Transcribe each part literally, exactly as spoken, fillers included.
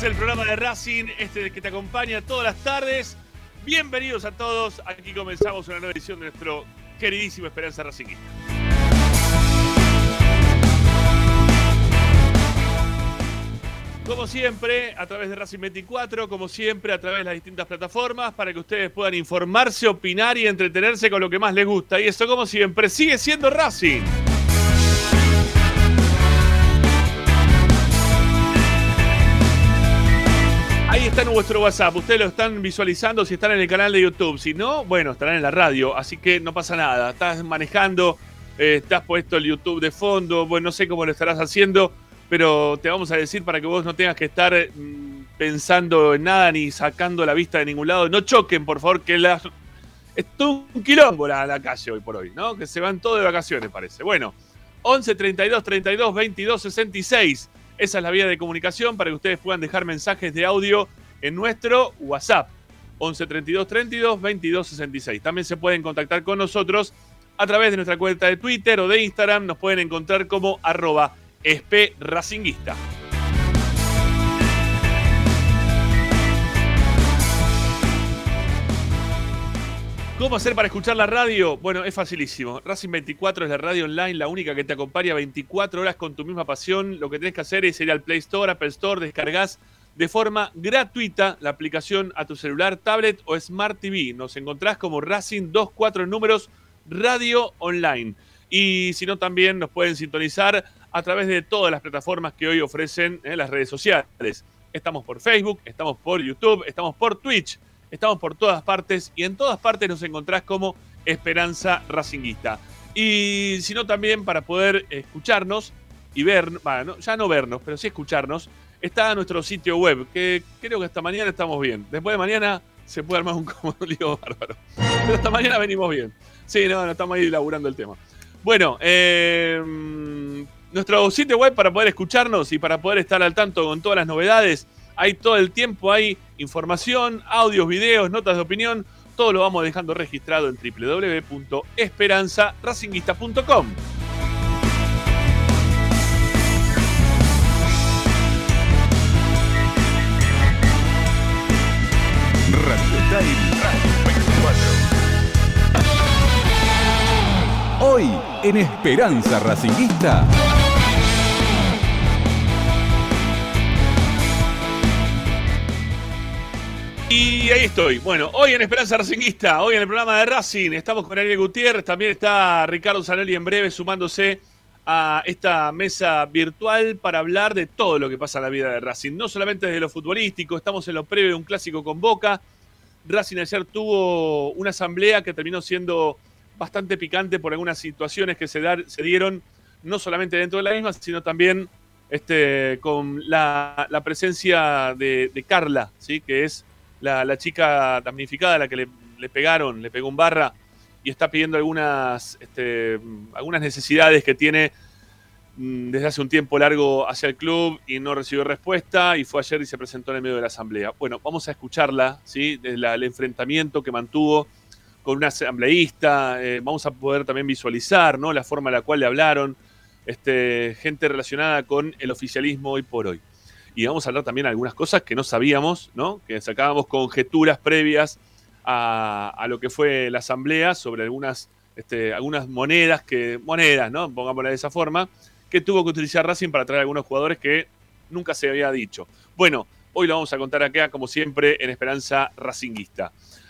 Es el programa de Racing, este que te acompaña todas las tardes. Bienvenidos a todos. Aquí comenzamos una nueva edición de nuestro queridísimo Esperanza Racingista. Como siempre, a través de Racing veinticuatro, como siempre, a través de las distintas plataformas, para que ustedes puedan informarse, opinar y entretenerse con lo que más les gusta. Y eso, como siempre, sigue siendo Racing. Ahí está nuestro WhatsApp. Ustedes lo están visualizando si están en el canal de YouTube. Si no, bueno, estarán en la radio. Así que no pasa nada. Estás manejando, eh, estás puesto el YouTube de fondo. Bueno, no sé cómo lo estarás haciendo, pero te vamos a decir para que vos no tengas que estar mmm, pensando en nada ni sacando la vista de ningún lado. No choquen, por favor, que la... es todo un quilombo la, la calle hoy por hoy, ¿no? Que se van todos de vacaciones, parece. Bueno, once, treinta y dos, treinta y dos, veintidós, sesenta y seis. Esa es la vía de comunicación para que ustedes puedan dejar mensajes de audio en nuestro WhatsApp. once, treinta y dos, treinta y dos, veintidós, sesenta y seis. También se pueden contactar con nosotros a través de nuestra cuenta de Twitter o de Instagram. Nos pueden encontrar como arroba espracinguista. ¿Cómo hacer para escuchar la radio? Bueno, es facilísimo. Racing veinticuatro es la radio online, la única que te acompaña veinticuatro horas con tu misma pasión. Lo que tenés que hacer es ir al Play Store, Apple Store, descargás de forma gratuita la aplicación a tu celular, tablet o Smart T V. Nos encontrás como Racing veinticuatro en números Radio Online. Y si no, también nos pueden sintonizar a través de todas las plataformas que hoy ofrecen en las redes sociales. Estamos por Facebook, estamos por YouTube, estamos por Twitch. Estamos por todas partes y en todas partes nos encontrás como Esperanza Racinguista. Y si no, también para poder escucharnos y ver, bueno, ya no vernos, pero sí escucharnos, está nuestro sitio web, que creo que hasta mañana estamos bien. Después de mañana se puede armar un, un lío bárbaro. Pero hasta mañana venimos bien. Sí, no, no estamos ahí elaborando el tema. Bueno, eh, nuestro sitio web para poder escucharnos y para poder estar al tanto con todas las novedades. Hay todo el tiempo, hay información, audios, videos, notas de opinión. Todo lo vamos dejando registrado en doble u doble u doble u punto esperanza racinguista punto com. Radio Time Radio veinticuatro. Hoy en Esperanza Racinguista. Y ahí estoy. Bueno, hoy en Esperanza Racinguista, hoy en el programa de Racing, estamos con Ariel Gutiérrez, también está Ricardo Zanoli en breve sumándose a esta mesa virtual para hablar de todo lo que pasa en la vida de Racing. No solamente desde lo futbolístico, estamos en lo previo de un clásico con Boca. Racing ayer tuvo una asamblea que terminó siendo bastante picante por algunas situaciones que se, dar, se dieron, no solamente dentro de la misma, sino también este, con la, la presencia de, de Carla, ¿sí? Que es La, la chica damnificada a la que le, le pegaron, le pegó un barra y está pidiendo algunas, este, algunas necesidades que tiene mmm, desde hace un tiempo largo hacia el club y no recibió respuesta y fue ayer y se presentó en el medio de la asamblea. Bueno, vamos a escucharla, ¿sí? Desde la, el enfrentamiento que mantuvo con una asambleísta, eh, vamos a poder también visualizar, ¿no? La forma en la cual le hablaron, este, gente relacionada con el oficialismo hoy por hoy. Y vamos a hablar también de algunas cosas que no sabíamos, ¿no? Que sacábamos conjeturas previas a, a lo que fue la asamblea sobre algunas, este, algunas monedas, que monedas, ¿no? Pongámosla de esa forma, que tuvo que utilizar Racing para traer a algunos jugadores que nunca se había dicho. Bueno, hoy lo vamos a contar acá, como siempre, en Esperanza Racinguista.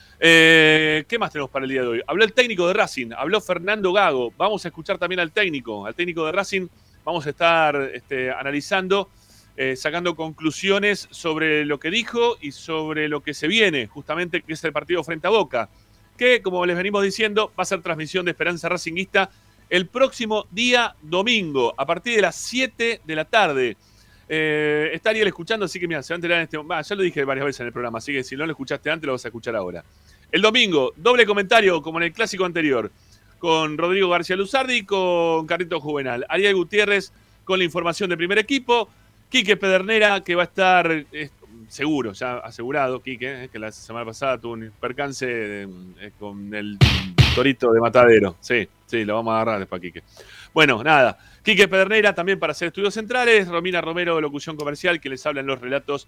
Eh, ¿Qué más tenemos para el día de hoy? Habló el técnico de Racing, habló Fernando Gago. Vamos a escuchar también al técnico, al técnico de Racing. Vamos a estar este, analizando Eh, sacando conclusiones sobre lo que dijo y sobre lo que se viene, justamente, que es el partido frente a Boca, que, como les venimos diciendo, va a ser transmisión de Esperanza Racinguista el próximo día domingo, a partir de las siete de la tarde. Eh, está Ariel escuchando, así que mira, se va a enterar en este momento. Ah, ya lo dije varias veces en el programa, así que si no lo escuchaste antes, lo vas a escuchar ahora. El domingo, doble comentario, como en el clásico anterior, con Rodrigo García Luzardi y con Carlito Juvenal. Ariel Gutiérrez con la información del primer equipo. Quique Pedernera, que va a estar eh, seguro, ya asegurado, Quique, eh, que la semana pasada tuvo un percance eh, con el torito de Matadero. Sí, sí, lo vamos a agarrar después a Quique. Bueno, nada. Quique Pedernera también para hacer estudios centrales. Romina Romero, locución comercial, que les habla en los relatos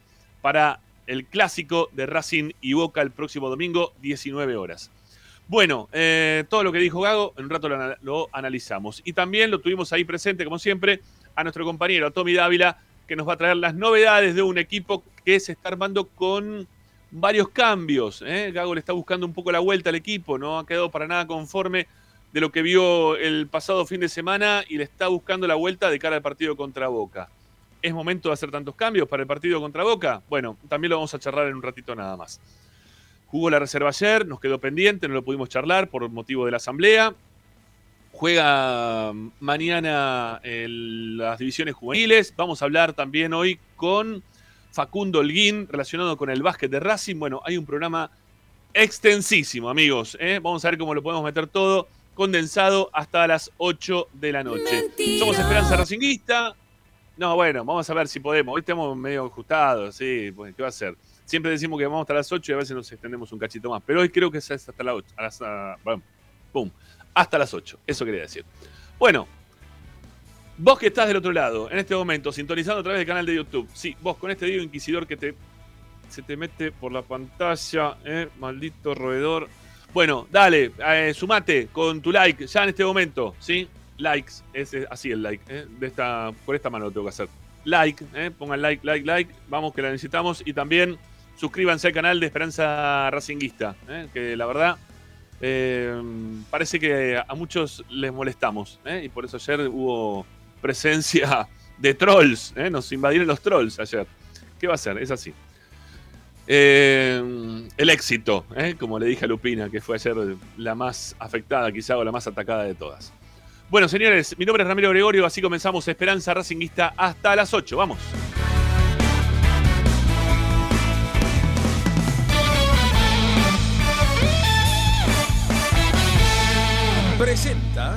para el clásico de Racing y Boca el próximo domingo, diecinueve horas. Bueno, eh, todo lo que dijo Gago, en un rato lo, lo analizamos. Y también lo tuvimos ahí presente, como siempre, a nuestro compañero Tommy Dávila, que nos va a traer las novedades de un equipo que se está armando con varios cambios. ¿eh? Gago le está buscando un poco la vuelta al equipo, no ha quedado para nada conforme de lo que vio el pasado fin de semana y le está buscando la vuelta de cara al partido contra Boca. ¿Es momento de hacer tantos cambios para el partido contra Boca? Bueno, también lo vamos a charlar en un ratito nada más. Jugó la reserva ayer, nos quedó pendiente, no lo pudimos charlar por motivo de la asamblea. Juega mañana en las divisiones juveniles. Vamos a hablar también hoy con Facundo Holguín, relacionado con el básquet de Racing. Bueno, hay un programa extensísimo, amigos. ¿eh? Vamos a ver cómo lo podemos meter todo condensado hasta las ocho de la noche. Mentira. Somos Esperanza Racinguista. No, bueno, vamos a ver si podemos. Hoy estamos medio ajustados, sí, pues, ¿qué va a ser? Siempre decimos que vamos hasta las ocho y a veces nos extendemos un cachito más. Pero hoy creo que es hasta las ocho. Hasta, bueno, pum, hasta las ocho. Eso quería decir. Bueno, vos que estás del otro lado, en este momento, sintonizando a través del canal de YouTube. Sí, vos con este Diego Inquisidor que te, se te mete por la pantalla, ¿eh? Maldito roedor. Bueno, dale, eh, sumate con tu like ya en este momento, ¿sí? Likes, es así el like, ¿eh? De esta, por esta mano lo tengo que hacer. Like, ¿eh? Pongan like, like, like. Vamos que la necesitamos. Y también suscríbanse al canal de Esperanza Racinguista, ¿eh? Que la verdad eh, parece que a muchos les molestamos, ¿eh? Y por eso ayer hubo presencia de trolls, ¿eh? Nos invadieron los trolls ayer. ¿Qué va a ser? Es así. Eh, el éxito, ¿eh? Como le dije a Lupina, que fue ayer la más afectada quizá o la más atacada de todas. Bueno, señores, mi nombre es Ramiro Gregorio, así comenzamos Esperanza Racinguista hasta las ocho. Vamos. Presenta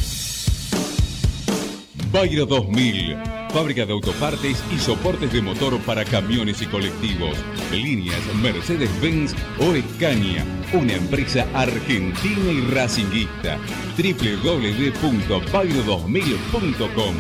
Bayro dos mil, fábrica de autopartes y soportes de motor para camiones y colectivos. Líneas Mercedes-Benz o Escaña, una empresa argentina y racinguista. doble u doble u doble u punto bayro dos mil punto com.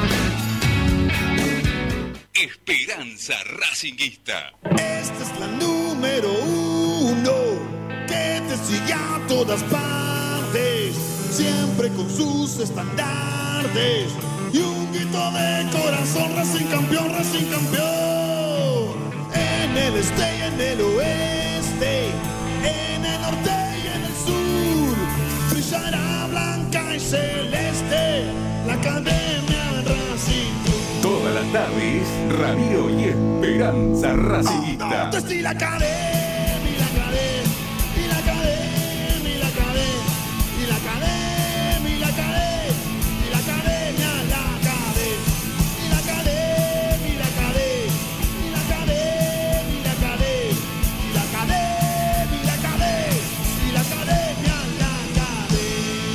Esperanza Racinguista. Esta es la número uno, que te sigue a todas partes, siempre con sus estandartes y un grito de corazón. Racing campeón, Racing campeón. En el este y en el oeste, en el norte y en el sur, brillará blanca y celeste la Academia Racing. Todas las tardes, Ramiro y Esperanza Racinguista. Ah, y la Academia, la Academia, la Academia, la Academia, la Academia, la Academia, la Academia, la Academia, la Academia, la Academia, la Academia, la Academia, la Academia, la Academia, la Academia, la Academia.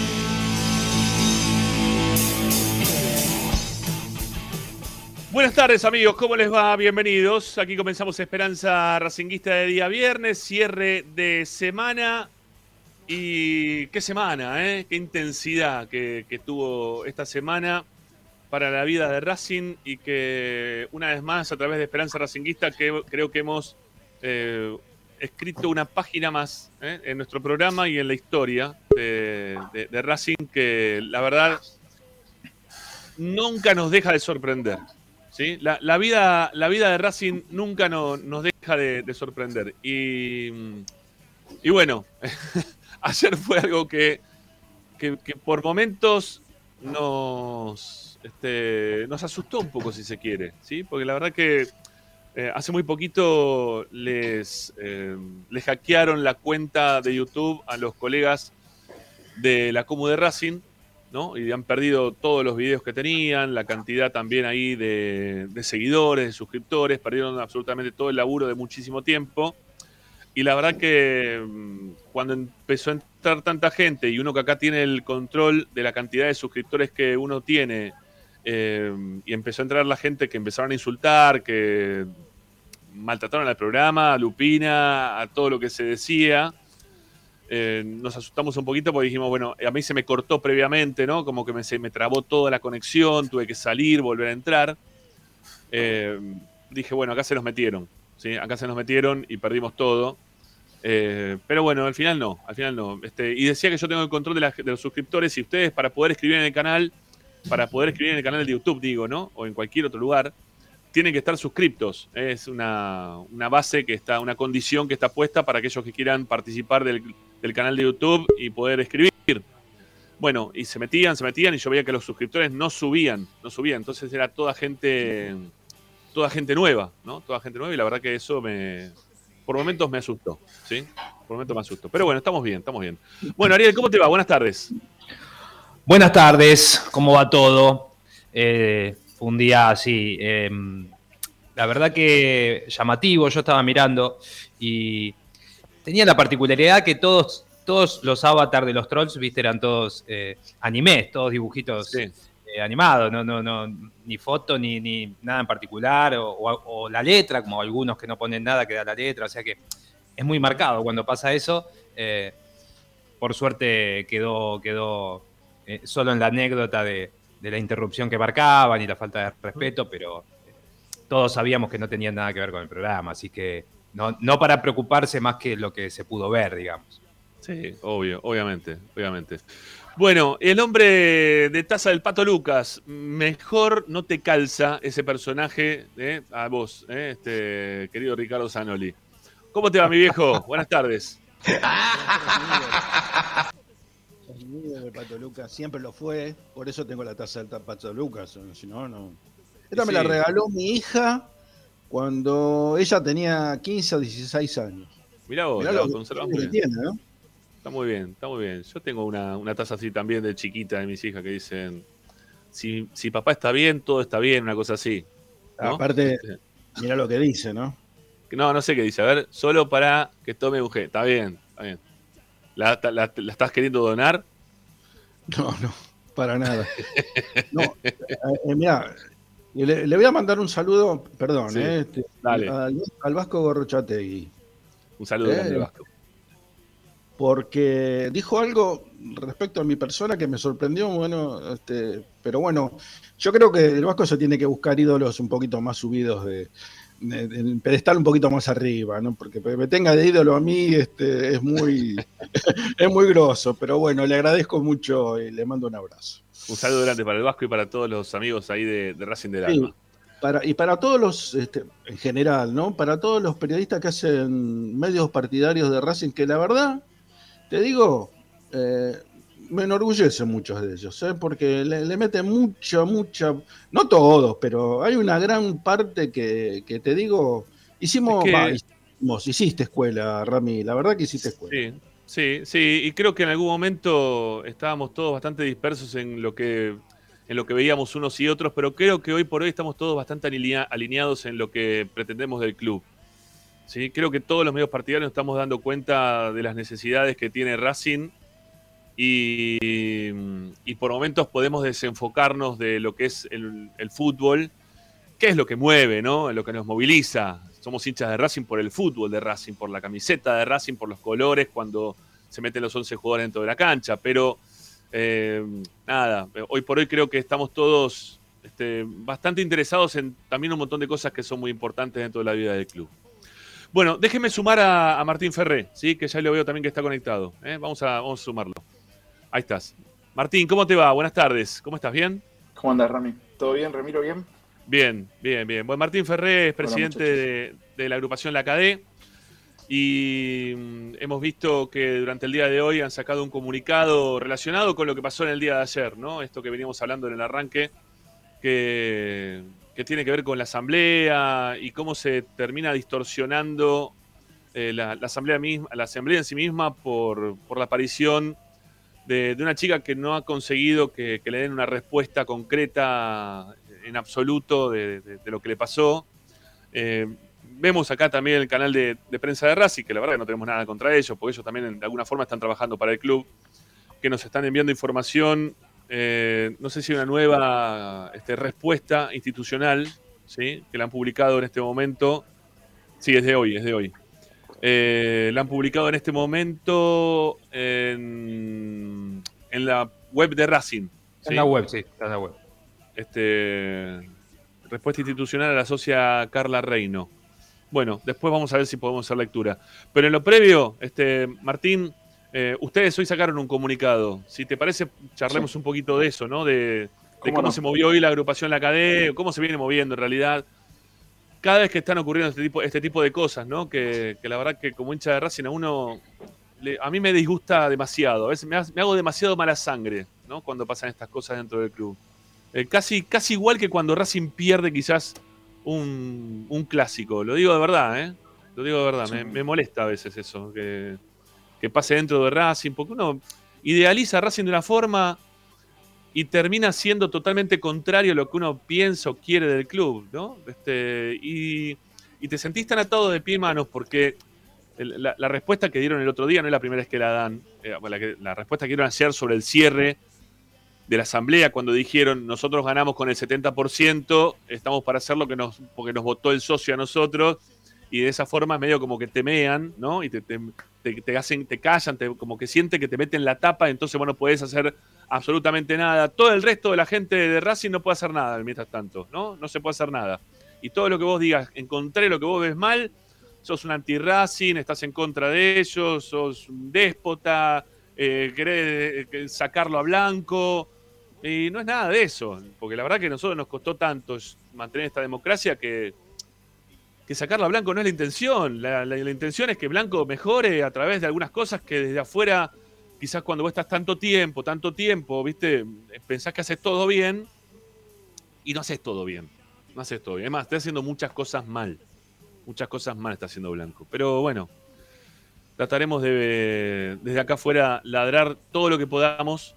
Buenas tardes, amigos, ¿cómo les va? Bienvenidos. Aquí comenzamos Esperanza Racinguista de día viernes, cierre de semana. Y qué semana, ¿eh? Qué intensidad que, que tuvo esta semana para la vida de Racing y que una vez más a través de Esperanza Racinguista que creo que hemos eh, escrito una página más ¿eh? en nuestro programa y en la historia de, de, de Racing que la verdad nunca nos deja de sorprender. ¿Sí? La, la, vida, la vida de Racing nunca no, nos deja de, de sorprender. Y, y bueno, ayer fue algo que, que, que por momentos nos, este, nos asustó un poco, si se quiere, ¿sí? Porque la verdad que eh, hace muy poquito les, eh, les hackearon la cuenta de YouTube a los colegas de la Comu de Racing, ¿no? Y han perdido todos los videos que tenían, la cantidad también ahí de, de seguidores, de suscriptores, perdieron absolutamente todo el laburo de muchísimo tiempo. Y la verdad que cuando empezó a entrar tanta gente y uno que acá tiene el control de la cantidad de suscriptores que uno tiene, eh, y empezó a entrar la gente que empezaron a insultar, que maltrataron al programa, a Lupina, a todo lo que se decía, eh, nos asustamos un poquito porque dijimos, bueno, a mí se me cortó previamente, ¿no? Como que me, se me trabó toda la conexión, tuve que salir, volver a entrar. Eh, dije, bueno, acá se nos metieron. ¿sí? Acá se nos metieron y perdimos todo. Eh, pero bueno, al final no, al final no. Este, y decía que yo tengo el control de, la, de los suscriptores y ustedes para poder escribir en el canal, para poder escribir en el canal de YouTube, digo, ¿no? O en cualquier otro lugar, tienen que estar suscriptos. Es una, una base que está, una condición que está puesta para aquellos que quieran participar del, del canal de YouTube y poder escribir. Bueno, y se metían, se metían y yo veía que los suscriptores no subían, no subían. Entonces era toda gente, toda gente nueva, ¿no? Toda gente nueva y la verdad que eso me, por momentos me asustó, ¿sí? Por momentos me asustó. Pero bueno, estamos bien, estamos bien. Bueno, Ariel, ¿cómo te va? Buenas tardes. Buenas tardes, ¿cómo va todo? Eh, fue un día así, eh, la verdad que llamativo, yo estaba mirando y tenía la particularidad que todos, todos los avatars de los trolls, viste, eran todos eh, animes, todos dibujitos Sí. eh, animados, no, no, no, ni foto ni, ni nada en particular, o, o, o la letra, como algunos que no ponen nada que da la letra, o sea que es muy marcado cuando pasa eso. Eh, por suerte quedó... quedó Eh, solo en la anécdota de, de la interrupción que marcaban y la falta de respeto, pero eh, todos sabíamos que no tenían nada que ver con el programa, así que no, no para preocuparse más que lo que se pudo ver, digamos. Sí, obvio, obviamente, obviamente. Bueno, el hombre de Taza del Pato Lucas, mejor no te calza ese personaje eh, a vos, eh, este querido Ricardo Zanoli. ¿Cómo te va, mi viejo? Buenas tardes. El Pato Lucas siempre lo fue, por eso tengo la taza del Pato Lucas, si no, no. Esta me Sí. la regaló mi hija cuando ella tenía quince o dieciséis años. Mirá vos, Mirá lo lo que, conservás que muy bien. tiene, ¿no? Está muy bien, está muy bien. Yo tengo una, una taza así también de chiquita de mis hijas que dicen, si, si papá está bien, todo está bien, una cosa así. ¿no? Aparte, mirá lo que dice, ¿no? No, no sé qué dice. A ver, solo para que tome un G. Está bien, está bien. ¿La, la, la estás queriendo donar? No, no, para nada. No, eh, eh, mirá, le, le voy a mandar un saludo, perdón, Sí, eh, este, dale. al, al Vasco Gorrochategui. Un saludo Eh, grande, Vasco. Porque dijo algo respecto a mi persona que me sorprendió, bueno, este, pero bueno, yo creo que el Vasco se tiene que buscar ídolos un poquito más subidos de, de, de pedestal un poquito más arriba, ¿no? Porque me tenga de ídolo a mí este, es muy es muy grosso, pero bueno, le agradezco mucho y le mando un abrazo. Un saludo grande para el Vasco y para todos los amigos ahí de, de Racing del Sí, Alma. para, y para todos los, este, en general, ¿no? Para todos los periodistas que hacen medios partidarios de Racing, que la verdad, te digo, eh, me enorgullecen muchos de ellos, ¿eh? Porque le, le meten mucha, mucha, no todos, pero hay una gran parte que, que te digo, hicimos, Es que- va, hicimos, hiciste escuela, Rami, la verdad que hiciste escuela. Sí, sí, sí, y creo que en algún momento estábamos todos bastante dispersos en lo que en lo que veíamos unos y otros, pero creo que hoy por hoy estamos todos bastante alinea- alineados en lo que pretendemos del club. ¿Sí? Creo que todos los medios partidarios nos estamos dando cuenta de las necesidades que tiene Racing y, y por momentos podemos desenfocarnos de lo que es el, el fútbol, que es lo que mueve, ¿no? Lo que nos moviliza. Somos hinchas de Racing por el fútbol de Racing, por la camiseta de Racing, por los colores, cuando se meten los once jugadores dentro de la cancha. Pero, eh, nada, hoy por hoy creo que estamos todos este, bastante interesados en también un montón de cosas que son muy importantes dentro de la vida del club. Bueno, déjenme sumar a, a Martín Ferré, ¿sí? Que ya lo veo también que está conectado. ¿eh? Vamos, a, vamos a sumarlo. Ahí estás. Martín, ¿cómo te va? Buenas tardes. ¿Cómo estás? ¿Bien? ¿Cómo andas, Rami? ¿Todo bien, Ramiro? ¿Bien? Bien, bien, bien. Bueno, Martín Ferré es Hola, presidente muchachos. de, de la agrupación La Cadé y mm, hemos visto que durante el día de hoy han sacado un comunicado relacionado con lo que pasó en el día de ayer, ¿no? Esto que veníamos hablando en el arranque, que, que tiene que ver con la asamblea y cómo se termina distorsionando eh, la, la asamblea misma, la asamblea en sí misma por, por la aparición de, de una chica que no ha conseguido que, que le den una respuesta concreta en absoluto de, de, de lo que le pasó. Eh, vemos acá también el canal de, de prensa de Racing, que la verdad que no tenemos nada contra ellos, porque ellos también de alguna forma están trabajando para el club, que nos están enviando información, eh, no sé si una nueva este, respuesta institucional, ¿sí? Que la han publicado en este momento. Sí, es de hoy, es de hoy. Eh, la han publicado en este momento en, en la web de Racing. Está en la web, sí, está en la web. Este, respuesta institucional a la socia Carla Reino. Bueno, después vamos a ver si podemos hacer lectura. Pero en lo previo, este, Martín, eh, ustedes hoy sacaron un comunicado. Si te parece, charlemos sí. un poquito de eso, ¿no? De, de ¿Cómo, cómo no? se movió hoy la agrupación La Cadena, cómo se viene moviendo en realidad. Cada vez que están ocurriendo este tipo, este tipo de cosas, ¿no? Que, que la verdad que como hincha de Racing a uno, le, a mí me disgusta demasiado. A veces me, me hago demasiado mala sangre, ¿no? Cuando pasan estas cosas dentro del club. Eh, casi, casi igual que cuando Racing pierde quizás un, un clásico. Lo digo de verdad, ¿eh? Lo digo de verdad. Sí. Me, me molesta a veces eso, que, que pase dentro de Racing, porque uno idealiza a Racing de una forma y termina siendo totalmente contrario a lo que uno piensa o quiere del club, ¿no? Este, y, y te sentís tan atado de pie y manos porque el, la, la respuesta que dieron el otro día no es la primera vez que la dan. Eh, la, que, la respuesta que dieron ayer sobre el cierre de la asamblea, cuando dijeron nosotros ganamos con el setenta por ciento, estamos para hacer lo que nos, porque nos votó el socio a nosotros, y de esa forma medio como que temean, ¿no? Y te, te, te, te hacen, te callan, te, como que sienten que te meten la tapa, entonces vos no podés hacer absolutamente nada. Todo el resto de la gente de Racing no puede hacer nada mientras tanto, ¿no? No se puede hacer nada. Y todo lo que vos digas, encontré lo que vos ves mal, sos un anti-Racing, estás en contra de ellos, sos un déspota, eh, querés eh, sacarlo a blanco. Y no es nada de eso, porque la verdad que a nosotros nos costó tanto mantener esta democracia que, que sacarlo a Blanco no es la intención. La, la, la intención es que Blanco mejore a través de algunas cosas que desde afuera, quizás cuando vos estás tanto tiempo, tanto tiempo, viste, pensás que haces todo bien y no haces todo bien. No haces todo bien. Además, estás haciendo muchas cosas mal. Muchas cosas mal está haciendo Blanco. Pero bueno, trataremos de desde acá afuera ladrar todo lo que podamos.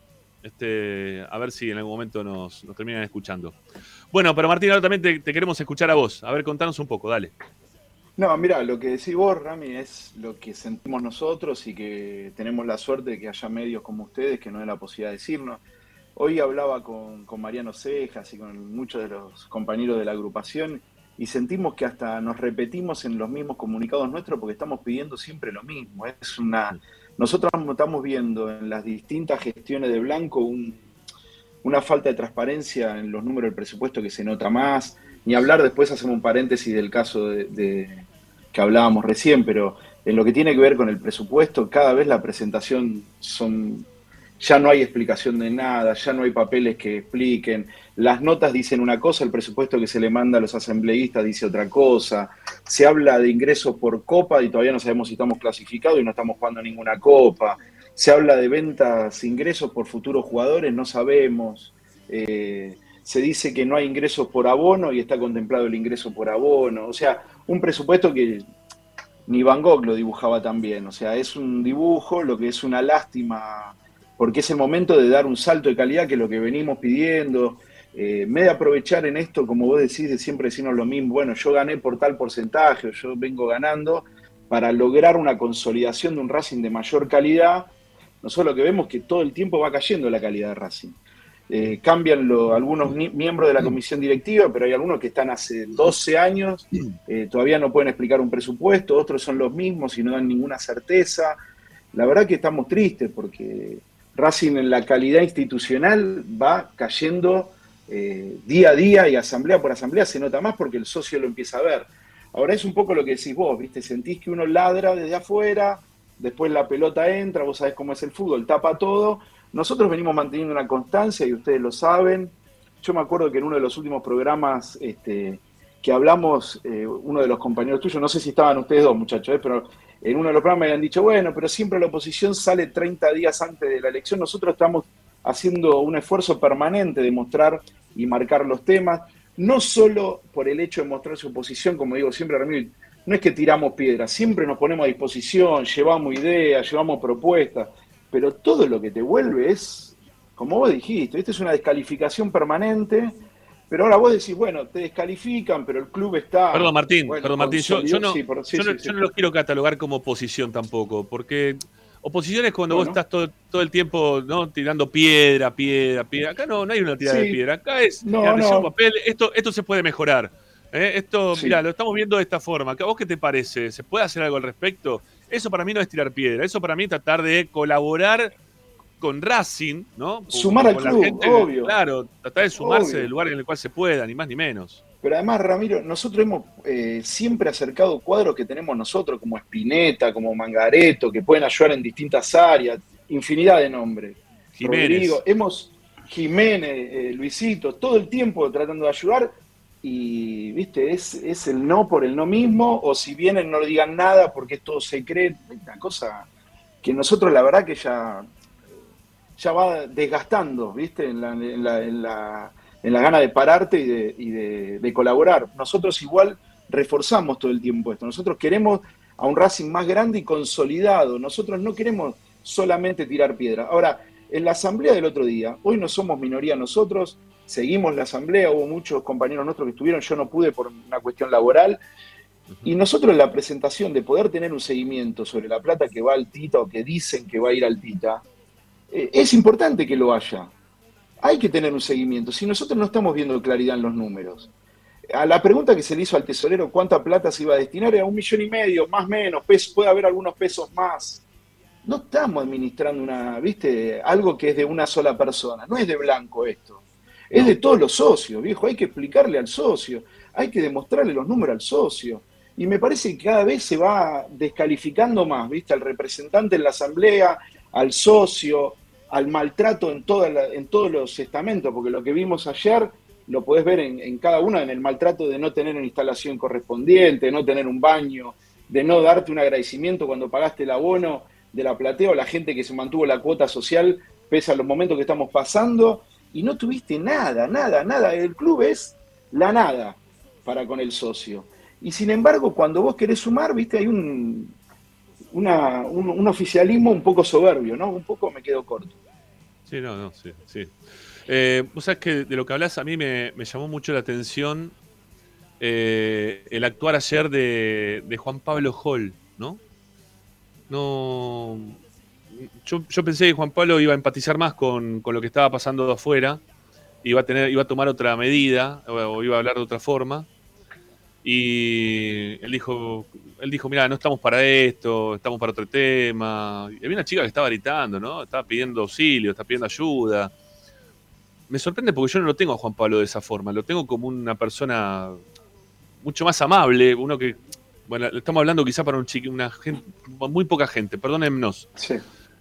Este, a ver si en algún momento nos, nos terminan escuchando. Bueno, pero Martín, ahora también te, te queremos escuchar a vos. A ver, contanos un poco, dale. No, mira, lo que decís vos, Rami, es lo que sentimos nosotros y que tenemos la suerte de que haya medios como ustedes que nos den la posibilidad de decirnos. Hoy hablaba con, con Mariano Cejas y con muchos de los compañeros de la agrupación y sentimos que hasta nos repetimos en los mismos comunicados nuestros porque estamos pidiendo siempre lo mismo. Es una... Nosotros estamos viendo en las distintas gestiones de Blanco un, una falta de transparencia en los números del presupuesto que se nota más. Ni hablar, después hacemos un paréntesis del caso de, de, que hablábamos recién, pero en lo que tiene que ver con el presupuesto, cada vez la presentación son... Ya no hay explicación de nada, ya no hay papeles que expliquen. Las notas dicen una cosa, el presupuesto que se le manda a los asambleístas dice otra cosa. Se habla de ingresos por copa y todavía no sabemos si estamos clasificados y no estamos jugando ninguna copa. Se habla de ventas, ingresos por futuros jugadores, no sabemos. Eh, se dice que no hay ingresos por abono y está contemplado el ingreso por abono. O sea, un presupuesto que ni Van Gogh lo dibujaba tan bien. O sea, es un dibujo, lo que es una lástima... porque es el momento de dar un salto de calidad, que es lo que venimos pidiendo. Eh, me de aprovechar en esto, como vos decís, de siempre decirnos lo mismo, bueno, yo gané por tal porcentaje, o yo vengo ganando, para lograr una consolidación de un Racing de mayor calidad. Nosotros lo que vemos es que todo el tiempo va cayendo la calidad de Racing. Eh, cambian lo, algunos ni, miembros de la comisión directiva, pero hay algunos que están hace doce años, eh, todavía no pueden explicar un presupuesto, otros son los mismos y no dan ninguna certeza. La verdad que estamos tristes porque... Racing en la calidad institucional va cayendo eh, día a día y asamblea por asamblea se nota más porque el socio lo empieza a ver. Ahora es un poco lo que decís vos, ¿viste? Sentís que uno ladra desde afuera, después la pelota entra, vos sabés cómo es el fútbol, tapa todo. Nosotros venimos manteniendo una constancia y ustedes lo saben. Yo me acuerdo que en uno de los últimos programas este, que hablamos, eh, uno de los compañeros tuyos, no sé si estaban ustedes dos muchachos, eh, pero... en uno de los programas me habían dicho, bueno, pero siempre la oposición sale treinta días antes de la elección. Nosotros estamos haciendo un esfuerzo permanente de mostrar y marcar los temas, no solo por el hecho de mostrar su oposición, como digo siempre, Ramiro, no es que tiramos piedras, siempre nos ponemos a disposición, llevamos ideas, llevamos propuestas, pero todo lo que te vuelve es, como vos dijiste, esta es una descalificación permanente. Pero ahora vos decís, bueno, te descalifican, pero el club está... Perdón, Martín, bueno, perdón, Martín, yo, yo, no, sí, por, sí, yo, sí, no, sí, yo sí. no lo quiero catalogar como oposición tampoco, porque oposición es cuando bueno. vos estás todo, todo el tiempo no tirando piedra, piedra, piedra. Acá no, no hay una tirada sí. de piedra, acá es no, atención, no. papel, esto, esto se puede mejorar. ¿eh? Esto, sí. mira, lo estamos viendo de esta forma. ¿A vos qué te parece? ¿Se puede hacer algo al respecto? Eso para mí no es tirar piedra, eso para mí es tratar de colaborar con Racing, ¿no? Sumar al club, gente, obvio. Claro, tratar de sumarse obvio. del lugar en el cual se pueda, ni más ni menos. Pero además, Ramiro, nosotros hemos eh, siempre acercado cuadros que tenemos nosotros, como Spinetta, como Mangareto, que pueden ayudar en distintas áreas, infinidad de nombres. Jiménez. Rodrigo, hemos, Jiménez, eh, Luisito, todo el tiempo tratando de ayudar, y, viste, es, es el no por el no mismo, o si vienen no le digan nada porque es todo secreto, una cosa que nosotros la verdad que ya, ya va desgastando, viste, en la, en la, en la en la gana de pararte y, de, y de, de colaborar. Nosotros igual reforzamos todo el tiempo esto. Nosotros queremos a un Racing más grande y consolidado. Nosotros no queremos solamente tirar piedra. Ahora, en la asamblea del otro día, hoy no somos minoría nosotros, seguimos la asamblea, hubo muchos compañeros nuestros que estuvieron, yo no pude por una cuestión laboral, y nosotros en la presentación de poder tener un seguimiento sobre la plata que va al Tita o que dicen que va a ir al Tita, eh, es importante que lo haya. Hay que tener un seguimiento. Si nosotros no estamos viendo claridad en los números. A la pregunta que se le hizo al tesorero, ¿cuánta plata se iba a destinar? Era un millón y medio, más o menos, pesos, puede haber algunos pesos más. No estamos administrando una, ¿viste? Algo que es de una sola persona. No es de Blanco esto. Es de todos los socios, viejo. Hay que explicarle al socio. Hay que demostrarle los números al socio. Y me parece que cada vez se va descalificando más, ¿viste? Al representante en la asamblea, al socio, al maltrato en, toda la, en todos los estamentos, porque lo que vimos ayer lo podés ver en, en cada uno, en el maltrato de no tener una instalación correspondiente, de no tener un baño, de no darte un agradecimiento cuando pagaste el abono de la platea, o la gente que se mantuvo la cuota social pese a los momentos que estamos pasando, y no tuviste nada, nada, nada. El club es la nada para con el socio. Y sin embargo, cuando vos querés sumar, viste, hay un... Una, un, un oficialismo un poco soberbio, ¿no? Un poco me quedo corto. Sí, no, no, sí, sí. Eh, vos sabés que de lo que hablas a mí me, me llamó mucho la atención eh, el actuar ayer de, de Juan Pablo Hall, ¿no? No. Yo, yo pensé que Juan Pablo iba a empatizar más con, con lo que estaba pasando de afuera, iba a tener, iba a tomar otra medida, o, o iba a hablar de otra forma. Y él dijo, él dijo, mira, no estamos para esto, estamos para otro tema. Y había una chica que estaba gritando, ¿no? Estaba pidiendo auxilio, estaba pidiendo ayuda. Me sorprende porque yo no lo tengo a Juan Pablo de esa forma, lo tengo como una persona mucho más amable, uno que, bueno, estamos hablando quizá para un chiqui, una gente, muy poca gente, perdónennos. Sí.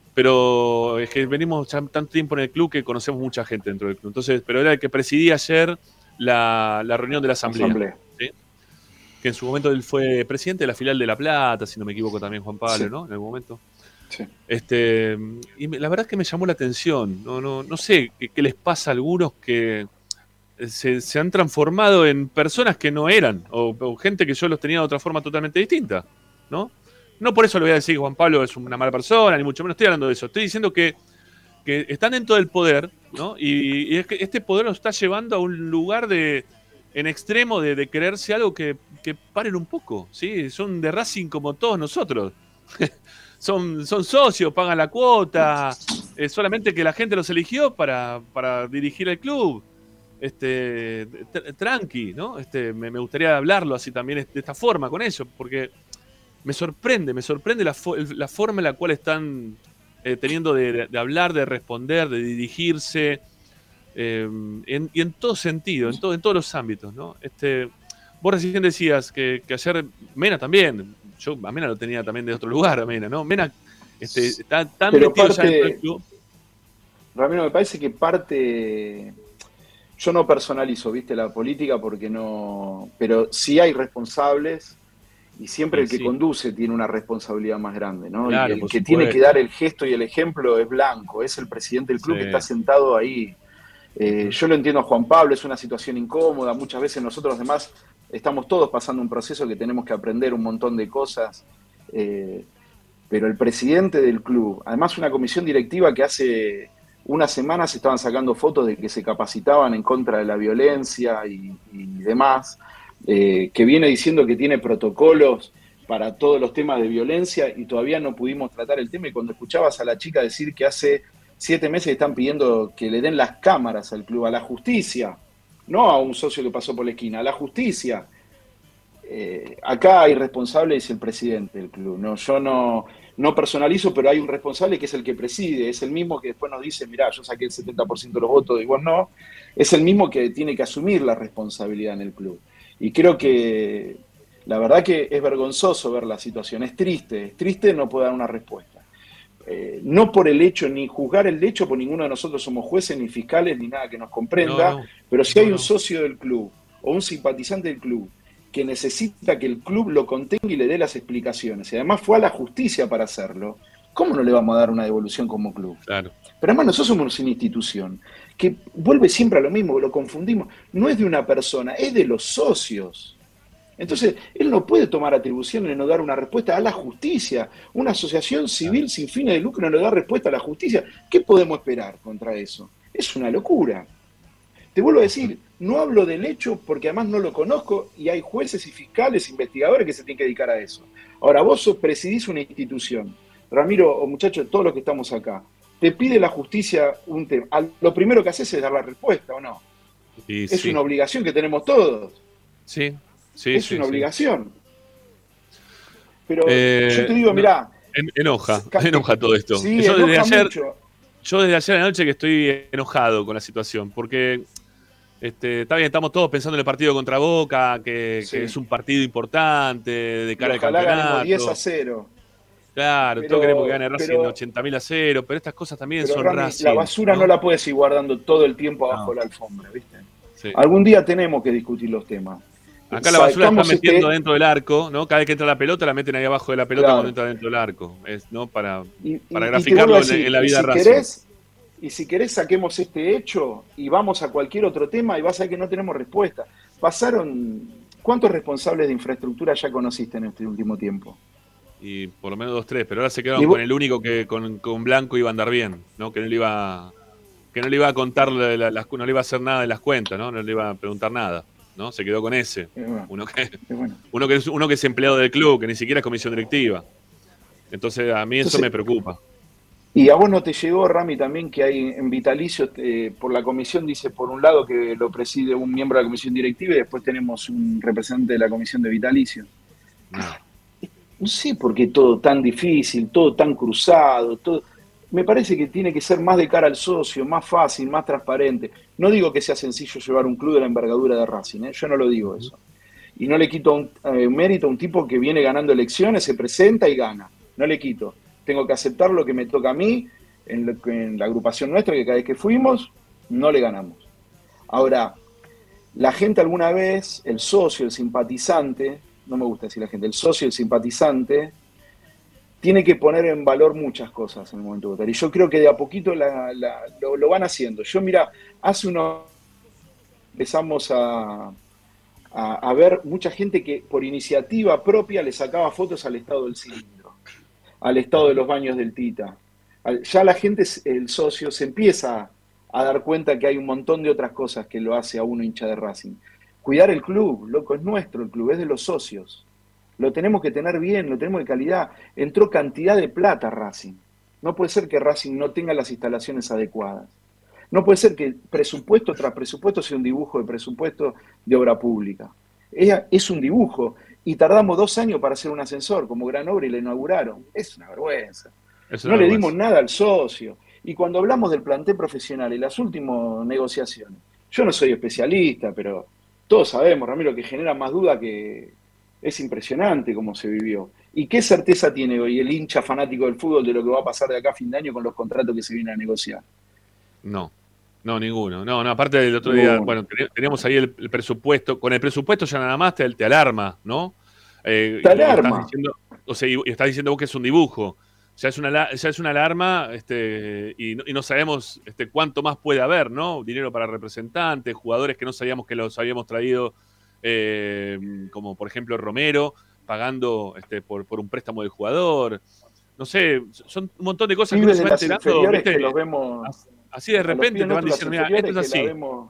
Pero es que venimos ya tanto tiempo en el club que conocemos mucha gente dentro del club. Entonces, pero era el que presidía ayer la, la reunión de la asamblea. asamblea. ¿Sí? Que en su momento él fue presidente de la filial de La Plata, si no me equivoco también Juan Pablo, sí. ¿No? En algún momento. Sí. Este, y me, la verdad es que me llamó la atención. No, no, no sé qué, qué les pasa a algunos que se, se han transformado en personas que no eran, o, o gente que yo los tenía de otra forma totalmente distinta, ¿no? No por eso le voy a decir que Juan Pablo es una mala persona, ni mucho menos estoy hablando de eso. Estoy diciendo que, que están dentro del poder, ¿no? Y, y es que este poder nos está llevando a un lugar de en extremo de, de creerse algo que, que paren un poco, ¿sí? Son de Racing como todos nosotros. son, son socios, pagan la cuota, eh, solamente que la gente los eligió para, para dirigir el club. Este, tranqui, ¿no? Este, me, me gustaría hablarlo así también de esta forma con ellos, porque me sorprende, me sorprende la, fo la forma en la cual están eh, teniendo de, de hablar, de responder, de dirigirse. Eh, en, y en todo sentido, en, todo, en todos los ámbitos, ¿no? Este, vos recién decías que, que ayer Mena también, yo a Mena lo tenía también de otro lugar, a Mena, ¿no? Mena este, está tan Pero metido parte, ya dentro del club. Ramiro, me parece que parte, yo no personalizo, viste, la política porque no, pero sí hay responsables y siempre sí, el que sí. conduce tiene una responsabilidad más grande, ¿no? Claro, y el que supuesto. tiene que dar el gesto y el ejemplo es Blanco, es el presidente del club sí. que está sentado ahí. Eh, yo lo entiendo a Juan Pablo, es una situación incómoda, muchas veces nosotros además estamos todos pasando un proceso que tenemos que aprender un montón de cosas, eh, pero el presidente del club, además una comisión directiva que hace unas semanas estaban sacando fotos de que se capacitaban en contra de la violencia y, y demás, eh, que viene diciendo que tiene protocolos para todos los temas de violencia y todavía no pudimos tratar el tema, y cuando escuchabas a la chica decir que hace siete meses están pidiendo que le den las cámaras al club, a la justicia, no a un socio que pasó por la esquina, a la justicia. Eh, acá hay responsable, es el presidente del club. No, yo no, no personalizo, pero hay un responsable que es el que preside, es el mismo que después nos dice, mirá, yo saqué el setenta por ciento de los votos y vos no, es el mismo que tiene que asumir la responsabilidad en el club. Y creo que la verdad que es vergonzoso ver la situación, es triste, es triste no poder dar una respuesta. Eh, no por el hecho, ni juzgar el hecho, porque ninguno de nosotros somos jueces, ni fiscales, ni nada que nos comprenda, No, no, pero si no, hay un no. socio del club o un simpatizante del club que necesita que el club lo contenga y le dé las explicaciones, y además fue a la justicia para hacerlo, ¿cómo no le vamos a dar una devolución como club? Claro. Pero además nosotros somos una institución que vuelve siempre a lo mismo, lo confundimos. No es de una persona, es de los socios. Entonces, él no puede tomar atribuciones y no dar una respuesta a la justicia. Una asociación civil sin fines de lucro no le da respuesta a la justicia. ¿Qué podemos esperar contra eso? Es una locura. Te vuelvo a decir, no hablo del hecho porque además no lo conozco y hay jueces y fiscales, investigadores que se tienen que dedicar a eso. Ahora, vos sos, presidís una institución. Ramiro, o muchachos, todos los que estamos acá, te pide la justicia un tema. Lo primero que haces es dar la respuesta, ¿o no? Y es sí. una obligación que tenemos todos. Sí, sí, es sí, una sí. obligación. Pero Eh, yo te digo, no, mirá. en- enoja, enoja todo esto. Sí, yo, desde enoja ayer, mucho. yo desde ayer a la noche que estoy enojado con la situación, porque este, está bien, estamos todos pensando en el partido contra Boca, que, Sí. que es un partido importante de cara Y al ojalá ganemos campeonato. diez a cero. Claro, Pero- todos queremos que gane Racing pero- ochenta mil a cero, pero estas cosas también Pero son Rami, Racing. la basura ¿no? la puedes ir guardando todo el tiempo abajo No. de la alfombra, ¿viste? Sí. Algún día tenemos que discutir los temas. Acá la basura está Sacamos metiendo este- dentro del arco, ¿no? Cada vez que entra la pelota la meten ahí abajo de la pelota Claro. cuando entra dentro del arco. Es, ¿no? Para, y- y- para y te graficarlo vuelvo a en, decir, en la y vida si Racing. querés, y si querés saquemos este hecho y vamos a cualquier otro tema y vas a ver que no tenemos respuesta. Pasaron, ¿cuántos responsables de infraestructura ya conociste en este último tiempo? Y por lo menos dos, tres, pero ahora se quedaron Y vos- con el único que con, con Blanco iba a andar bien, ¿no? Que no le iba que no le iba a contar la- la- las, no le iba a hacer nada de las cuentas, ¿no? No le iba a preguntar nada, ¿no? Se quedó con ese. Eh, bueno, Uno que, eh, bueno. uno que es uno que es empleado del club, que ni siquiera es comisión directiva. Entonces a mí eso Entonces- me preocupa. Y a vos no te llegó, Rami, también que hay en vitalicio, eh, por la comisión dice por un lado que lo preside un miembro de la comisión directiva y después tenemos un representante de la comisión de vitalicio. No. No sé por qué todo tan difícil, todo tan cruzado, todo. Me parece que tiene que ser más de cara al socio, más fácil, más transparente. No digo que sea sencillo llevar un club de la envergadura de Racing, ¿eh? Yo no lo digo eso. Y no le quito un, eh, mérito a un tipo que viene ganando elecciones, se presenta y gana. No le quito. Tengo que aceptar lo que me toca a mí en, lo- en la agrupación nuestra, que cada vez que fuimos, no le ganamos. Ahora, la gente alguna vez, el socio, el simpatizante, no me gusta decir la gente, el socio, el simpatizante, tiene que poner en valor muchas cosas en el momento de votar. Y yo creo que de a poquito la- la- lo, lo van haciendo. Yo, mira, hace unos empezamos a, a, a ver mucha gente que por iniciativa propia le sacaba fotos al estado del cilindro, al estado de los baños del Tita. Al- Ya la gente, el socio, se empieza a dar cuenta que hay un montón de otras cosas que lo hace a uno hincha de Racing. Cuidar el club, loco, es nuestro el club, es de los socios. Lo tenemos que tener bien, lo tenemos de calidad. Entró cantidad de plata a Racing. No puede ser que Racing no tenga las instalaciones adecuadas. No puede ser que presupuesto tras presupuesto sea un dibujo de presupuesto de obra pública. Es, es un dibujo. Y tardamos dos años para hacer un ascensor como gran obra y lo inauguraron. Es una vergüenza. Es No una le vergüenza. dimos nada al socio. Y cuando hablamos del plantel profesional y las últimas negociaciones, yo no soy especialista, pero todos sabemos, Ramiro, que genera más duda que es impresionante cómo se vivió. ¿Y qué certeza tiene hoy el hincha fanático del fútbol de lo que va a pasar de acá a fin de año con los contratos que se vienen a negociar? No, no, ninguno. No, no, aparte del otro día, Ninguno. bueno, ten- teníamos ahí el, el presupuesto. Con el presupuesto ya nada más te, te alarma, ¿no? Eh, Te y estás alarma. diciendo- o sea, y, y estás diciendo vos que es un dibujo. Ya es una, ala- ya es una alarma este, y, no, y no sabemos este, cuánto más puede haber, ¿no? Dinero para representantes, jugadores que no sabíamos que los habíamos traído, eh, como por ejemplo Romero, pagando este, por, por un préstamo del jugador. No sé, son un montón de cosas que uno Pibes se de va las enterando, inferiores ¿viste? que los vemos... Así de a los repente pibes te van nuestros, diciendo, las mira, esto es inferiores que así. la vemos-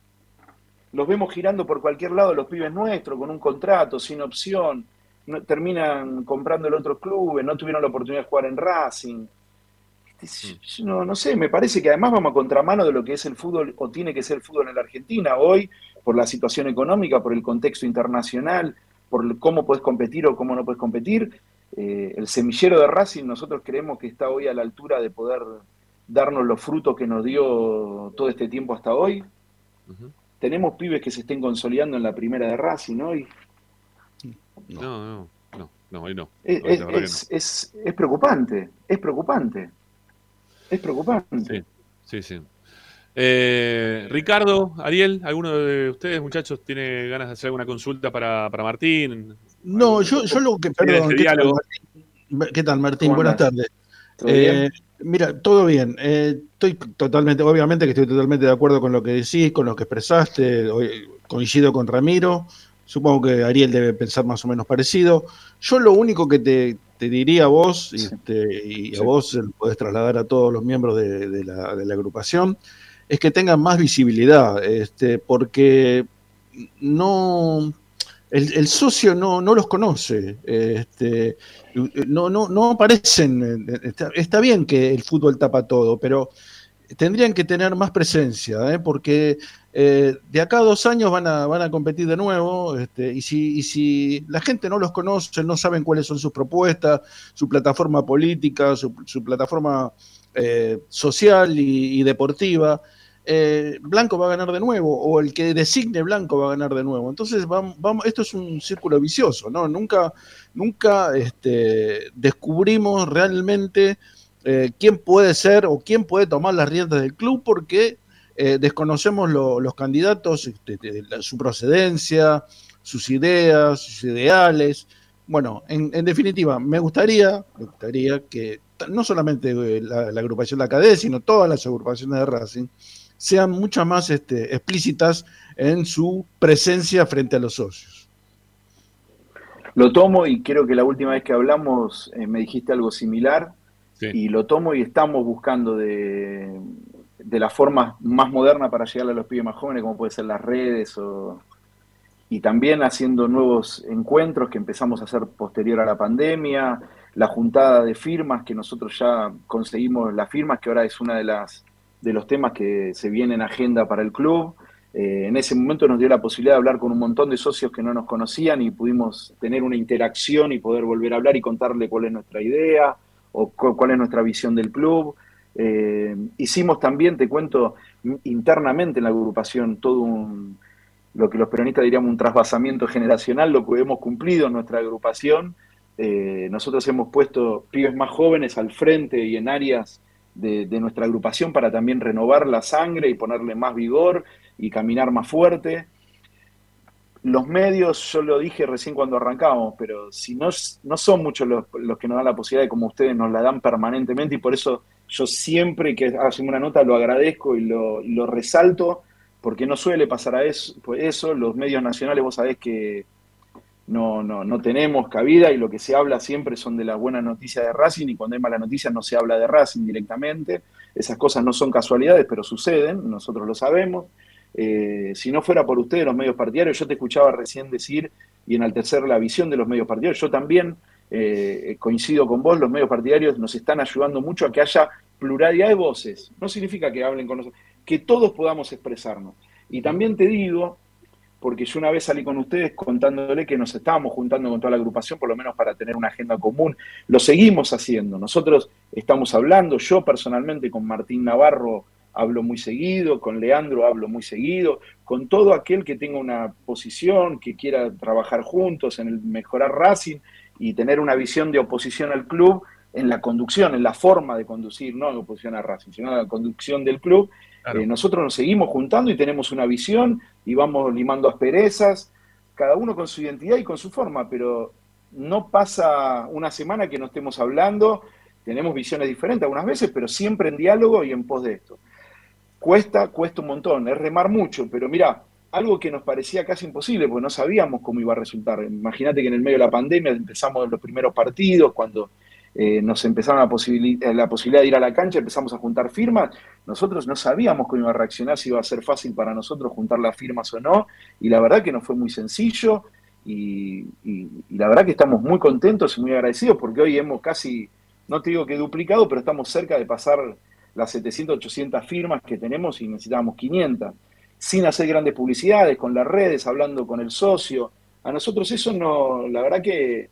los vemos girando por cualquier lado los pibes nuestros, con un contrato, sin opción, no- terminan comprando el otro club, no tuvieron la oportunidad de jugar en Racing. Este, yo No, no sé, me parece que además vamos a contramano de lo que es el fútbol, o tiene que ser el fútbol en la Argentina hoy, por la situación económica, por el contexto internacional, por cómo puedes competir o cómo no puedes competir. Eh, el semillero de Racing nosotros creemos que está hoy a la altura de poder darnos los frutos que nos dio todo este tiempo hasta hoy. Ujú. tenemos pibes que se estén consolidando en la primera de Racing hoy. No, no, no, no, hoy no. Es, Hoy es, la verdad que es, es, es preocupante, es preocupante. Es preocupante. Sí, sí, sí. Eh, Ricardo, Ariel, ¿alguno de ustedes, muchachos, tiene ganas de hacer alguna consulta para, para Martín? No, yo, yo lo que, perdón, ese ¿qué tal, diálogo. Martín? ¿Qué tal, Martín? ¿Cómo Buenas andás? tardes. ¿Todo Eh, bien? mira, todo bien. Eh, estoy totalmente, obviamente que estoy totalmente de acuerdo con lo que decís, con lo que expresaste. Hoy coincido con Ramiro. Supongo que Ariel debe pensar más o menos parecido. Yo lo único que te, te diría a vos, Sí, este, y a sí. vos se lo podés trasladar a todos los miembros de, de la, de la agrupación, es que tengan más visibilidad, este, porque no, el, el socio no, no los conoce, este, no, no, no aparecen. Está, está bien que el fútbol tapa todo, pero tendrían que tener más presencia, ¿eh? Porque eh, de acá a dos años van a, van a competir de nuevo, este, y, si, y si la gente no los conoce, no saben cuáles son sus propuestas, su plataforma política, su, su plataforma eh, social y, y deportiva, eh, Blanco va a ganar de nuevo, o el que designe Blanco va a ganar de nuevo. Entonces, vamos, vamos, esto es un círculo vicioso, ¿no? Nunca, nunca este, descubrimos realmente Eh, quién puede ser o quién puede tomar las riendas del club, porque eh, desconocemos lo, los candidatos, este, la, su procedencia, sus ideas, sus ideales. Bueno, en, en definitiva, me gustaría, me gustaría que no solamente la, la agrupación de la Academia, sino todas las agrupaciones de Racing sean mucho más este, explícitas en su presencia frente a los socios. Lo tomo y creo que la última vez que hablamos eh, me dijiste algo similar. Sí. Y lo tomo y estamos buscando de, de la forma más moderna para llegar a los pibes más jóvenes, como puede ser las redes, o, y también haciendo nuevos encuentros que empezamos a hacer posterior a la pandemia, la juntada de firmas, que nosotros ya conseguimos las firmas, que ahora es una de las de los temas que se viene en agenda para el club. Eh, en ese momento nos dio la posibilidad de hablar con un montón de socios que no nos conocían y pudimos tener una interacción y poder volver a hablar y contarle cuál es nuestra idea, o cuál es nuestra visión del club. Eh, hicimos también, te cuento, internamente en la agrupación todo un, lo que los peronistas diríamos un trasvasamiento generacional, lo que hemos cumplido en nuestra agrupación. Eh, nosotros hemos puesto pibes más jóvenes al frente y en áreas de, de nuestra agrupación para también renovar la sangre y ponerle más vigor y caminar más fuerte. Los medios, yo lo dije recién cuando arrancamos, pero si no, no son muchos los, los que nos dan la posibilidad de como ustedes nos la dan permanentemente, y por eso yo siempre que hacemos una nota lo agradezco y lo, y lo resalto, porque no suele pasar a eso, pues eso. Los medios nacionales vos sabés que no, no, no tenemos cabida y lo que se habla siempre son de las buenas noticias de Racing, y cuando hay malas noticias no se habla de Racing directamente. Esas cosas no son casualidades, pero suceden, nosotros lo sabemos. Eh, si no fuera por ustedes, los medios partidarios, yo te escuchaba recién decir y enaltecer la visión de los medios partidarios. Yo también eh, coincido con vos, los medios partidarios nos están ayudando mucho a que haya pluralidad de voces. No significa que hablen con nosotros, que todos podamos expresarnos. Y también te digo, porque yo una vez salí con ustedes contándole que nos estábamos juntando con toda la agrupación, por lo menos para tener una agenda común. Lo seguimos haciendo. Nosotros estamos hablando, yo personalmente con Martín Navarro hablo muy seguido, con Leandro hablo muy seguido, con todo aquel que tenga una posición, que quiera trabajar juntos en el mejorar Racing y tener una visión de oposición al club en la conducción, en la forma de conducir, no en oposición a Racing, sino en la conducción del club. Claro. Eh, nosotros nos seguimos juntando y tenemos una visión y vamos limando asperezas, cada uno con su identidad y con su forma, pero no pasa una semana que no estemos hablando, tenemos visiones diferentes algunas veces, pero siempre en diálogo y en pos de esto. Cuesta, cuesta un montón, es remar mucho, pero mirá, algo que nos parecía casi imposible, porque no sabíamos cómo iba a resultar. Imagínate que en el medio de la pandemia empezamos los primeros partidos, cuando eh, nos empezaron la, posibil la posibilidad de ir a la cancha, empezamos a juntar firmas, nosotros no sabíamos cómo iba a reaccionar, si iba a ser fácil para nosotros juntar las firmas o no, y la verdad que nos fue muy sencillo, y, y, y la verdad que estamos muy contentos y muy agradecidos, porque hoy hemos casi, no te digo que duplicado, pero estamos cerca de pasar las setecientas, ochocientas firmas que tenemos y necesitábamos quinientas, sin hacer grandes publicidades, con las redes, hablando con el socio. A nosotros eso no, la verdad que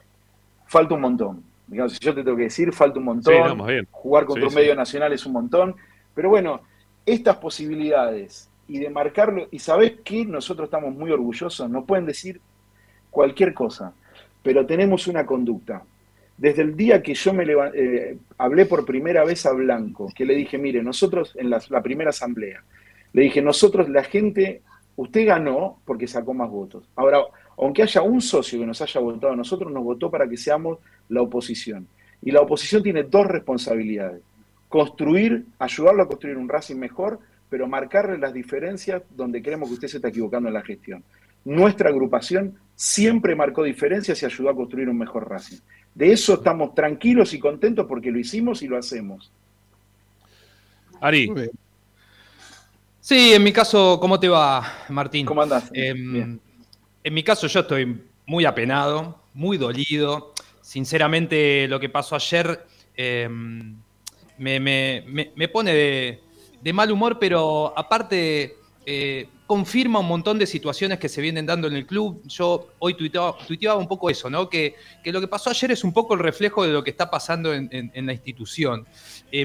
falta un montón. Digamos, si yo te tengo que decir, falta un montón. Sí, no, jugar contra sí, un medio sí. nacional es un montón. Pero bueno, estas posibilidades y de marcarlo. Y ¿sabés qué? Nosotros estamos muy orgullosos, nos pueden decir cualquier cosa, pero tenemos una conducta. Desde el día que yo me leva- eh, hablé por primera vez a Blanco, que le dije, mire, nosotros en la, la primera asamblea, le dije, nosotros la gente, usted ganó porque sacó más votos. Ahora, aunque haya un socio que nos haya votado a nosotros, nos votó para que seamos la oposición. Y la oposición tiene dos responsabilidades. Construir, ayudarlo a construir un Racing mejor, pero marcarle las diferencias donde creemos que usted se está equivocando en la gestión. Nuestra agrupación siempre marcó diferencias y ayudó a construir un mejor Racing. De eso estamos tranquilos y contentos porque lo hicimos y lo hacemos. Ari. Sí, en mi caso, ¿cómo te va, Martín? ¿Cómo andás? Eh, Bien. En mi caso yo estoy muy apenado, muy dolido. Sinceramente, lo que pasó ayer eh, me, me, me, me pone de, de mal humor, pero aparte eh, confirma un montón de situaciones que se vienen dando en el club. Yo hoy tuiteaba, tuiteaba un poco eso, ¿no? Que, que lo que pasó ayer es un poco el reflejo de lo que está pasando en, en, en la institución. Eh,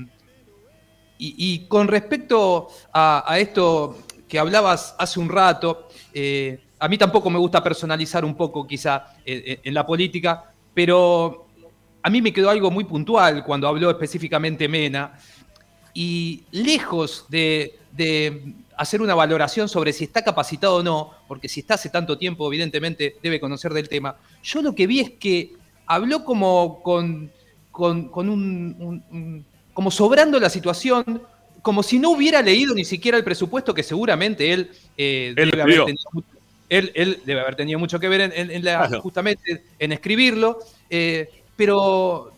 y, y con respecto a, a esto que hablabas hace un rato, eh, a mí tampoco me gusta personalizar un poco quizá en, en la política, pero a mí me quedó algo muy puntual cuando habló específicamente Mena, y lejos de, de hacer una valoración sobre si está capacitado o no, porque si está hace tanto tiempo, evidentemente debe conocer del tema, yo lo que vi es que habló como con, con, con un, un, un, como sobrando la situación, como si no hubiera leído ni siquiera el presupuesto que seguramente él, eh, él debe haber tenido mucho, él, él debe haber tenido mucho que ver en, en, en la, claro. justamente en escribirlo, eh, pero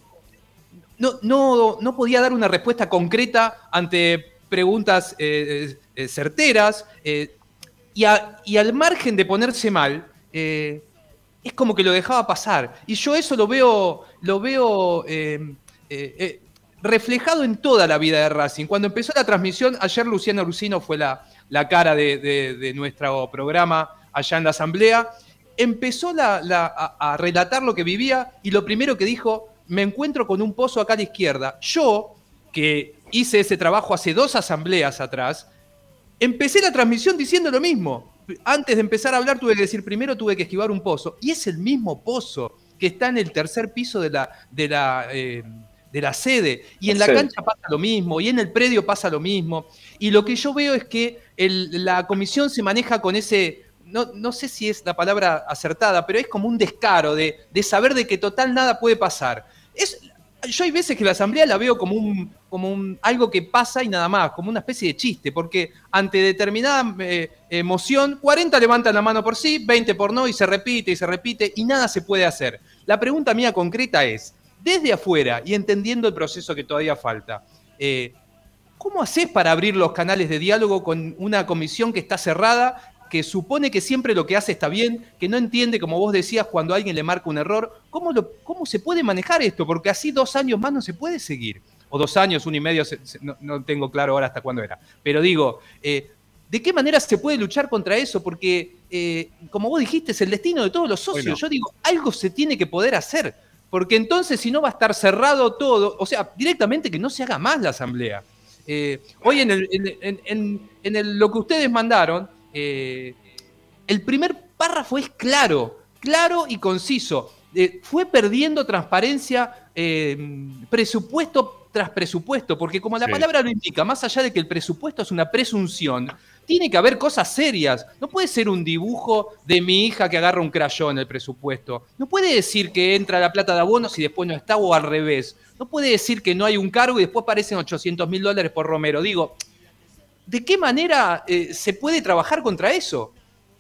no, no, no podía dar una respuesta concreta ante preguntas eh, eh, certeras, eh, y, a, y al margen de ponerse mal, eh, es como que lo dejaba pasar. Y yo eso lo veo, lo veo eh, eh, eh, reflejado en toda la vida de Racing. Cuando empezó la transmisión, ayer Luciano Rusino fue la, la cara de, de, de nuestro programa allá en la asamblea, empezó la, la, a, a relatar lo que vivía y lo primero que dijo, me encuentro con un pozo acá a la izquierda. Yo, que hice ese trabajo hace dos asambleas atrás, empecé la transmisión diciendo lo mismo. Antes de empezar a hablar tuve que decir, primero tuve que esquivar un pozo. Y es el mismo pozo que está en el tercer piso de la, de la, eh, de la sede. Y en la cancha pasa lo mismo, y en el predio pasa lo mismo. Y lo que yo veo es que el, la comisión se maneja con ese... No, no sé si es la palabra acertada, pero es como un descaro de, de saber de que total nada puede pasar. Es, yo hay veces que la asamblea la veo como, un, como un, algo que pasa y nada más, como una especie de chiste, porque ante determinada eh, emoción, cuarenta levantan la mano por sí, veinte por no, y se repite y se repite, y nada se puede hacer. La pregunta mía concreta es, desde afuera, y entendiendo el proceso que todavía falta, eh, ¿cómo haces para abrir los canales de diálogo con una comisión que está cerrada, que supone que siempre lo que hace está bien, que no entiende, como vos decías, cuando alguien le marca un error? ¿Cómo, lo, cómo se puede manejar esto? Porque así dos años más no se puede seguir. O dos años, uno y medio, se, se, no, no tengo claro ahora hasta cuándo era. Pero digo, eh, ¿de qué manera se puede luchar contra eso? Porque, eh, como vos dijiste, es el destino de todos los socios. Bueno. Yo digo, algo se tiene que poder hacer. Porque entonces, si no, va a estar cerrado todo. O sea, directamente que no se haga más la asamblea. Eh, hoy en, el, en, en, en el, lo que ustedes mandaron, Eh, el primer párrafo es claro, claro y conciso. Eh, fue perdiendo transparencia eh, presupuesto tras presupuesto, porque como la sí. palabra lo indica, más allá de que el presupuesto es una presunción, tiene que haber cosas serias. No puede ser un dibujo de mi hija que agarra un crayón en el presupuesto. No puede decir que entra la plata de abonos y después no está, o al revés. No puede decir que no hay un cargo y después aparecen ochocientos mil dólares por Romero. Digo, ¿de qué manera eh, se puede trabajar contra eso?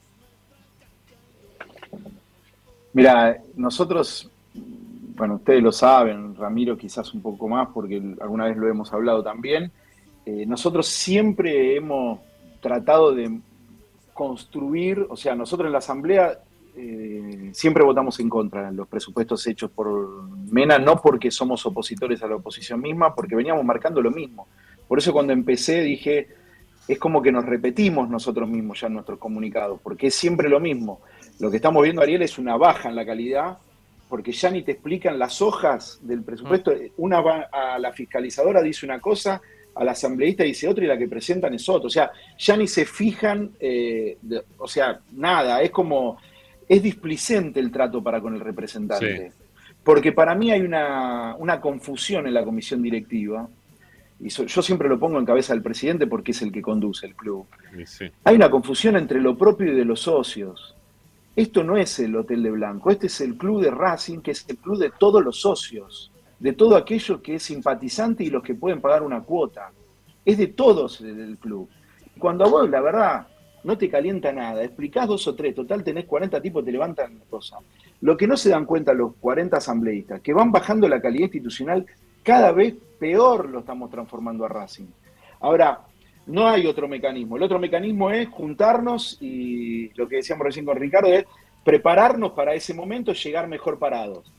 Mira, nosotros, bueno, ustedes lo saben, Ramiro quizás un poco más, porque alguna vez lo hemos hablado también, eh, nosotros siempre hemos tratado de construir, o sea, nosotros en la asamblea eh, siempre votamos en contra de los presupuestos hechos por Mena, no porque somos opositores a la oposición misma, porque veníamos marcando lo mismo. Por eso cuando empecé dije... es como que nos repetimos nosotros mismos ya en nuestros comunicados, porque es siempre lo mismo. Lo que estamos viendo, Ariel, es una baja en la calidad, porque ya ni te explican las hojas del presupuesto. Una va a la fiscalizadora, dice una cosa, al asambleísta dice otro y la que presentan es otro. O sea, ya ni se fijan, eh, de, o sea, nada, es como, es displicente el trato para con el representante. Sí. Porque para mí hay una, una confusión en la comisión directiva, y so, yo siempre lo pongo en cabeza del presidente porque es el que conduce el club. Sí. Hay una confusión entre lo propio y de los socios. Esto no es el Hotel de Blanco, este es el club de Racing, que es el club de todos los socios, de todo aquello que es simpatizante y los que pueden pagar una cuota. Es de todos el club. Cuando a vos, la verdad, no te calienta nada, explicás dos o tres, total tenés cuarenta tipos, te levantan cosas. Lo que no se dan cuenta los cuarenta asambleístas, que van bajando la calidad institucional, cada vez peor lo estamos transformando a Racing. Ahora, no hay otro mecanismo. El otro mecanismo es juntarnos y lo que decíamos recién con Ricardo es prepararnos para ese momento, llegar mejor parados.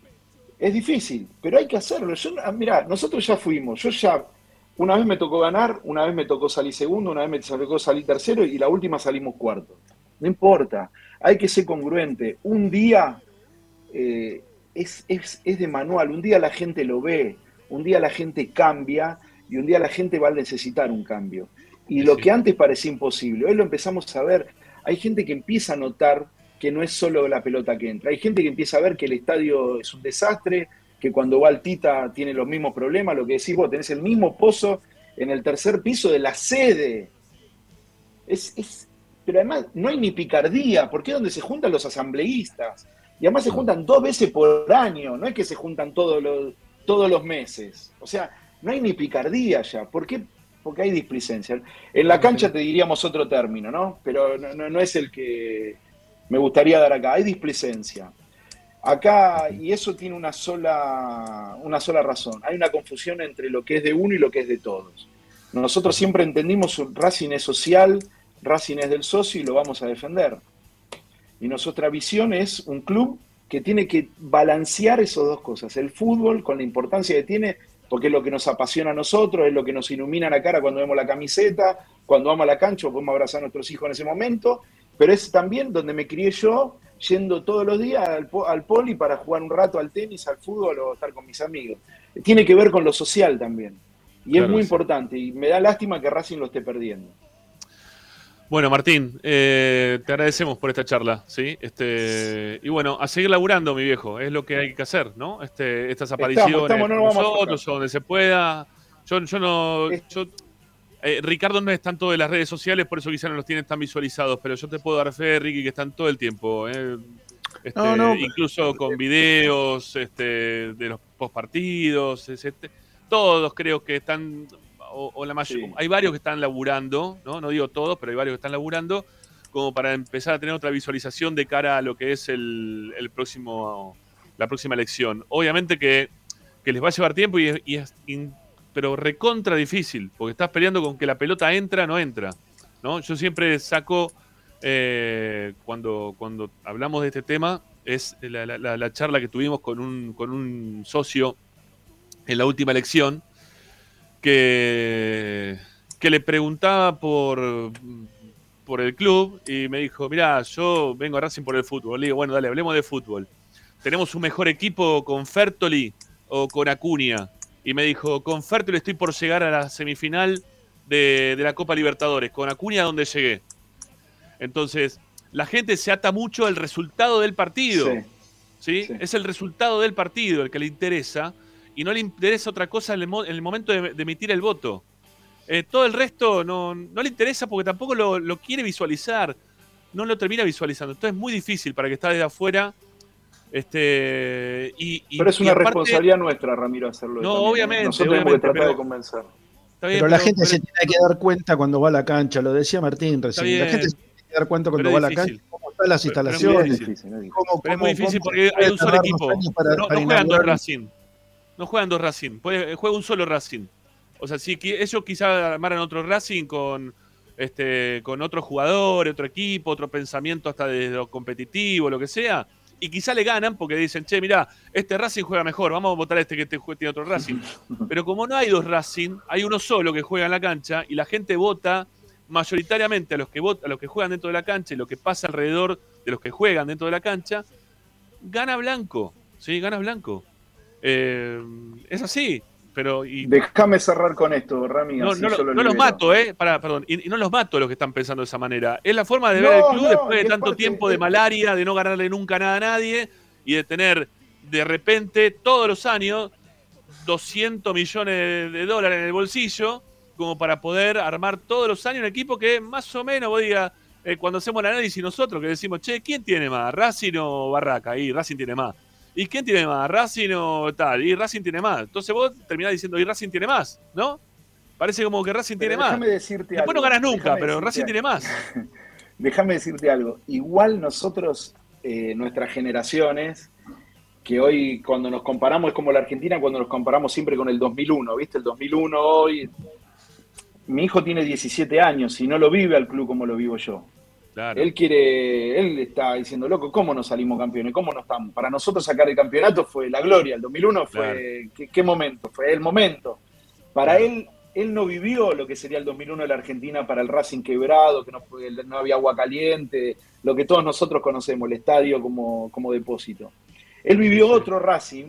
Es difícil, pero hay que hacerlo. Yo, mirá, nosotros ya fuimos, yo ya, una vez me tocó ganar, una vez me tocó salir segundo, una vez me tocó salir tercero y la última salimos cuarto. No importa, hay que ser congruente. Un día eh, es, es, es de manual, un día la gente lo ve, un día la gente cambia y un día la gente va a necesitar un cambio. Y lo sí. que antes parecía imposible, hoy lo empezamos a ver. Hay gente que empieza a notar que no es solo la pelota que entra. Hay gente que empieza a ver que el estadio es un desastre, que cuando va al Tita tiene los mismos problemas. Lo que decís vos, tenés el mismo pozo en el tercer piso de la sede. Es, es, pero además no hay ni picardía, porque es donde se juntan los asambleístas. Y además se juntan dos veces por año, no es que se juntan todos los, todos los meses. O sea, no hay ni picardía ya. ¿Por qué? Porque hay displicencia. En la cancha te diríamos otro término, ¿no? Pero no, no, no es el que me gustaría dar acá. Hay displicencia. Acá, y eso tiene una sola, una sola razón. Hay una confusión entre lo que es de uno y lo que es de todos. Nosotros siempre entendimos que Racing es social, Racing es del socio y lo vamos a defender. Y nuestra visión es un club que tiene que balancear esas dos cosas. El fútbol, con la importancia que tiene, porque es lo que nos apasiona a nosotros, es lo que nos ilumina la cara cuando vemos la camiseta, cuando vamos a la cancha, podemos abrazar a nuestros hijos en ese momento, pero es también donde me crié yo, yendo todos los días al, al poli para jugar un rato al tenis, al fútbol o estar con mis amigos. Tiene que ver con lo social también, y claro, es muy sí. importante, y me da lástima que Racing lo esté perdiendo. Bueno, Martín, eh, te agradecemos por esta charla, ¿sí? Este, y bueno, a seguir laburando, mi viejo, es lo que hay que hacer, ¿no? Este, estas apariciones estamos, estamos, no con nosotros, donde se pueda. Yo, yo no... Yo, eh, Ricardo no es tanto de las redes sociales, por eso quizás no los tienen tan visualizados, pero yo te puedo dar fe, Ricky, que están todo el tiempo, ¿eh? Este, no, no, incluso con videos este, de los postpartidos, este, todos creo que están... O, o la mayor, sí. Hay varios que están laburando, ¿no? No digo todos, pero hay varios que están laburando como para empezar a tener otra visualización de cara a lo que es el, el próximo, la próxima elección. Obviamente que, que les va a llevar tiempo y es, y es in, pero recontra difícil, porque estás peleando con que la pelota entra, no entra, ¿no? Yo siempre saco, eh, cuando, cuando hablamos de este tema, es la, la, la charla que tuvimos con un, con un socio en la última elección, Que, que le preguntaba por, por el club y me dijo, mirá, yo vengo a Racing por el fútbol. Le digo, bueno, dale, hablemos de fútbol. ¿Tenemos un mejor equipo con Fertoli o con Acuña? Y me dijo, con Fertoli estoy por llegar a la semifinal de, de la Copa Libertadores. Con Acuña, ¿dónde llegué? Entonces, la gente se ata mucho al resultado del partido. Sí. ¿Sí? Sí. Es el resultado del partido el que le interesa. Y no le interesa otra cosa en el, mo- en el momento de, de emitir el voto. Eh, todo el resto no, no le interesa porque tampoco lo, lo quiere visualizar. No lo termina visualizando. Entonces es muy difícil para que está desde afuera. Este, y, y, pero es una aparte, responsabilidad nuestra, Ramiro, hacerlo. No, también, obviamente. ¿no? Nosotros obviamente, tenemos que tratar pero, de convencer. Bien, pero la pero, gente pero, se tiene que dar cuenta cuando va a la cancha. Lo decía Martín recién. La gente se tiene que dar cuenta cuando va a la cancha cómo están las instalaciones. Pero es muy difícil, cómo, pero es muy difícil porque hay un solo equipo. Para, no, para no juegan dos Racing. No juegan dos Racing, puede, juega un solo Racing. O sea, si ellos quizás armaran otro Racing con, este, con otro jugador, otro equipo, otro pensamiento hasta de lo competitivo, lo que sea, y quizá le ganan porque dicen, che, mirá, este Racing juega mejor, vamos a votar a este que este tiene otro Racing. Pero como no hay dos Racing, hay uno solo que juega en la cancha y la gente vota mayoritariamente a los que vota, a los que juegan dentro de la cancha y lo que pasa alrededor de los que juegan dentro de la cancha, gana blanco, ¿sí? Gana blanco. Eh, es así. pero y, déjame cerrar con esto, Rami. no, así no, yo lo no los libero. mato, ¿eh? Para, perdón, y, y no los mato los que están pensando de esa manera. Es la forma de No, ver el club no, después de es tanto parte tiempo de- de malaria, de no ganarle nunca nada a nadie y de tener de repente todos los años doscientos millones de dólares en el bolsillo como para poder armar todos los años un equipo que más o menos, vos digas, eh, cuando hacemos el análisis nosotros que decimos, che, ¿quién tiene más? ¿Racing o Barraca? Y Racing tiene más. ¿Y quién tiene más? ¿Racing o tal? Y Racing tiene más. Entonces vos terminás diciendo, y Racing tiene más, ¿no? Parece como que Racing Pero tiene más. déjame decirte Después algo, no ganas nunca, déjame pero decirte Racing algo. tiene más. Déjame decirte algo. Igual nosotros, eh, nuestras generaciones, que hoy cuando nos comparamos es como la Argentina cuando nos comparamos siempre con el dos mil uno, ¿viste? El dos mil uno hoy... Mi hijo tiene diecisiete años y no lo vive al club como lo vivo yo. Claro. Él quiere, él está diciendo, loco, ¿cómo no salimos campeones? ¿Cómo no estamos? Para nosotros sacar el campeonato fue la gloria, el dos mil uno fue, Claro. ¿qué, qué momento? Fue el momento. Para Claro. él, él no vivió lo que sería el dos mil uno de la Argentina para el Racing quebrado, que no, fue- no había agua caliente, lo que todos nosotros conocemos, el estadio como, como depósito. Él vivió Sí. otro Racing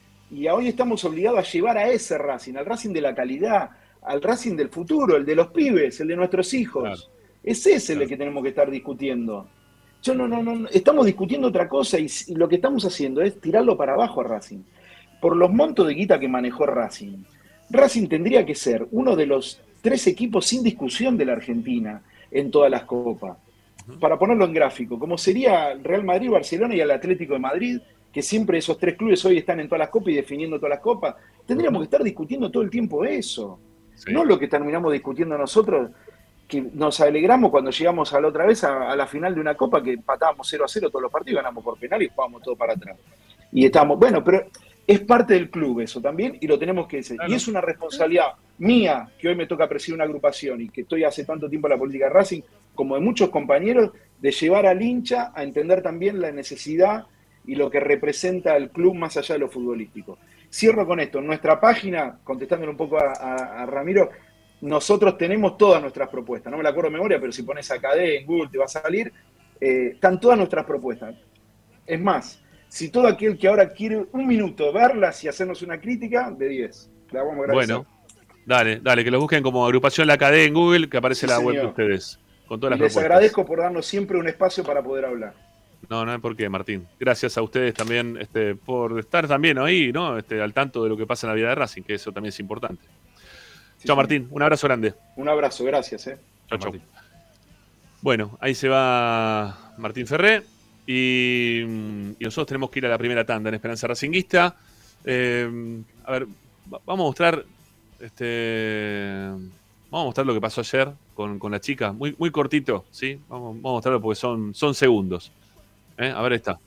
y hoy estamos obligados a llevar a ese Racing, al Racing de la calidad, al Racing del futuro, el de los pibes, el de nuestros hijos. Claro. Ese es el Claro. que tenemos que estar discutiendo. Yo no, no, no, estamos discutiendo otra cosa y, y lo que estamos haciendo es tirarlo para abajo a Racing. Por los montos de guita que manejó Racing. Racing tendría que ser uno de los tres equipos sin discusión de la Argentina en todas las copas. Para ponerlo en gráfico, como sería el Real Madrid, Barcelona y el Atlético de Madrid, que siempre esos tres clubes hoy están en todas las copas y definiendo todas las copas, tendríamos que estar discutiendo todo el tiempo eso. Sí. No lo que terminamos discutiendo nosotros, que nos alegramos cuando llegamos a la otra vez a, a la final de una copa que empatábamos cero a cero todos los partidos, ganamos por penal y jugábamos todo para atrás. Y estamos, bueno, pero es parte del club eso también y lo tenemos que decir. Claro. Y es una responsabilidad mía, que hoy me toca presidir una agrupación y que estoy hace tanto tiempo en la política de Racing, como de muchos compañeros, de llevar al hincha a entender también la necesidad y lo que representa el club más allá de lo futbolístico. Cierro con esto. En nuestra página, contestándole un poco a, a, a Ramiro, nosotros tenemos todas nuestras propuestas. No me la acuerdo de memoria, pero si pones Acadé en Google te va a salir. Eh, están todas nuestras propuestas. Es más, si todo aquel que ahora quiere un minuto verlas y hacernos una crítica, de diez. La vamos a agradecer. Bueno, dale, dale, que lo busquen como agrupación La Cadena en Google, que aparece Sí, la web de señor. ustedes. Con todas Y las les propuestas. agradezco por darnos siempre un espacio para poder hablar. No, no hay por qué, Martín. Gracias a ustedes también este, por estar también ahí, ¿no? Este, al tanto de lo que pasa en la vida de Racing, que eso también es importante. Sí, Chao, señor. Martín. Un abrazo grande. Un abrazo, gracias. ¿eh? Chao, chao. Martín. Bueno, ahí se va Martín Ferré. Y, y nosotros tenemos que ir a la primera tanda en Esperanza Racinguista. Eh, a ver, va- vamos a mostrar. Este, vamos a mostrar lo que pasó ayer con, con la chica. Muy, muy cortito, ¿sí? Vamos, vamos a mostrarlo porque son, son segundos. ¿Eh? A ver, ahí está.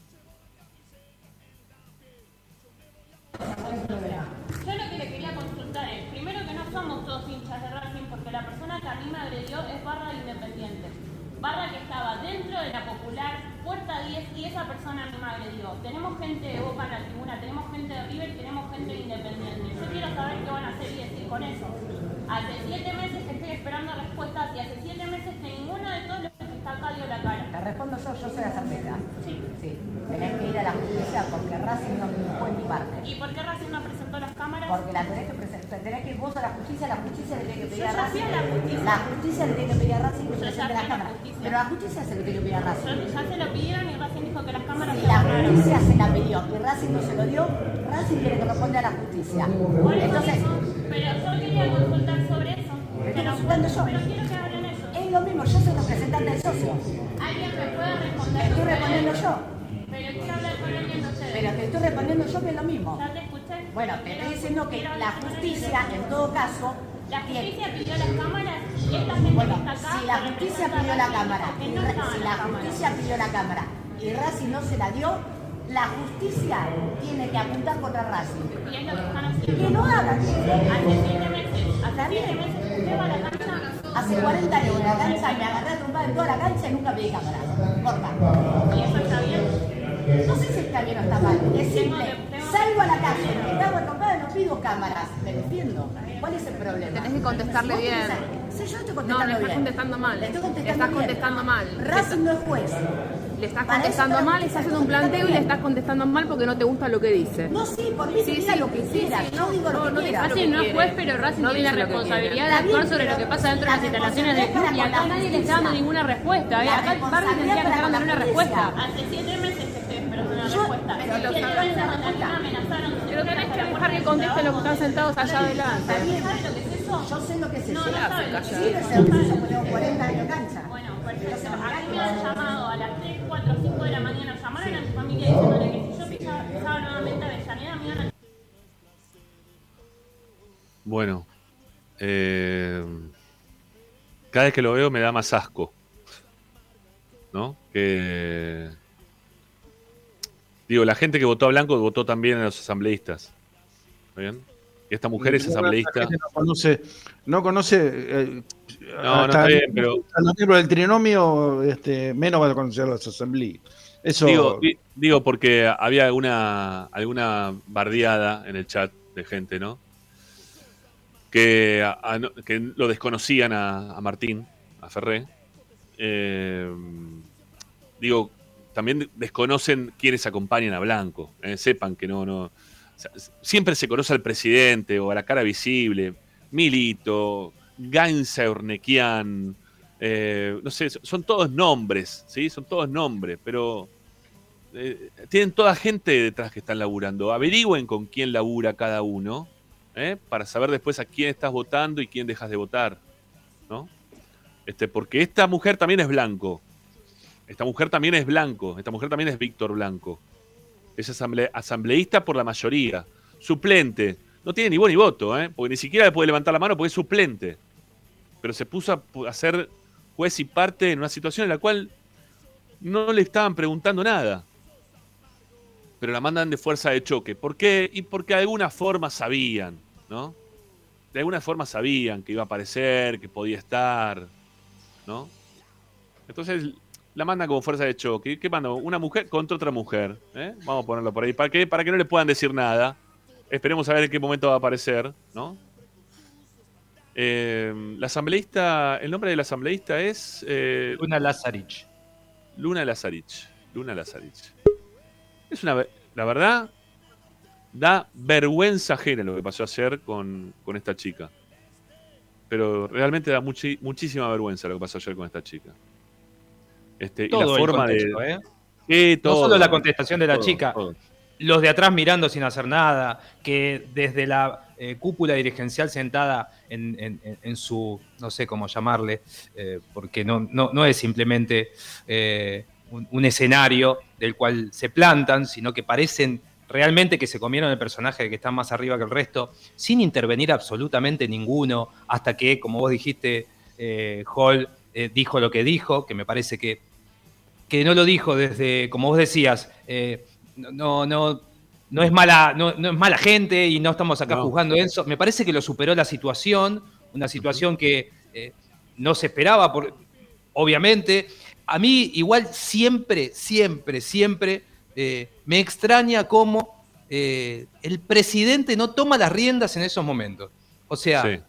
Yo lo que le quería consultar es, primero que no somos todos hinchas de Racing, porque la persona que a mí me agredió es Barra de Independiente. Barra que estaba dentro de la Popular, puerta diez, y esa persona a mí me agredió. Tenemos gente de Boca en la tribuna, tenemos gente de River, tenemos gente de Independiente. Yo quiero saber qué van a hacer y decir con eso. Hace siete meses que estoy esperando respuestas y hace siete meses que ninguno de todos los que está acá dio la cara. Te respondo yo, yo soy la certeza. Sí. Sí. Tenés que ir a la justicia porque Racing no fue mi parte. ¿Y por qué Racing no presentó las cámaras? Porque la tenés que presentar, tenés que ir vos a la justicia, la justicia le tiene que pedir Yo a ya Racing. fui a la justicia. La justicia le tiene que pedir a Racing que Yo ya presente fui a las la cámaras. justicia. Pero la justicia se lo tiene que pedir a Yo Racing. ya se lo pidieron y Racing dijo que las cámaras Si se la borraron. justicia se la pidió y Racing no se lo dio, Racing tiene que responder a la justicia. Por eso Entonces, mismo, pero yo quería consultar sobre eso. estoy Pero, consultando yo. pero quiero que hablen ellos. Es lo mismo, yo soy representante del socio. Alguien me puede responder. Estoy ustedes? respondiendo yo. Pero quiero hablar con alguien de ustedes. Pero te estoy respondiendo yo que es lo mismo. Ya te escuché. Bueno, te Pero estoy diciendo que quiero la hablar con alguien de justicia, ustedes. en todo caso, La tiene- justicia pidió las cámaras y esta gente Bueno, que está acá. si la que justicia representa pidió la a Racing, cámara, dijo que y no Ra- estaban si las la cámaras. justicia pidió la cámara y Racing no se la dio, la justicia tiene que apuntar contra Racing. Y es lo que están haciendo. Que no hagan. Hace siete meses. Hace Está siete bien. meses usted va a la cancha. Hace cuarenta años en la cancha me agarré a trompada en toda la cancha y nunca pedí cámara. Corta. Y eso está bien. No sé si está bien o está mal. Es simple. Tengo- tengo- Salgo a la calle, me cago a trompada y no pido cámaras. Me defiendo. ¿Cuál es el problema? Tenés que contestarle Si vos bien. tenés- Sí, yo estoy No, contestando le estás bien. contestando mal. Le estoy contestando Estás bien. contestando mal. Racing no es juez. Le estás Para contestando eso mal, estás haciendo un planteo y le estás contestando mal porque no te gusta lo que dice. No, sí, por mí Sí, diga sí, lo que sí, quiera. sí, Yo digo no, lo no que dice quiera. lo que Racing no es quiere. juez, pero Racing No tiene la dice lo que responsabilidad quiere. de actuar Está sobre bien, lo que pasa dentro de las la instalaciones del club y acá nadie le está dando ninguna respuesta. ¿eh? La Acá Barbie tendría que estar dándole una respuesta. Hace siete meses que estoy esperando una Yo- respuesta. pero Hace lo siete sabrán meses la a mí respuesta. me amenazaron. Pero tenés que dejar que contesten los que están sentados allá adelante. Está bien, ¿Sabe lo que es eso? yo sé lo que es No, eso. no sabe lo que es Sí, lo eso. sé, yo tengo cuarenta años de cancha. Bueno, perfecto. A mí me han llamado a las tres, cuatro, cinco de la mañana. Llamaron a mi familia diciéndole que si yo pisaba, pisaba nuevamente Avellaneda me iban a... Bueno, eh, cada vez que lo veo me da más asco, ¿no? Que digo, la gente que votó a Blanco votó también a los asambleístas, ¿está bien? Y esta mujer es La asambleísta. gente No conoce, no conoce eh, No, no hasta está bien, pero a los miembros del trinomio, este, menos va a conocer a las asambleas. Eso, digo, di- digo porque había alguna alguna bardeada en el chat de gente, ¿no? Que, a- a no- que lo desconocían a, a Martín, a Ferré. Eh, digo, también desconocen quiénes acompañan a Blanco. eh, sepan que no, no. O sea, siempre se conoce al presidente o a la cara visible. Milito, Gainza Urnequian, eh, no sé, son todos nombres, ¿sí? Son todos nombres, pero eh, tienen toda gente detrás que están laburando. Averigüen con quién labura cada uno, ¿eh? Para saber después a quién estás votando y quién dejas de votar, ¿no? Este, porque esta mujer también es Blanco. Esta mujer también es Blanco. Esta mujer también es Víctor Blanco. Es asamble- asambleísta por la mayoría. Suplente. No tiene ni voz ni voto, ¿eh? Porque ni siquiera le puede levantar la mano porque es suplente. Pero se puso a, pu- a ser juez y parte en una situación en la cual no le estaban preguntando nada. Pero la mandan de fuerza de choque. ¿Por qué? Y porque de alguna forma sabían, ¿no? De alguna forma sabían que iba a aparecer, que podía estar, ¿no? Entonces la mandan como fuerza de choque. ¿Qué mandan? Una mujer contra otra mujer. ¿eh? Vamos a ponerlo por ahí. ¿Para qué? Para que no le puedan decir nada. Esperemos a ver en qué momento va a aparecer, ¿no? Eh, la asambleísta, el nombre del asambleísta es eh, Luna Lazarich. Luna Lazarich. Luna Lazarich. Es una, ve- la verdad, da vergüenza ajena lo que pasó ayer con, con esta chica. Pero realmente da muchi- muchísima vergüenza lo que pasó ayer con esta chica. Este, y Todo la el forma contexto, de. ¿eh? Sí, No todo, solo la contestación de la todo, chica, todo. los de atrás mirando sin hacer nada, que desde la eh, cúpula dirigencial sentada en, en- en- en su, no sé cómo llamarle, eh, porque no, no, no es simplemente eh, un, un escenario del cual se plantan, sino que parecen realmente que se comieron el personaje que está más arriba que el resto, sin intervenir absolutamente ninguno, hasta que, como vos dijiste, eh, Hall eh, dijo lo que dijo, que me parece que, que no lo dijo desde, como vos decías, eh, no, no, no, es mala, no, no es mala gente y no estamos acá No. juzgando eso. Me parece que lo superó la situación, una situación que eh, no se esperaba, por, obviamente. A mí igual siempre, siempre, siempre eh, me extraña cómo eh, el presidente no toma las riendas en esos momentos. O sea, Sí.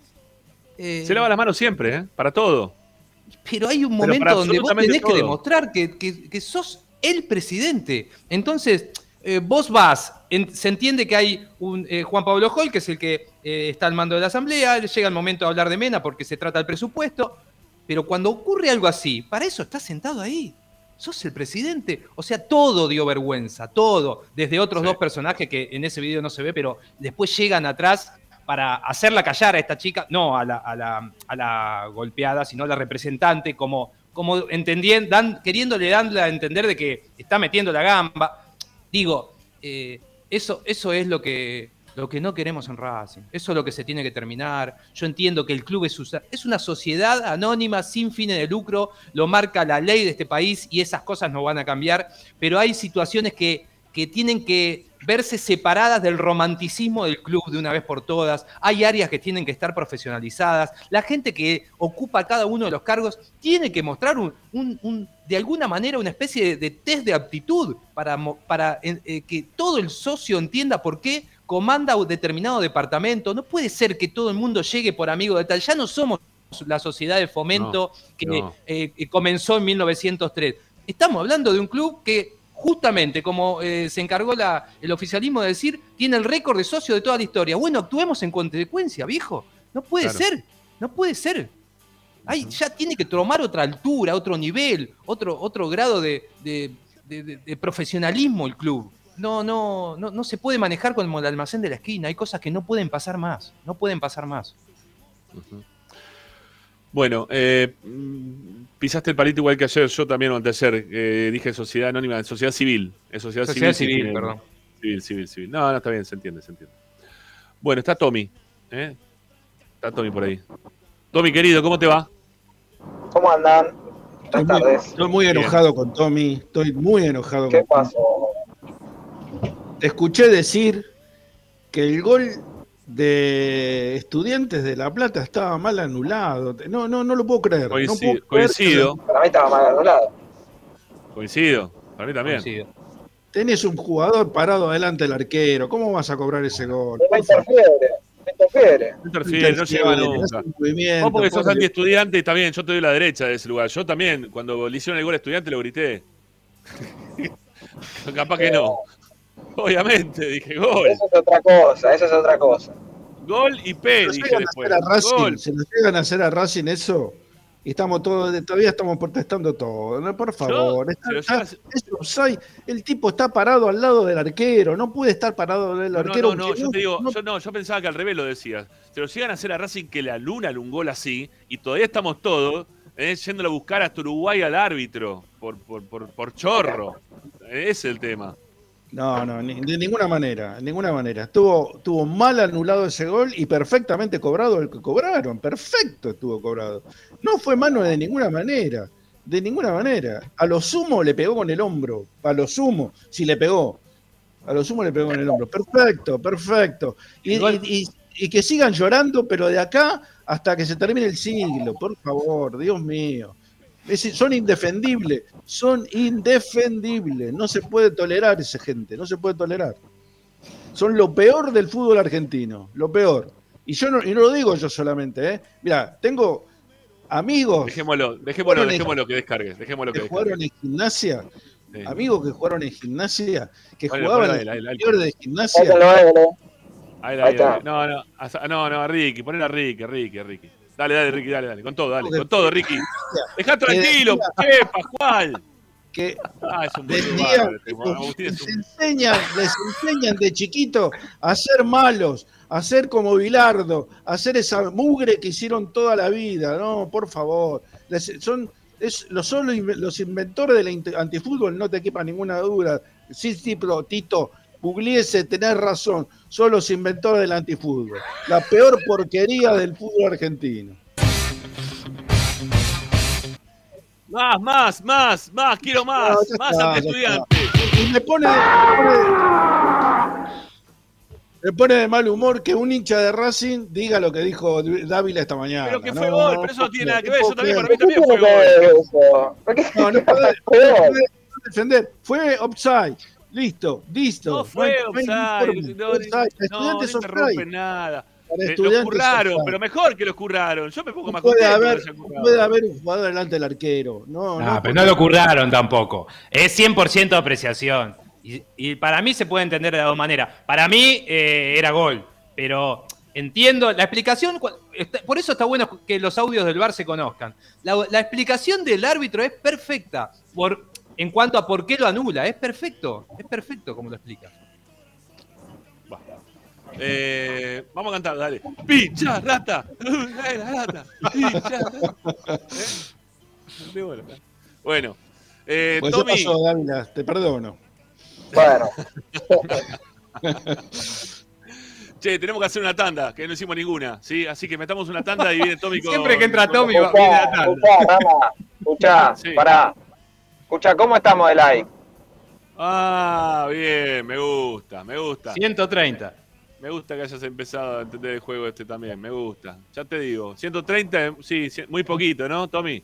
eh, Se lava las manos siempre, ¿eh? Para todo. pero hay un Pero momento para donde vos absolutamente tenés que todo. demostrar que, que- que sos el presidente. Entonces, eh, vos vas, en- se entiende que hay un eh, Juan Pablo Hall, que es el que eh, está al mando de la Asamblea, llega el momento de hablar de Mena porque se trata del presupuesto, pero cuando ocurre algo así, para eso estás sentado ahí. Sos el presidente. O sea, todo dio vergüenza, todo. Desde otros Sí. dos personajes que en ese video no se ve, pero después llegan atrás para hacerla callar a esta chica, no a la, a la, a la golpeada, sino a la representante, como, como entendien- dan, queriéndole darle a entender de que está metiendo la gamba. Digo, eh, eso, eso es lo que, lo que no queremos en Racing. Eso es lo que se tiene que terminar. Yo entiendo que el club es, usa- es una sociedad anónima sin fines de lucro, lo marca la ley de este país y esas cosas no van a cambiar, pero hay situaciones que, que tienen que verse separadas del romanticismo del club de una vez por todas. Hay áreas que tienen que estar profesionalizadas. La gente que ocupa cada uno de los cargos tiene que mostrar un, un- un- de alguna manera una especie de, de test de aptitud para, mo- para eh, eh, que todo el socio entienda por qué comanda un determinado departamento. No puede ser que todo el mundo llegue por amigo de tal. Ya no somos la sociedad de fomento No, que no. eh, que comenzó en mil novecientos tres. estamos hablando de un club que justamente, como eh, se encargó la, el oficialismo de decir, tiene el récord de socio de toda la historia. Bueno, actuemos en consecuencia, viejo. No puede Claro. ser, no puede ser. Hay, ya tiene que tomar otra altura, otro nivel, otro, otro grado de, de, de, de, de profesionalismo el club. No, no, no, no se puede manejar como el almacén de la esquina. Hay cosas que no pueden pasar más. No pueden pasar más. Uh-huh. Bueno, eh, pisaste el palito igual que ayer, yo también o anteayer, eh, dije sociedad anónima, sociedad civil. Es sociedad, Sociedad civil, civil, sí, perdón. Civil, civil, civil. No, no, está bien, se entiende, se entiende. Bueno, está Tommy. ¿eh? Está Tommy por ahí. Tommy, querido, ¿cómo te va? ¿Cómo andan? Estoy Buenas muy, tardes. estoy muy enojado con Tommy, estoy muy enojado ¿Qué con pasó? Tommy. Te escuché decir que el gol de Estudiantes de La Plata estaba mal anulado. No, no, no lo puedo creer. Coincido. No puedo creer coincido, Para mí estaba mal anulado. coincido. Para mí también. Coincido. que tenés un jugador parado delante del arquero. ¿Cómo vas a cobrar ese gol? No interfiere, no interfiere. No interfiere, no llega nunca. Vos porque sos antiestudiante y también, yo te doy la derecha de ese lugar. Yo también, cuando le hicieron el gol a Estudiante, lo grité. Capaz que no. Obviamente, dije gol. Eso es otra cosa, eso es otra cosa. Gol y P, Se lo dije llegan a después. hacer a Racing, Gol. se lo llegan a hacer a Racing eso. Y estamos todos, todavía estamos protestando todo. No, por favor, está, se lo está- llegan a- es offside. El tipo está parado al lado del arquero, no puede estar parado del No, no, arquero. no, no, aunque yo te digo, no- yo no, yo pensaba que al revés lo decías. Se lo llegan a hacer a Racing que le alunan un gol así y todavía estamos todos eh, yéndolo a buscar hasta Uruguay al árbitro por, por, por, por chorro. Ese es el tema. No, no, ni- de ninguna manera, de ninguna manera. Estuvo, estuvo mal anulado ese gol y perfectamente cobrado el que cobraron. Perfecto estuvo cobrado. No fue mano de ninguna manera, de ninguna manera. A lo sumo le pegó con el hombro, a lo sumo, si le pegó. A lo sumo le pegó con el hombro. Perfecto, perfecto. Y, Igual- y- y- y que sigan llorando, pero de acá hasta que se termine el siglo, por favor, Dios mío. Es decir, son indefendibles, son indefendibles. No se puede tolerar esa gente, no se puede tolerar. Son lo peor del fútbol argentino, lo peor. Y yo no, y no lo digo yo solamente, ¿eh? Mira, tengo amigos Dejémoslo, dejémoslo, Jugaron en- dejémoslo que descargue. Dejémoslo que que descargue. jugaron en gimnasia, Sí. amigos que jugaron en gimnasia, que Ponle, jugaban ponle, en ahí, el ahí, ahí. interior de Ahí gimnasia. te lo hago, Ahí, ahí, Ahí está. ahí. No, no, a- no, no, a Ricky, ponle a Ricky, a Ricky, a Ricky. Dale, dale, Ricky, dale, dale. Con todo, dale, con todo, Ricky. Dejá tranquilo, che, Pascual. Que Ah, es un buen decía, lugar. este, Agustín es les, un- enseñan, les enseñan de chiquito a ser malos, a ser como Bilardo, a hacer esa mugre que hicieron toda la vida. No, por favor. Les- son, es, los, son los inve- los inventores del int- antifútbol, no te quepa ninguna duda. Sí, tipo, Tito, Pugliese, tenés razón, son los inventores del antifútbol. La peor porquería del fútbol argentino. Más, más, más, más, quiero más, No, ya más está, ante ya estudiantes. Y me pone, me pone, me pone de mal humor que un hincha de Racing diga lo que dijo Dávila esta mañana. Pero que fue No, gol, no pero eso no puedo tiene nada que creer, ver. no Yo también, puedo para mí ¿Por qué también tiene fue que ver gol. eso? ¿Por qué? creer. No, no puede, Fue no gol. puede defender. Fue offside. Listo, listo. No fue hay- no hay offside. informe. No, Offside. no, no Estudiantes interrumpe offside. nada. Para Eh, Lo Estudiantes curraron, offside. pero mejor que lo curraron. Yo me pongo No más puede contento haber, que se haya no currado. puede haber un jugador delante del arquero. No, No, no, pero no lo curraron tampoco. Es cien por ciento apreciación. Y, y para mí se puede entender de dos maneras. Para mí eh, era gol, pero entiendo la explicación. cu- está- Por eso está bueno que los audios del V A R se conozcan. La, la explicación del árbitro es perfecta por, en cuanto a por qué lo anula. Es perfecto, es perfecto como lo explica. Va. Eh, vamos a cantar, dale. ¡Pincha, rata! ¡Ay, la rata! ¡Pincha, rata! ¿Eh? De bola. Bueno, eh, Pues ya Tommy, pasó, Dávila, te perdono. Bueno, che, tenemos que hacer una tanda, que no hicimos ninguna, ¿sí? Así que metamos una tanda y viene Tommy con... Siempre que entra con- Tommy va- viene la escuchá, tanda. escuchá, Rama, escuchá, Sí. pará. Escuchá, ¿cómo estamos de like? Ah, bien, me gusta, me gusta. ciento treinta. Me gusta que hayas empezado a entender el juego este también, me gusta. Ya te digo, ciento treinta, sí, ci- muy poquito, ¿no, Tommy?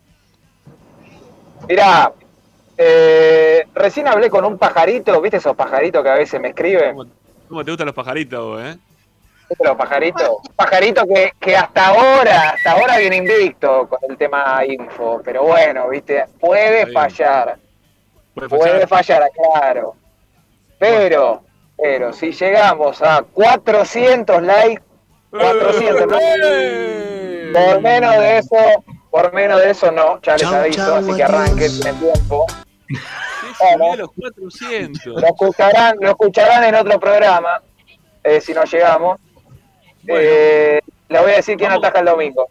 Mirá, eh, recién hablé con un pajarito, ¿viste esos pajaritos que a veces me escriben? ¿Cómo, cómo te gustan los pajaritos vos, eh? ¿Viste los pajaritos? Pajarito que, que hasta ahora, hasta ahora viene invicto con el tema info, pero bueno, viste, puede fallar. Puede fallar, puede fallar, claro. Pero, pero si llegamos a cuatrocientos likes, cuatrocientos likes, por menos de eso, por menos de eso no, ya les aviso, así que arranquen en tiempo. Bueno, los cuatrocientos. Lo escucharán, lo escucharán en otro programa, eh, si no llegamos. Bueno, eh, le voy a decir quién ataja el domingo.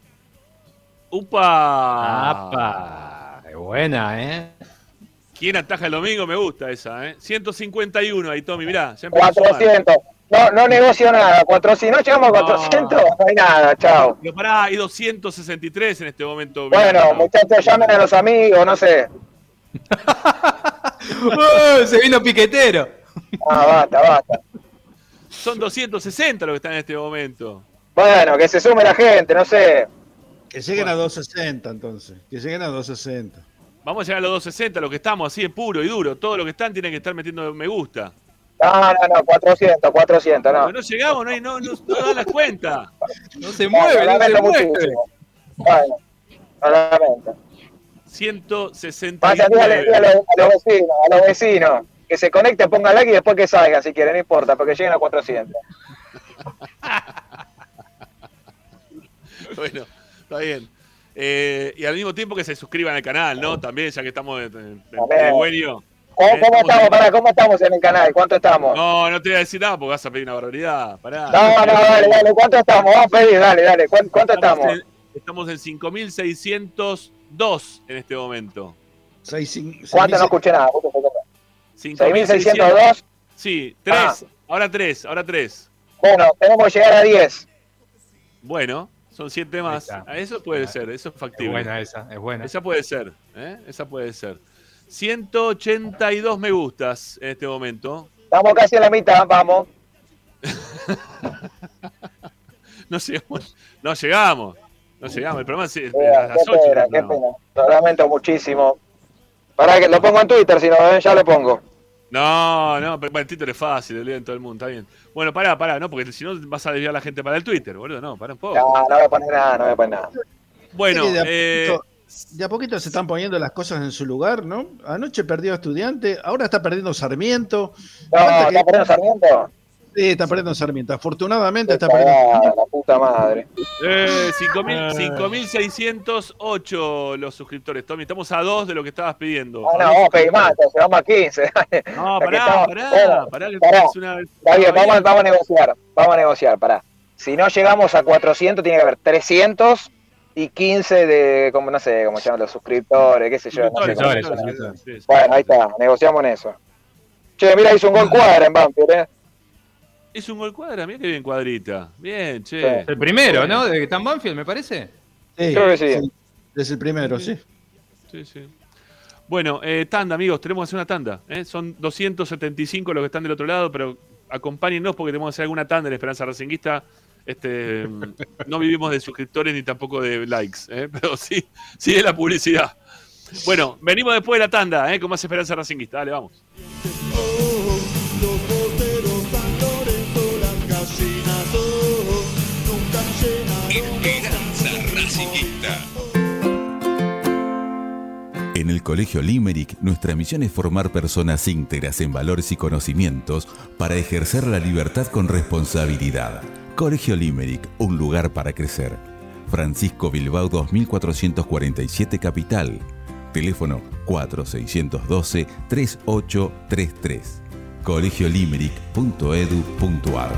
¡Upa! ¡Apa! ¡Qué buena, eh! ¿Quién ataja el domingo? Me gusta esa, ¿eh? ciento cincuenta y uno ahí, Tommy, mirá. Ya cuatrocientos. No, no negocio nada. cuatrocientos. Si no llegamos a cuatrocientos, no, no hay nada. Chao. Pero pará, hay doscientos sesenta y tres en este momento. Bueno, mirá, muchachos, llamen a los amigos, no sé. uh, se vino piquetero. Ah, basta, basta. Son doscientos sesenta los que están en este momento. Bueno, que se sume la gente, no sé. Que lleguen a doscientos sesenta entonces. Que lleguen a doscientos sesenta. Vamos a llegar a los doscientos sesenta, los que estamos así de puro y duro. Todos los que están tienen que estar metiendo me gusta. No, no, no, cuatrocientos, cuatrocientos, no. Pero no llegamos, no, hay, no, no, no dan las cuentas. No se mueve, no, no se mueve. Bueno, no lo lamento. ciento sesenta y nueve. Pasa, dígale, dígale a los vecinos, a los vecinos, que se conecten, pongan like y después que salgan si quieren, no importa, porque lleguen a cuatrocientos. Bueno, está bien. Eh, y al mismo tiempo que se suscriban al canal, ¿no? También, ya que estamos en, en, en Buenio. ¿Cómo, eh, ¿Cómo estamos? Pará, ¿cómo estamos en el canal? ¿Cuánto estamos? No, no te voy a decir nada porque vas a pedir una barbaridad. Pará. No, no, dale, dale. ¿Cuánto estamos? Vamos a pedir, dale, dale. ¿Cuánto, cuánto estamos? Estamos en, estamos en cinco mil seiscientos dos en este momento. ¿Cuánto? No escuché nada. seis mil seiscientos dos. Sí, tres. Ah. Ahora tres, ahora tres. Bueno, tenemos que llegar a diez. Bueno. Son siete más. Eso puede ser, eso es factible. Es buena esa, es buena. Esa puede ser, ¿eh? Esa puede ser. ciento ochenta y dos me gustas en este momento. Estamos casi a la mitad, vamos. no llegamos, no llegamos. No llegamos. El programa es a las ocho. Qué pena, qué pena. Lo lamento muchísimo. Para que lo pongo en Twitter, si no, ya lo pongo. No, no, pero el Twitter es fácil, lo leen todo el mundo, está bien. Bueno, pará, pará, no, porque si no vas a desviar a la gente para el Twitter, boludo, no, pará un poco. No, no voy a poner nada, no voy a poner nada. Bueno, de a, eh... poquito, de a poquito se están poniendo las cosas en su lugar, ¿no? Anoche perdió Estudiante, ahora está perdiendo Sarmiento. No, ¿está que... perdiendo Sarmiento? Sí, está perdiendo Sarmiento. Afortunadamente está perdiendo Sarmiento. La puta madre. Eh, cinco mil seiscientos ocho los suscriptores, Tommy. Estamos a dos de lo que estabas pidiendo. No, no, vamos a pedir más, entonces vamos a quince. No, pará, estamos... pará, bueno, pará, que pará. Es una... Está bien, vamos, vamos a negociar, vamos a negociar, pará. Si no llegamos a cuatrocientos, tiene que haber trescientos y quince de, como no sé, cómo se llaman los suscriptores, qué sé yo. No sé suscriptores, suscriptores, sí, sí. Bueno, ahí está, negociamos en eso. Che, mira, hizo un gol Cuadra en Banfield, ¿eh? Es un gol Cuadra, mira que bien Cuadrita. Bien, che. Sí. El primero, ¿no? De que está en Banfield, me parece. Sí, creo que sí. sí. Es el primero, sí. Sí, sí. Bueno, eh, tanda, amigos, tenemos que hacer una tanda. ¿eh? Son doscientos setenta y cinco los que están del otro lado, pero acompáñennos porque tenemos que hacer alguna tanda en Esperanza Racinguista. Este, no vivimos de suscriptores ni tampoco de likes, ¿eh? Pero sí, sí de la publicidad. Bueno, venimos después de la tanda, ¿eh? Con más Esperanza Racinguista. Dale, vamos. Esperanza Racinguista. En el Colegio Limerick, nuestra misión es formar personas íntegras en valores y conocimientos para ejercer la libertad con responsabilidad. Colegio Limerick, un lugar para crecer. Francisco Bilbao dos mil cuatrocientos cuarenta y siete Capital. Teléfono cuatro seis uno dos, tres ocho tres tres. colegio limerick punto edu punto ar.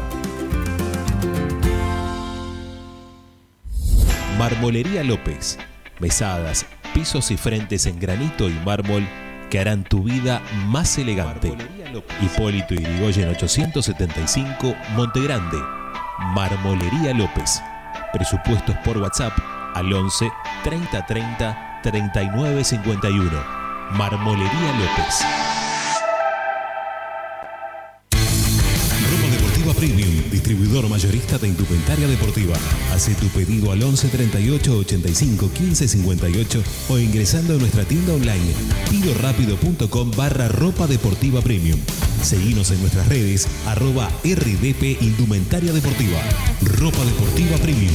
Marmolería López. Mesadas, pisos y frentes en granito y mármol que harán tu vida más elegante. Hipólito Yrigoyen ochocientos setenta y cinco, Montegrande. Marmolería López. Presupuestos por WhatsApp al once, treinta treinta, treinta y nueve cincuenta y uno. Marmolería López. Roma Deportiva Premium distribuidor mayorista de indumentaria deportiva. Hace tu pedido al once treinta y ocho ochenta y cinco quince cincuenta y ocho o ingresando a nuestra tienda online pidorapido.com barra ropa deportiva premium. Seguinos en nuestras redes arroba R D P Indumentaria Deportiva. Ropa deportiva premium.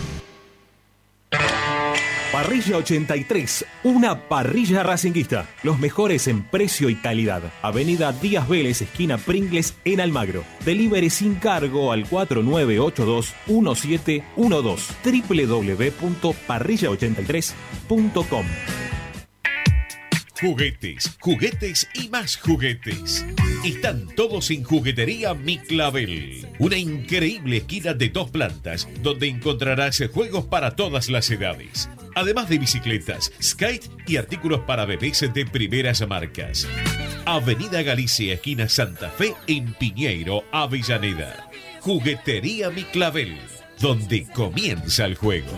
Parrilla ochenta y tres, una parrilla racinguista. Los mejores en precio y calidad. Avenida Díaz Vélez, esquina Pringles, en Almagro. Delivery sin cargo al cuatro nueve ocho dos uno siete uno dos. doble u doble u doble u punto parrilla ochenta y tres punto com. Juguetes, juguetes y más juguetes. Están todos en Juguetería Mi Clavel. Una increíble esquina de dos plantas donde encontrarás juegos para todas las edades. Además de bicicletas, skate y artículos para bebés de primeras marcas. Avenida Galicia, esquina Santa Fe, en Piñeiro, Avellaneda. Juguetería Mi Clavel, donde comienza el juego.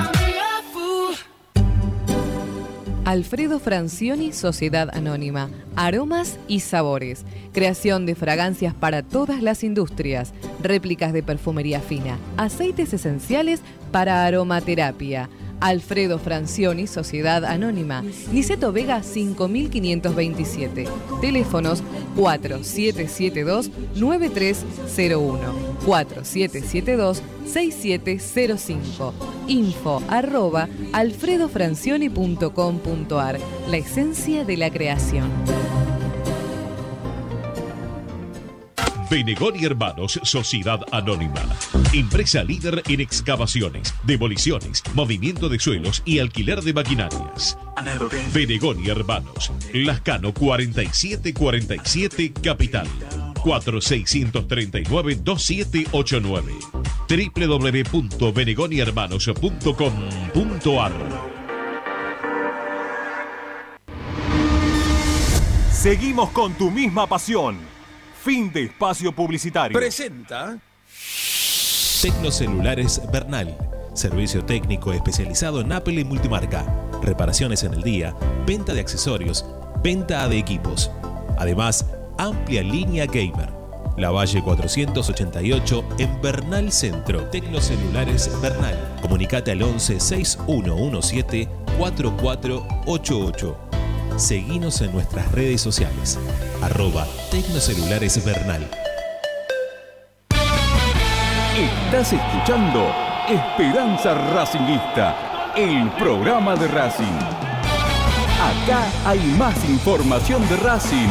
Alfredo Francioni, Sociedad Anónima. Aromas y sabores. Creación de fragancias para todas las industrias. Réplicas de perfumería fina. Aceites esenciales para aromaterapia. Alfredo Francioni, Sociedad Anónima. Niceto Vega cinco mil quinientos veintisiete. Teléfonos cuatro siete siete dos nueve tres cero uno, cuatro siete siete dos seis siete cero cinco. Info arroba alfredofrancioni punto com punto ar. La esencia de la creación. Benegón y Hermanos, Sociedad Anónima. Empresa líder en excavaciones, demoliciones, movimiento de suelos y alquiler de maquinarias. Benegón y Hermanos, Lascano cuarenta y siete cuarenta y siete, Capital. cuatro seis tres nueve dos siete ocho nueve. doble u doble u doble u punto benegón y hermanos punto com punto ar. Seguimos con tu misma pasión. Fin de espacio publicitario. Presenta Tecnocelulares Bernal. Servicio técnico especializado en Apple y multimarca. Reparaciones en el día, venta de accesorios, venta de equipos. Además, amplia línea gamer. Lavalle cuatrocientos ochenta y ocho en Bernal Centro. Tecnocelulares Bernal. Comunicate al once seis uno uno siete cuatro cuatro ocho ocho. Seguinos en nuestras redes sociales. Arroba Tecnocelulares Bernal. Estás escuchando Esperanza Racingista, el programa de Racing. Acá hay más información de Racing.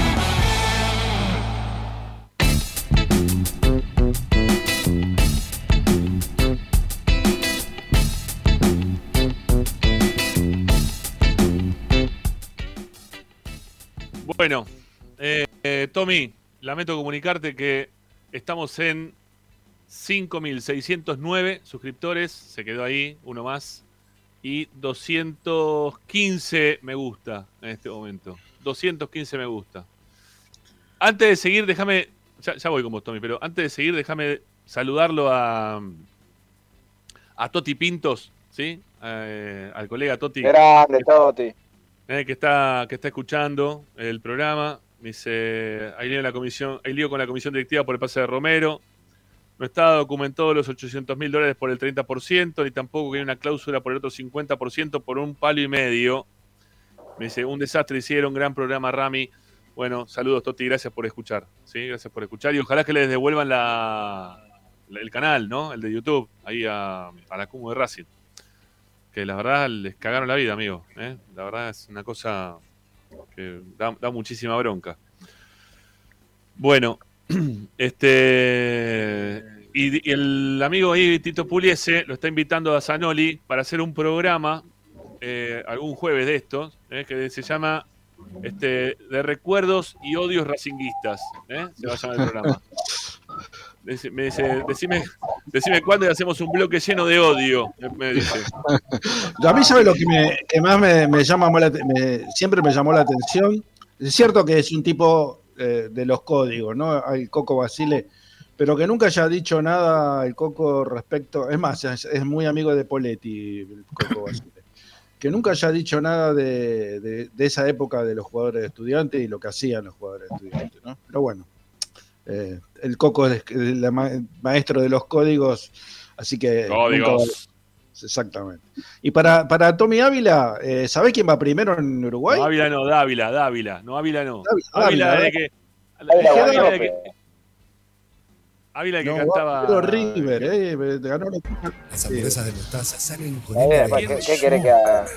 Bueno, eh, eh, Tommy, lamento comunicarte que estamos en cinco mil seiscientos nueve suscriptores, se quedó ahí, uno más, y doscientos quince me gusta en este momento. doscientos quince me gusta. Antes de seguir, déjame, ya, ya voy con vos, Tommy, pero antes de seguir, déjame saludarlo a, a Toti Pintos, ¿sí? Eh, al colega Toti. Grande, Toti. Eh, que está que está escuchando el programa. Me dice, hay lío, en la comisión, hay lío con la comisión directiva por el pase de Romero. No está documentado los ochocientos mil dólares por el treinta por ciento, ni tampoco que hay una cláusula por el otro cincuenta por ciento por un palo y medio. Me dice, un desastre hicieron, gran programa, Rami. Bueno, saludos, Toti, gracias por escuchar. ¿Sí? Gracias por escuchar y ojalá que les devuelvan la, la, el canal, ¿no? El de YouTube, ahí a, a la Cumo de Racing. Que la verdad les cagaron la vida, amigo. ¿eh? La verdad es una cosa que da, da muchísima bronca. Bueno, este y, y el amigo ahí, Tito Puliese, lo está invitando a Zanoli para hacer un programa eh, algún jueves de estos, eh, que se llama este, De Recuerdos y Odios Racinguistas. ¿eh? Se va a llamar el programa. Me dice, decime, decime cuándo y hacemos un bloque lleno de odio, me dice. A mí, ¿sabe lo que, me, que más me, me llama la, me, siempre me llamó la atención? Es cierto que es un tipo eh, de los códigos, ¿no? El Coco Basile, pero que nunca haya dicho nada el Coco respecto, es más, es, es muy amigo de Poletti, el Coco Basile, que nunca haya dicho nada de, de, de esa época de los jugadores de Estudiantes y lo que hacían los jugadores de Estudiantes, ¿no? Pero bueno. Eh, el Coco es el ma maestro de los códigos, así que... Códigos. Exactamente. Y para, para Tommy Ávila, eh, ¿sabés quién va primero en Uruguay? No, Ávila no, Dávila, Dávila. No, Ávila no. Dávila, Ávila Dávila, de que... Ávila, Ávila Ávila, de que... Ávila que no, cantaba... Pero River, eh, ganó la... Las hamburguesas de mostaza salen con A ver, ¿qué, ¿Qué querés que haga?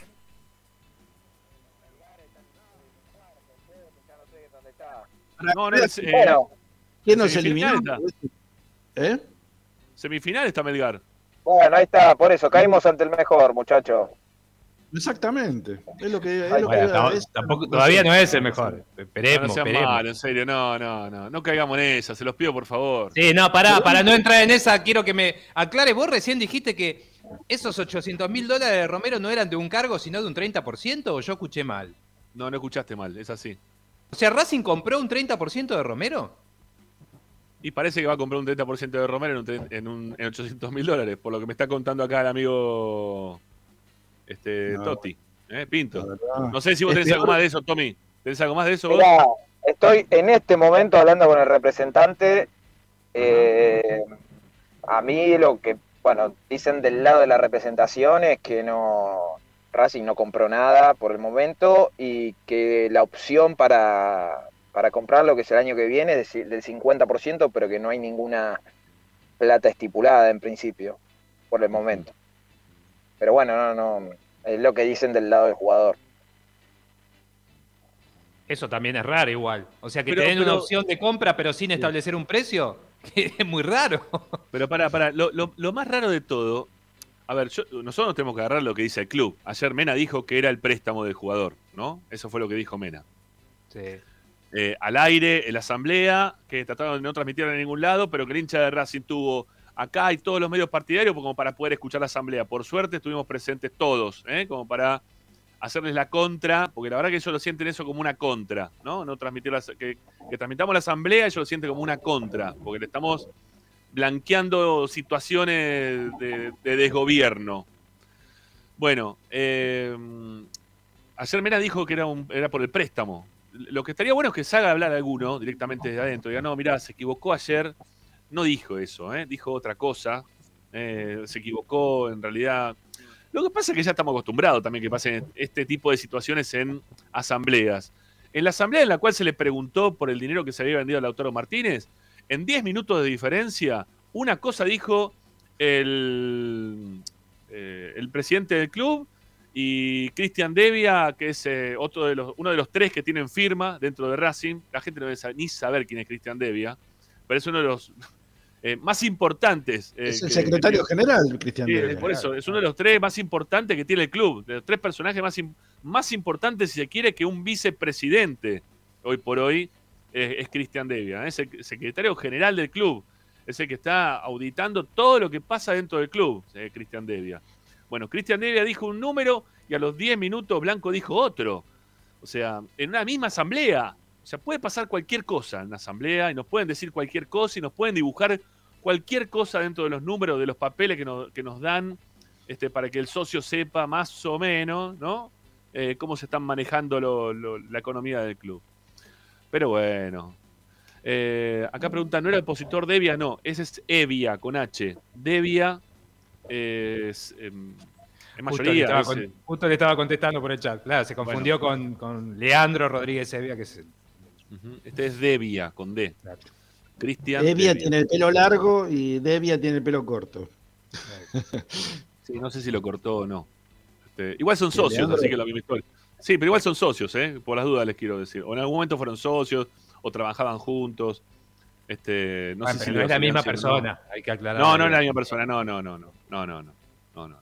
No, no, es, eh, Bueno, ¿Quién nos eliminó? semifinal está. ¿Eh? Semifinal está Melgar. bueno, ahí está, por eso, caímos ante el mejor, muchachos. Exactamente. Es lo que, es Bueno, lo que tam- es- tampoco, todavía no es el mejor. No, no Esperemos, sean esperemos. malos, en serio, no, no, no. No caigamos en esa, se los pido por favor. Sí, no, pará, para no entrar en esa, quiero que me aclare. Vos recién dijiste que esos ochocientos mil dólares de Romero no eran de un cargo, sino de un treinta por ciento, o yo escuché mal. No, no escuchaste mal, es así. O sea, ¿Racing compró un treinta por ciento de Romero? Y parece que va a comprar un treinta por ciento de Romero en, un, tre- en, un, en ochocientos mil dólares, por lo que me está contando acá el amigo este, No. Totti, ¿eh? Pinto. La verdad. No sé si vos Es tenés peor. algo más de eso, Tommy. ¿Tenés algo más de eso vos? Mirá, estoy en este momento hablando con el representante. eh, a mí lo que, bueno, dicen del lado de la representación es que no, Racing no compró nada por el momento y que la opción para, para comprar lo que es el año que viene es de- del cincuenta por ciento, pero que no hay ninguna plata estipulada en principio, por el momento. Pero bueno, no, no, es lo que dicen del lado del jugador. Eso también es raro igual. O sea, que Pero- te den pero- una opción de compra, pero sin establecer un precio, que es muy raro. Pero para, para, lo, lo- lo más raro de todo, a ver, yo- nosotros nos tenemos que agarrar lo que dice el club. Ayer Mena dijo que era el préstamo del jugador, ¿no? Eso fue lo que dijo Mena. Sí. Eh, al aire, en la asamblea, que trataron de no transmitirla en ningún lado, pero que el hincha de Racing tuvo acá y todos los medios partidarios como para poder escuchar la asamblea. Por suerte estuvimos presentes todos, ¿eh? Como para hacerles la contra, porque la verdad que ellos lo sienten eso como una contra, ¿no? No transmitir la, que, que transmitamos la asamblea, ellos lo sienten como una contra, porque le estamos blanqueando situaciones de, de desgobierno. Bueno, eh, ayer Mena dijo que era, un, era por el préstamo. Lo que estaría bueno es que se haga hablar alguno directamente desde adentro. Diga, no, mirá, se equivocó ayer. No dijo eso, ¿eh? Dijo otra cosa. Eh, se equivocó, en realidad. Lo que pasa es que ya estamos acostumbrados también que pasen este tipo de situaciones en asambleas. En la asamblea en la cual se le preguntó por el dinero que se había vendido a Lautaro Martínez, en diez minutos de diferencia, una cosa dijo el, eh, el presidente del club y Cristian Devia, que es eh, otro de los, uno de los tres que tienen firma dentro de Racing. La gente no debe saber, ni saber quién es Cristian Devia, pero es uno de los eh, más importantes. eh, Es el que- secretario que- general, Cristian Sí, Devia. por eso, es uno de los tres más importantes que tiene el club, de los tres personajes más, im- más importantes, si se quiere, que un vicepresidente hoy por hoy eh, es Cristian Devia, es el secretario general del club, es el que está auditando todo lo que pasa dentro del club, eh, Cristian Devia. Bueno, Cristian Devia dijo un número y a los diez minutos Blanco dijo otro. O sea, en una misma asamblea. O sea, puede pasar cualquier cosa en la asamblea y nos pueden decir cualquier cosa y nos pueden dibujar cualquier cosa dentro de los números, de los papeles que nos, que nos dan, este, para que el socio sepa más o menos, ¿no? Eh, cómo se están manejando lo- lo- la economía del club. Pero bueno. Eh, acá preguntan, ¿no era el opositor Devia? No, ese es Evia, con H. Devia es, em, es Justo le, mayoría. estaba es, con- eh, justo le estaba contestando por el chat. Claro, se confundió con, con Leandro Rodríguez Evia, que es el- ujú, este es Devia, con D. Cristian Devia Devia. tiene el pelo largo y Devia tiene el pelo corto. Sí, no sé si lo cortó o no. Este, igual son ¿Y socios, Leandro? así que la misma historia. Sí, pero igual son socios, ¿eh? Por las dudas les quiero decir. O en algún momento fueron socios, o trabajaban juntos. Este, no Bueno, sé pero si no lo es la seguirán misma siendo, persona, no. hay que aclarar. No, no es la misma persona, no, no, no, no, no, no, no, no, no.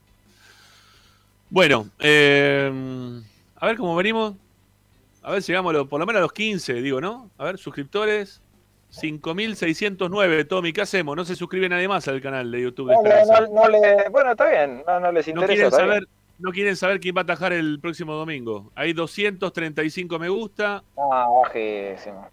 Bueno, eh, a ver cómo venimos. A ver, llegamos a lo- por lo menos a los quince, digo, ¿no? A ver, suscriptores. cinco mil seiscientos nueve, Tommy, ¿qué hacemos? No se suscribe nadie más al canal de YouTube de No, le- Esperanza. no- no le, bueno, está bien, no, no les No interesa. quieren, está bien. saber, no quieren saber quién va a atajar el próximo domingo. Hay doscientos treinta y cinco me gusta. Ah, bajísimo.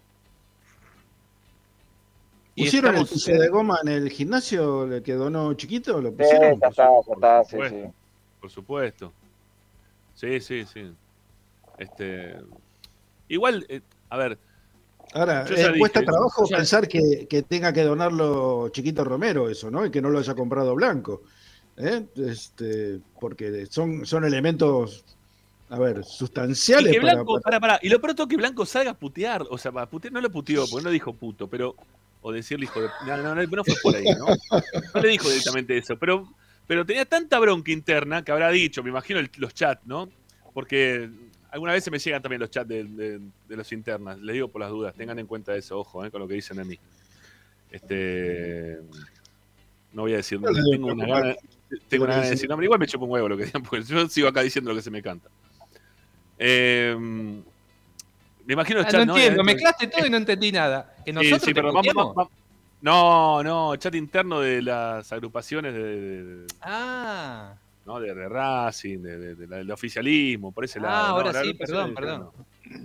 Y ¿Pusieron el estamos piso de goma en el gimnasio el que donó Chiquito? ¿Lo Sí, pusieron? ya está, ya está, sí, Por sí. supuesto. Por supuesto. Sí, sí, sí. Este, igual, eh, a ver, Ahora, Yo ya eh, cuesta dije, trabajo ya- pensar que, que tenga que donarlo Chiquito Romero eso, ¿no? Y que no lo haya comprado Blanco. ¿eh? Este, porque son, son elementos, a ver, Y sustanciales que para, Blanco, para- pará, pará. Y lo pronto que Blanco salga a putear. O sea, a putear no lo puteó, porque no dijo puto, pero. O decirle hijo de. No, no, no, no fue por ahí, ¿no? No le dijo directamente eso. Pero, pero tenía tanta bronca interna que habrá dicho, me imagino el- los chats, ¿no? Porque algunas veces me llegan también los chats de, de- de los internas. Les digo por las dudas, tengan en cuenta eso, ojo, ¿eh? Con lo que dicen de mí. Este. No voy a decir, No le debe tengo una preocupar. gana, tengo una gana de decir nombre, igual me chupo un huevo lo que digan, porque yo sigo acá diciendo lo que se me canta. Eh, me imagino el Ah, chat, no ¿no? entiendo, Adentro- mezclaste todo y no entendí nada. ¿Que Sí, nosotros sí, te pero vamos, puteamos? vamos- No, no, chat interno de las agrupaciones de, de- de- Ah, ¿no? de, de Racing, de, de- de la- del oficialismo, por ese Ah, lado. ¿no? ahora La sí, agrupación perdón, interna.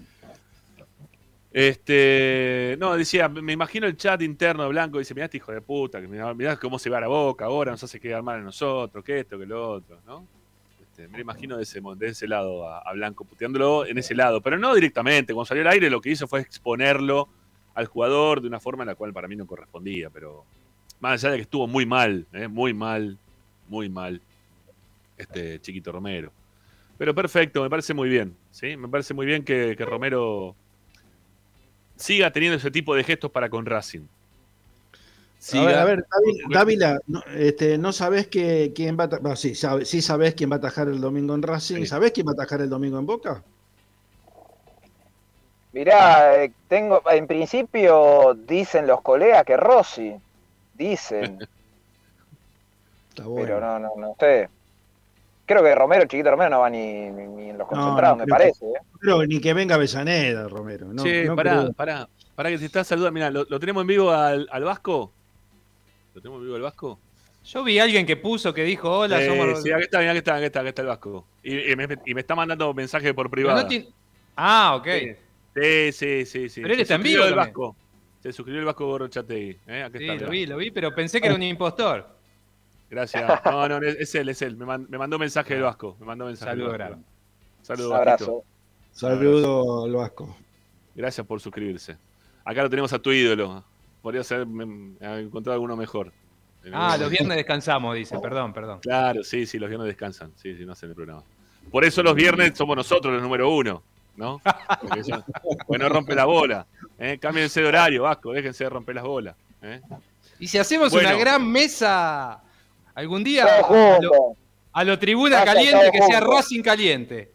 Este, no, decía, me imagino el chat interno de Blanco, dice, mirá este hijo de puta, que mirá, mirá cómo se va a la boca ahora, nos hace quedar mal a nosotros, que esto, que lo otro, ¿no? Este, me lo imagino de ese, mo- de ese lado a, a Blanco, puteándolo en ese lado, pero no directamente, cuando salió al aire lo que hizo fue exponerlo al jugador de una forma en la cual para mí no correspondía, pero más allá de que estuvo muy mal, ¿eh? muy mal, muy mal, este Chiquito Romero. Pero perfecto, me parece muy bien, ¿sí? Me parece muy bien que, que Romero siga teniendo ese tipo de gestos para con Racing. A ver, a ver, Dávila, Porque- Dávila, no, este, no sabés que, quién va a atajar, sí, sabe- sí sabés quién va a atajar el domingo en Racing, Sí. ¿sabés quién va a atajar el domingo en Boca? Mirá, eh, tengo, en principio dicen los colegas que Rossi, dicen, Está bueno. pero no, no, no sé. Creo que Romero, Chiquito Romero, no va ni, ni- ni en los No, concentrados, no me creo parece. que- ¿eh? no creo ni que venga Avellaneda, Romero. No, che, no pará, creo. pará, pará que te está saludando. Mirá, ¿lo, lo tenemos en vivo al, al Vasco? ¿Lo tenemos en vivo al Vasco? yo vi a alguien que puso que dijo, hola, Eh, somos... sí, aquí está, aquí está, aquí está, aquí está el Vasco. Y, y me, y me está mandando mensaje por Pero privado. no tiene- Ah, ok. Sí, sí, sí, sí. Pero él Se está en suscribió vivo el también. Vasco. Se suscribió el Vasco Gorrochategui. ¿eh? Aquí Sí, está, lo mirá. vi, lo vi, pero pensé que era un impostor. Gracias. No, no, es, es él, es él. Me, man- me mandó mensaje del Vasco. Me mandó mensaje. Saludo del Vasco. grande. Saludo, Abrazo. Saludo al Vasco. Gracias por suscribirse. Acá lo tenemos a tu ídolo. Podría ser me- haber encontrado alguno mejor. Ah, los viernes descansamos, dice, perdón, perdón. Claro, sí, sí, los viernes descansan. Sí, sí, no hacen el programa. Por eso los viernes somos nosotros los número uno, ¿no? Porque, ya- porque no rompe la bola. ¿eh? Cámbiense de horario, Vasco. Déjense de romper las bolas. ¿eh? Y si hacemos Bueno. una gran mesa algún día Todos a lo, juntos. a lo tribuna Vaya, caliente, todos que sea juntos. Racing caliente.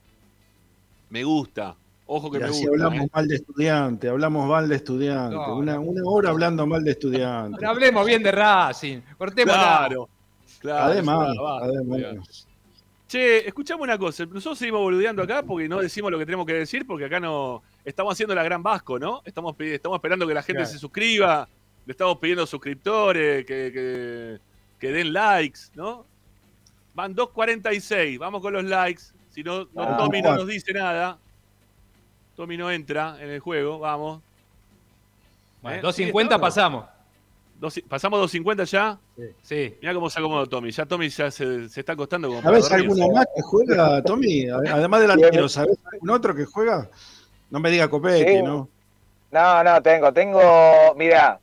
Me gusta. Ojo que Y me así gusta. hablamos ¿eh? mal de estudiante, hablamos mal de estudiante. No, una, no. una hora hablando mal de estudiante. Pero hablemos bien de Racing, cortemos Claro, claro. Además, ya, basta, ya. además. Che, escuchame una cosa. Nosotros seguimos boludeando acá porque no decimos lo que tenemos que decir, porque acá no. Estamos haciendo la gran Vasco, ¿no? Estamos, pi- estamos esperando que la gente Claro. se suscriba. Le estamos pidiendo suscriptores, que, que, que den likes, ¿no? Van dos cuarenta y seis. Vamos con los likes. Si no, no Ah, Tommy no Juan. nos dice nada. Tommy no entra en el juego. Vamos. Bueno, ¿Eh? doscientos Sí, cincuenta está bueno. pasamos. Dos- ¿Pasamos dos cincuenta ya? Sí. Mirá cómo se acomodó Tommy. Ya Tommy ya se, se está acostando como ¿Sabés para dormir. alguno más que juega, Tommy? Además del arquero, ¿sabés algún otro que juega? No me diga Copetti, Sí. ¿no? No, no, tengo, tengo, mirá.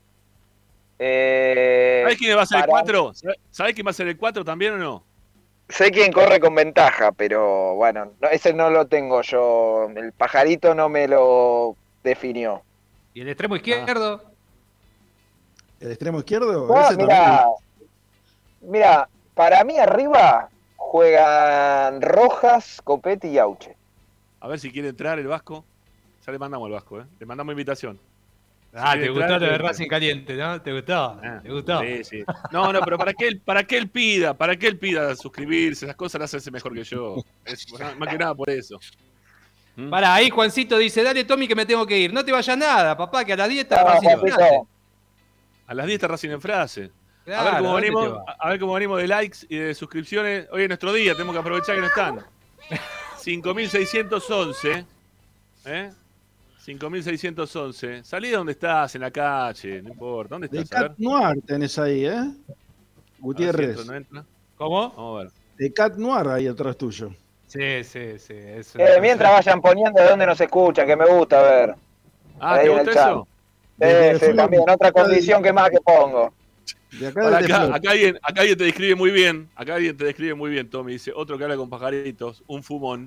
Eh, ¿Sabés quién va a ser el para- cuatro? ¿Sabés quién va a ser el cuatro también o no? Sé quién corre con ventaja, pero bueno, no, ese no lo tengo yo. El pajarito no me lo definió. ¿Y el extremo izquierdo? ¿El extremo izquierdo? No, Ese mirá, también. mirá, para mí arriba juegan Rojas, Copetti y Auche. A ver si quiere entrar el Vasco. Ya le mandamos al Vasco, ¿eh? Le mandamos invitación. Ah, Si te quiere gustó entrar, lo de que entre. Racing caliente, ¿no? ¿Te gustó? Ah, ¿Te gustó? Sí, sí. No, no, pero para que él, para que él pida, para que él pida suscribirse, esas cosas las hace mejor que yo. Es, más que nada por eso. ¿Mm? Pará, ahí Juancito dice, dale Tommy que me tengo que ir. No te vayas nada, papá, que a las diez está No, Racing en Juancito. frase. A las diez está Racing en frase. Claro, a, ver cómo ¿a dónde venimos, te vas? a ver cómo venimos de likes y de suscripciones. Hoy es nuestro día, tenemos que aprovechar que no están. cinco mil seiscientos once. ¿Eh? cinco mil seiscientos once. Salí de donde estás, en la calle, no importa. ¿Dónde De estás? A ver. Cat Noir tenés ahí, ¿eh? A ver si Gutiérrez. entra, ¿no entra? ¿Cómo? Vamos a ver. De Cat Noir ahí atrás tuyo. Sí, sí, sí. es Eh, una mientras vayan poniendo de dónde nos escuchan, que me gusta ver. Ah, Ahí ¿te en el gusta chat. eso? Sí, sí, también, otra condición que más que pongo. De acá, Para desde acá, Flor. acá, alguien, acá alguien te describe muy bien. Acá alguien te describe muy bien, Tommy. Dice, otro que habla con pajaritos, un fumón.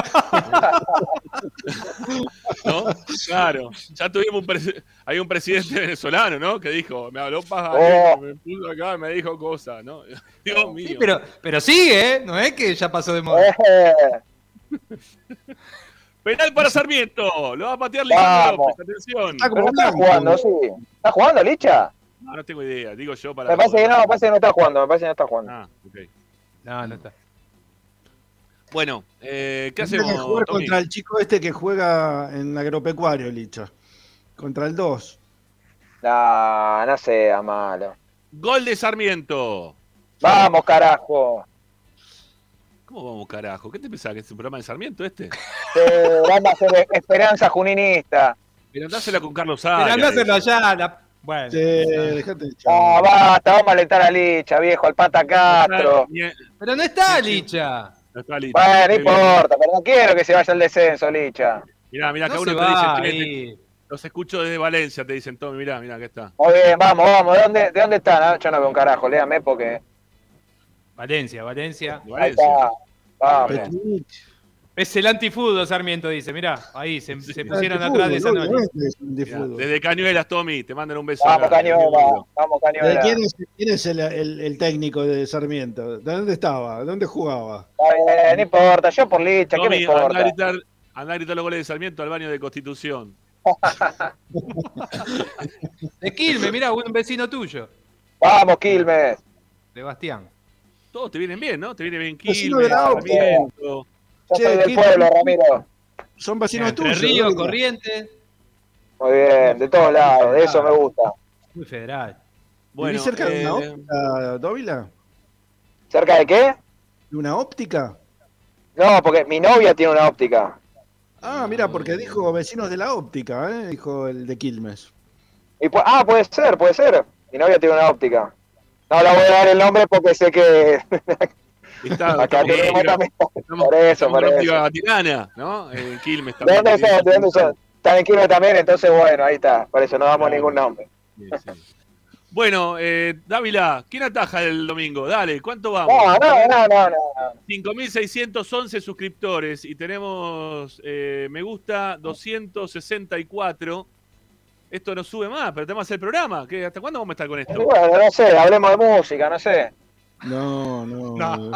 ¿No? Claro. Ya tuvimos un presi- hay un presidente venezolano, ¿no? Que dijo, me habló pajarito, Oh. me puso acá, me dijo cosas, ¿no? Dios mío. Sí, pero, pero sigue, ¿eh? No es que ya pasó de moda. Eh, Penal para Sarmiento. Lo va a patear Lisandro Vamos. López. Atención. Está pero como está blanco. jugando, sí. ¿Está jugando, Licha? No, no tengo idea. Digo yo para. Me parece que no, me parece que no está jugando, me parece que no está jugando. Ah, ok. No, no está. Bueno, eh, ¿qué Tiene que hacemos, jugar Tommy? contra el chico este que juega en agropecuario, Licha. Contra el dos. No, no sea malo. Gol de Sarmiento. Vamos, carajo. ¿Cómo vamos, carajo? ¿Qué te pensás? ¿Que es un programa de Sarmiento este? Eh, vamos a hacer esperanza juninista. Pero andásela con Carlos Pero Arias. andáselo allá. La... Bueno. Sí, dejate de Ah, echar. basta, vamos a alentar a Licha, viejo, al Pata Castro. Pero no está Licha. No está listo. Bueno, no Qué bien. importa, pero no quiero que se vaya al descenso, Licha. Mirá, mirá, No acá se uno te dice, va che, ahí. te- los escucho desde Valencia, te dicen, Tommy, mirá, mirá, acá está. Muy bien, vamos, vamos. ¿De dónde, de dónde están? Ah, yo no veo un carajo, léame porque. Valencia, Valencia. De Ahí Valencia. está. Vamos. Petrich. Es el antifútbol, Sarmiento dice. Mirá, ahí se, se pusieron Antifútbol, atrás de esa noche. obviamente es Mirá, antifútbol. desde Cañuelas, Tommy, te mandan un beso. Vamos, acá. Cañuela. Vamos, ¿De Cañuela. ¿Quién es, quién es el, el- el técnico de Sarmiento? ¿De dónde estaba? ¿De dónde jugaba? Está bien, no importa, yo por Licha, ¿qué me Tommy, anda a importa? gritar, anda a gritar los goles de Sarmiento al baño de Constitución. De Quilmes, mirá, un vecino tuyo. Vamos, Quilmes. De Bastián. Todos te vienen bien, ¿no? Te viene bien Vecino Quilmes, de la Óptica. Sarmiento. Yo Che, soy del Quilmes. pueblo, Ramiro. Son vecinos Entre tuyos. Ríos, ¿no? Corrientes. Muy bien, de todos lados, de eso me gusta. Muy federal. Bueno, ¿Vivís cerca de una eh, óptica, Dóvila? ¿Cerca de qué? ¿De una óptica? No, porque mi novia tiene una óptica. Ah, mira, porque dijo vecinos de la óptica, ¿eh? Dijo el de Quilmes. Y pu- ah, puede ser, puede ser. Mi novia tiene una óptica. No la voy a dar el nombre porque sé que está, acá estamos, tenemos también. estamos, Por eso, estamos por en eso. óptica vaticana, ¿no? En Quilmes ¿De también. dónde son? ¿De dónde son? Están en Quilmes también, entonces bueno, ahí está. Por eso no damos Claro. ningún nombre. Sí, sí. Bueno, eh, Dávila, ¿quién ataja el domingo? Dale, ¿cuánto vamos? No, no, no, no, no. cinco mil seiscientos once suscriptores y tenemos eh, me gusta doscientos sesenta y cuatro. Esto no sube más, pero tenemos el programa. ¿Qué, ¿Hasta cuándo vamos a estar con Y esto? bueno, no sé, hablemos de música, no sé. No, no. No.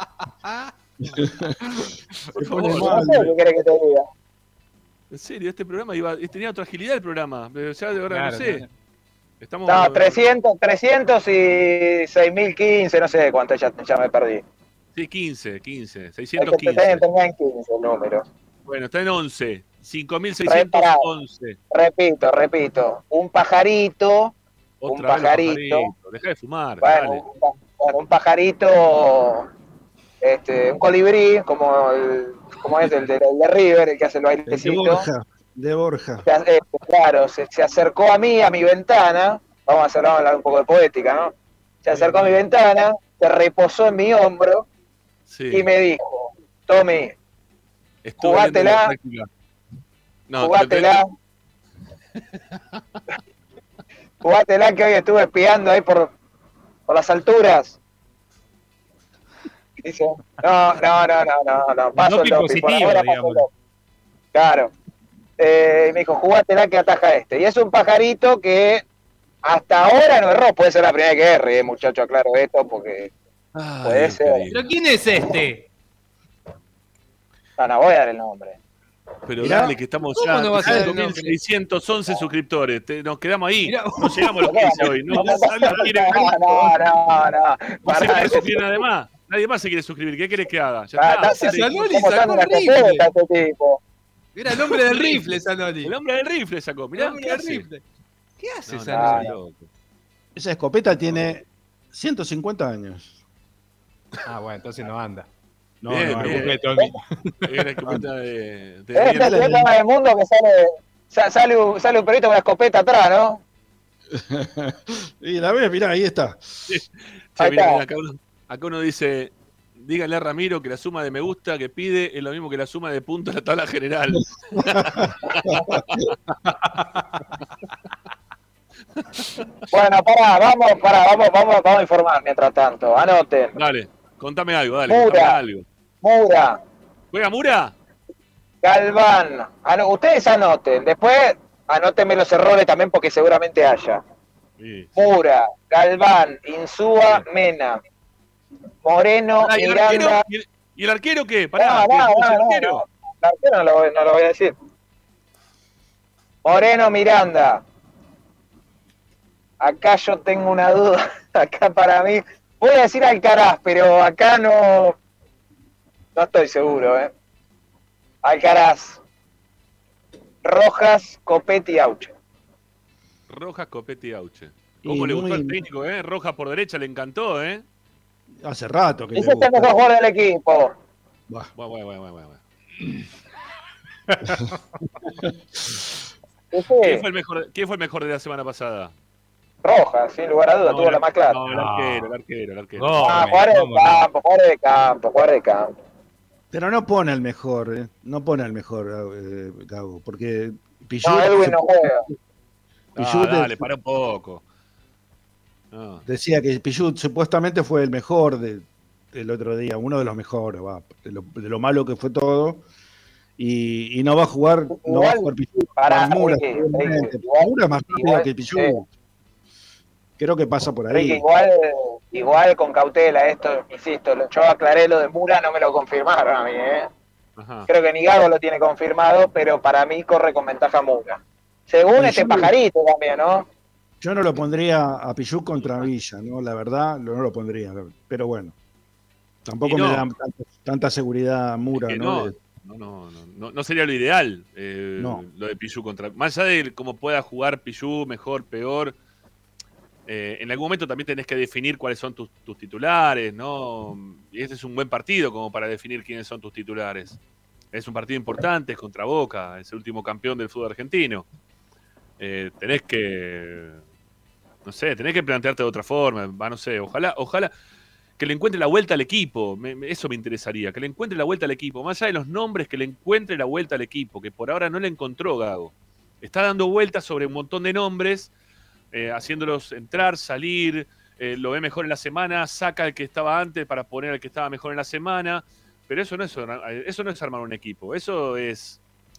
Se pone favor, No mal. sé qué querés que te diga. En serio, este programa iba, tenía otra agilidad el programa. pero Ya de verdad Claro, no sé. claro. Estamos, No, trescientos, trescientos y seis mil quince, no sé cuánto, ya, ya me perdí. Sí, quince, quince, Es que seiscientos te- te- quince. tenía en quince el número. Bueno, está en once. cinco mil seiscientos once. Repito, repito. Un pajarito, Otra un vez los pajarito. pajaritos. Deja de fumar, Bueno, dale. un, pa- bueno, un pajarito, este, un colibrí, como, el, como es el de, el de River, el que hace el El de bailecito. Borja. De Borja. Se hace- eh, claro, se, se acercó a mí, a mi ventana. Vamos a hacer vamos a hablar un poco de poética, ¿no? Se acercó a mi ventana, se reposó en mi hombro Sí. y me dijo: Tommy, Estuve jugátela. viendo la práctica. No, jugátela. Jugátela que hoy estuve espiando ahí por, por las alturas. Dice, no, no, no, no, no, no, paso Doping el doping, por positivo, ahora paso digamos. el doping. Claro. Eh, me dijo, jugátela que ataja este. Y es un pajarito que hasta ahora no erró. Puede ser la primera vez que erre, eh, muchacho, aclaro esto, porque Ay, puede Dios ser. querido. ¿Pero quién es este? No, no voy a dar el nombre. Pero Mirá, dale, que estamos ¿cómo ya no vas a dar el cinco mil seiscientos once suscriptores. Te- nos quedamos ahí. Mirá, no llegamos a los quince hoy. No, No, no, no quiere- no, no, no. no se Pará, quiere ese- suscribir nadie más. Nadie más se quiere suscribir. ¿Qué querés que haga? Ya Ah, está. está- ese Dale. Zanoli ¿Cómo sacó están una un rifle. escopeta este tipo? Era el hombre del rifle, Zanoli. El hombre del rifle sacó. El Mirá, hombre ¿qué del hace? rifle. ¿Qué hace No, no, Zanoli? no, loco. Esa escopeta tiene ciento cincuenta años. Ah, bueno, entonces no anda. No, Bien, no, bien. no, Tommy. Es una escopeta de. de Es la Riel. escopeta más del mundo que sale, sa- sale, un, sale un perrito con una escopeta atrás, ¿no? Y la ves, mirá, ahí está. Che, Ahí mirá, está. mirá, acá, uno, acá uno dice. díganle a Ramiro que la suma de me gusta que pide es lo mismo que la suma de puntos en la tabla general. Bueno, pará, vamos, pará, vamos, vamos, vamos a informar mientras tanto. Anoten. Dale, contame algo, dale, Mura. contame algo. Mura. ¿Juega Mura? Galván. Ano- ustedes anoten. Después anótenme los errores también porque seguramente haya. Sí. Mura, Galván, Insúa, Mena, Moreno, Ah, ¿y, el Miranda. arquero, y, el, ¿Y el arquero qué? Pará, No, ¿qué no, puso no, el no, arquero? no. El arquero no lo, voy- no lo voy a decir. Moreno, Miranda. Acá yo tengo una duda. Acá para mí. Voy a decir Alcaraz, pero acá no. No estoy seguro, ¿eh? Alcaraz. Rojas, Copetti, Auche. Rojas, Copetti y Auche. ¿Cómo Y le gustó muy- al técnico, eh? Rojas por derecha le encantó, ¿eh? Hace rato que Ese le es el gusta. mejor jugador del equipo. Bah. Bueno, bueno, bueno, bueno, bueno. Ese, ¿Quién fue el mejor, ¿Quién fue el mejor de la semana pasada? Rojas, sin lugar a duda, No, tuvo el- la más clara. No, el arquero, el arquero, el arquero. Gómez, Ah, jugadores de ¿cómo no? campo, jugadores de campo, jugadores de campo. Pero no pone al mejor, ¿eh? No pone al mejor, eh, Gago, porque Pichut, No, Edwin no juega. Ah, Pichut dale, es- para un poco. No. decía que Pichut supuestamente fue el mejor de, del otro día, uno de los mejores, va, de, lo, de lo malo que fue todo. Y, y no va a jugar, no va a Igual, jugar Pichut, pará, va Mura, Ricky, seguramente. Ricky, igual- Mura es más rápido igual, que Pichut. sí. Creo que pasa por Ricky, ahí. igual, igual con cautela, esto, insisto, lo- yo aclaré lo de Mura, no me lo confirmaron a mí, ¿eh? Ajá. Creo que ni Gago lo tiene confirmado, pero para mí corre con ventaja Mura. Según Pero este yo- pajarito también, ¿no? Yo no lo pondría a Pichut contra Villa, ¿no? La verdad, lo- no lo pondría. Pero bueno, tampoco Y no. me da tanta, tanta seguridad Mura, Que ¿no? no, De- no, no, no, no, no sería lo ideal, eh, No. lo de Pichu contra. Más allá de cómo pueda jugar Pichu, mejor, peor, eh, en algún momento también tenés que definir cuáles son tus, tus titulares, ¿no? Y este es un buen partido como para definir quiénes son tus titulares. Es un partido importante, es contra Boca, es el último campeón del fútbol argentino. Eh, tenés que, no sé, tenés que plantearte de otra forma, va, no sé, ojalá, ojalá que le encuentre la vuelta al equipo, me- me- eso me interesaría, que le encuentre la vuelta al equipo, más allá de los nombres, que le encuentre la vuelta al equipo, que por ahora no le encontró Gago. Está dando vueltas sobre un montón de nombres, eh, haciéndolos entrar, salir, eh, lo ve mejor en la semana, saca al que estaba antes para poner al que estaba mejor en la semana, pero eso no es, eso no es armar un equipo, eso es,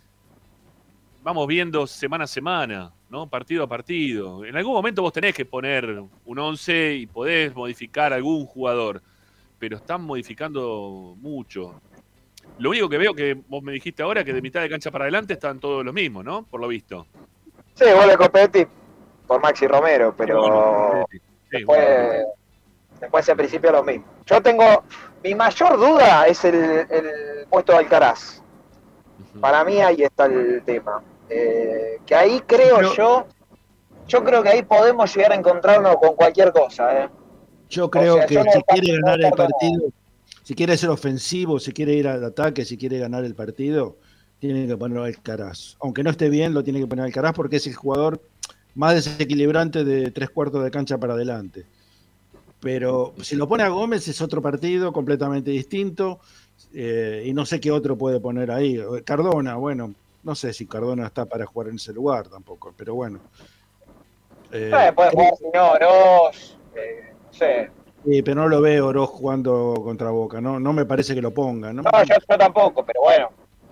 vamos viendo semana a semana, ¿no? Partido a partido. En algún momento vos tenés que poner un once y podés modificar algún jugador, pero están modificando mucho. Lo único que veo que vos me dijiste ahora es que de mitad de cancha para adelante están todos los mismos, ¿no? Por lo visto. Sí, vuelve Copetti por Maxi Romero, pero Sí, después, bueno. después al principio lo mismo. Yo tengo, mi mayor duda es el, el puesto de Alcaraz. Para mí ahí está el tema. Eh, que ahí creo Pero- yo, yo creo que ahí podemos llegar a encontrarnos con cualquier cosa. ¿eh? Yo creo O sea, que yo no si parto- quiere no ganar el parto nada. partido, si quiere ser ofensivo, si quiere ir al ataque, si quiere ganar el partido, tiene que ponerlo al Alcaraz. Aunque no esté bien, lo tiene que poner al Alcaraz porque es el jugador más desequilibrante de tres cuartos de cancha para adelante. Pero si lo pone a Gómez es otro partido completamente distinto, eh, y no sé qué otro puede poner ahí. Cardona, bueno, no sé si Cardona está para jugar en ese lugar tampoco, pero bueno. Eh, Eh, puede creo- jugar si no, Oroz, eh, no sé. Sí, pero no lo veo Oroz jugando contra Boca, no, no me parece que lo ponga, ¿no? No, yo, yo tampoco, pero bueno.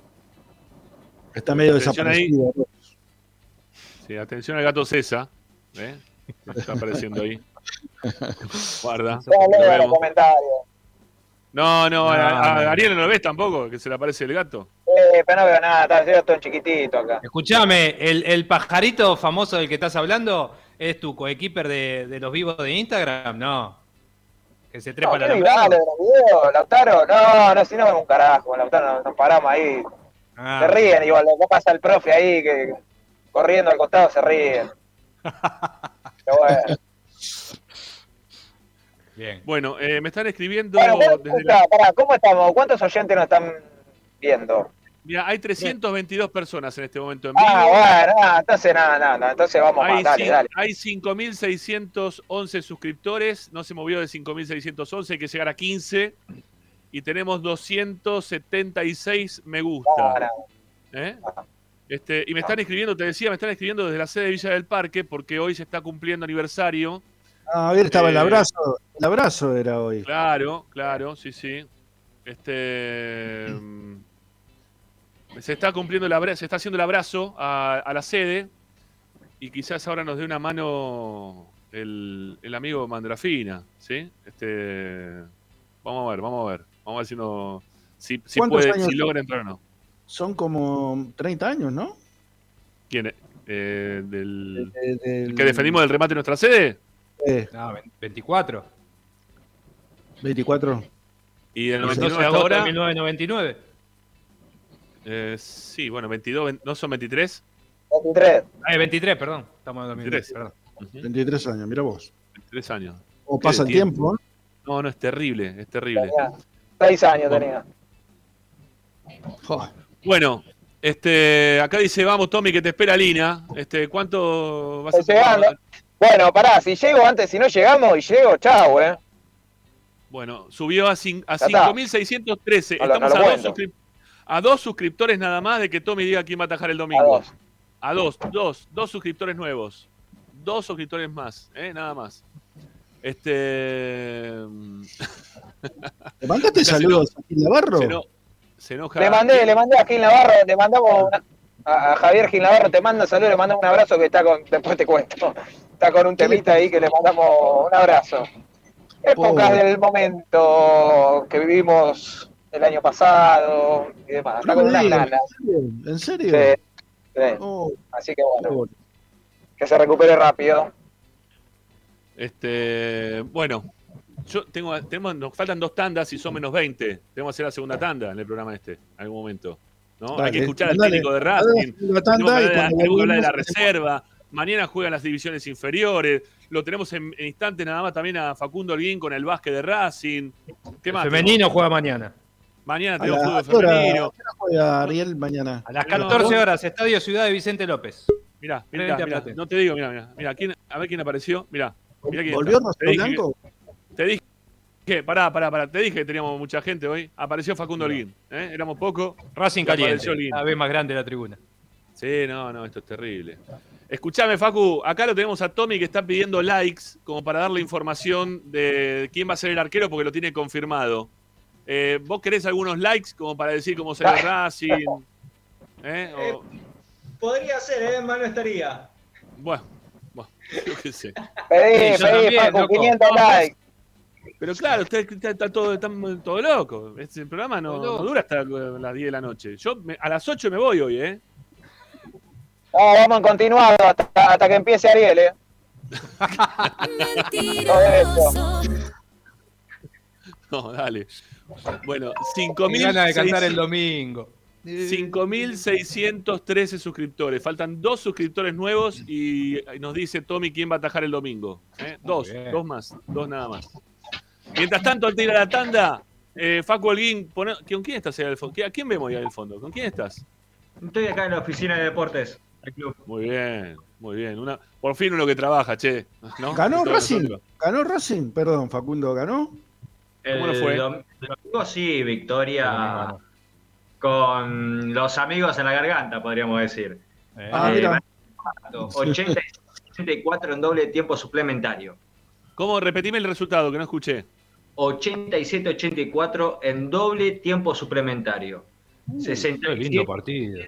Está medio Atención ahí. desaparecido. Oroz. Sí, atención al gato César. ¿eh? Está apareciendo ahí. Guarda. No lo leo los vemos. comentarios. No, no, a, a No, no. Ariel no lo ves tampoco, que se le aparece el gato. Eh, pero no veo nada, está yo estoy chiquitito acá. Escuchame, el, el pajarito famoso del que estás hablando es tu coequiper de, de los vivos de Instagram, ¿no? Que se trepa No, la ¿qué alambrado. vale de los videos? Lautaro, no, no, si no vemos un carajo, con Lautaro nos, nos paramos ahí. Ah, Se ríen igual, lo que pasa el profe ahí que corriendo al costado se ríen. Pero bueno. bien. Bueno, eh, me están escribiendo Bueno, ¿cómo, desde la... está? Pará, ¿cómo estamos? ¿Cuántos oyentes nos están viendo? Mira, hay trescientas veintidós personas en este momento en vivo. Ah, bueno, nada, entonces nada, nada, nada, entonces vamos Hay, más, dale, cin- dale. hay cinco mil seiscientos once suscriptores, no se movió de cinco mil seiscientos once, hay que llegar a quince. y tenemos doscientos setenta y seis me gusta. ¿Eh? Este, y me están escribiendo, te decía, me están escribiendo desde la sede de Villa del Parque porque hoy se está cumpliendo aniversario. Ah, a ver, estaba Eh, el abrazo. El abrazo era hoy. Claro, claro, sí, sí. Este mm, se está cumpliendo el abrazo, se está haciendo el abrazo a, a la sede y quizás ahora nos dé una mano el, el amigo Mandrafina, ¿sí? Este, vamos a ver, vamos a ver, vamos a ver si no, si, si ¿Cuántos puede, años si logra entrar o no. Son como treinta años, ¿no? ¿Quién es? Eh, del, De- del- ¿El que defendimos del remate de nuestra sede? Eh, No, veinticuatro. veinticuatro. Y del doce noventa y nueve de hasta agosto de ahora. mil novecientos noventa y nueve. Eh, sí, bueno, veintidós, veinte, ¿no son veintitrés? veintitrés. Ah, veintitrés, perdón. Estamos en dos mil diez, veintitrés. perdón. Ujú, veintitrés años, mira vos. veintitrés años. O ¿Qué pasa de el tiempo, ¿eh? No, no, es terrible, es terrible. Tenía seis años tenía. Jo. Bueno, este, acá dice, vamos Tommy, que te espera Lina. Este, ¿cuánto vas a Estoy llegando. Bueno, pará, si llego antes, si no llegamos y llego, chao, eh. Bueno, subió a, cin- a Ya está. cinco mil seiscientos trece. No lo- Estamos no lo a, dos cuento. suscrip- a dos suscriptores nada más de que Tommy diga quién va a atajar el domingo. A dos. A dos, dos, dos suscriptores nuevos. Dos suscriptores más, ¿eh? Nada más. Este. ¿Le mandaste Acá se saludos a Gil Navarro? Se, eno- se enoja. Le mandé, le mandé a Gil Navarro, le mandamos una- a, a Javier Gil Navarro, te manda saludos, le mandamos un abrazo que está con, después te cuento. Está con un temita ahí que le mandamos un abrazo. Épocas Pobre. del momento que vivimos el año pasado y demás. Está No con me unas digas, ganas. ¿en serio? Sí, sí. Oh, Así que bueno, pobre. que se recupere rápido. Este, bueno, yo tengo, tenemos, nos faltan dos tandas y son menos veinte. Tenemos que hacer la segunda tanda en el programa este, en algún momento. ¿no? Dale, Hay que escuchar al dale, técnico de dale, Racing. dale la tanda Tenemos que y hablar de la- cuando tenemos que hablar de la volvamos- reserva. Mañana juegan las divisiones inferiores. Lo tenemos en, en instante nada más también a Facundo Holguín con el básquet de Racing. ¿Qué El más? femenino juega mañana. Mañana A tenemos la- fútbol ¿a qué hora- femenino. a qué hora juega Ariel mañana? A las No, catorce no. horas, Estadio Ciudad de Vicente López. Mirá, Frente mirá, a mirá, Platense. no te digo, mirá, mirá. Mirá, ¿quién, a ver quién apareció. Mirá, mirá quién ¿Volvió está. Rostro Te dije que- Blanco? Te dije que, pará, pará, pará, te dije que teníamos mucha gente hoy. Apareció Facundo Holguín, ¿eh? Éramos pocos. Racing Y caliente. apareció Holguín. Cada vez más grande la tribuna. Sí, no, no, esto es terrible. Escuchame, Facu, acá lo tenemos a Tommy que está pidiendo likes como para darle información de quién va a ser el arquero porque lo tiene confirmado. Eh, ¿Vos querés algunos likes como para decir cómo se ve Racing? ¿Eh? O- Podría ser, ¿eh? Mal no estaría. Bueno, bueno, yo qué sé. Pedí, Sí, yo pedí, también, Paco, loco. quinientos likes. Pero claro, usted está, está todo, están todo loco. Este programa no, Todo loco. no dura hasta las diez de la noche. Yo me- a las ocho me voy hoy, ¿eh? No, vamos en continuado hasta, hasta que empiece Ariel, eh. Todo esto. No, dale. Bueno, cinco Qué mil ganas de cantar el domingo. cinco mil seiscientos trece suscriptores. Faltan dos suscriptores nuevos y nos dice Tommy quién va a atajar el domingo. ¿eh? Dos, bien. dos más, dos nada más. Mientras tanto, al tirar la tanda, eh, Facu Holguín, poné- ¿con quién estás ahí al fondo? ¿A quién vemos ahí al fondo? ¿Con quién estás? Estoy acá en la oficina de deportes del club. Muy bien, muy bien. Una, por fin uno que trabaja, che. ¿no? ¿Ganó Todos Racing? nosotros. ¿Ganó Racing? Perdón, Facundo, ¿ganó? ¿Cómo le El fue? dom- el domingo sí, victoria Domingo, con los amigos en la garganta, podríamos decir. Eh, Ah, Eh, mira. ochenta y ochenta y cuatro en doble tiempo suplementario. ¿Cómo? Repetime el resultado, que no escuché. ochenta y siete ochenta y cuatro en doble tiempo suplementario. sesenta Qué y lindo siete partido.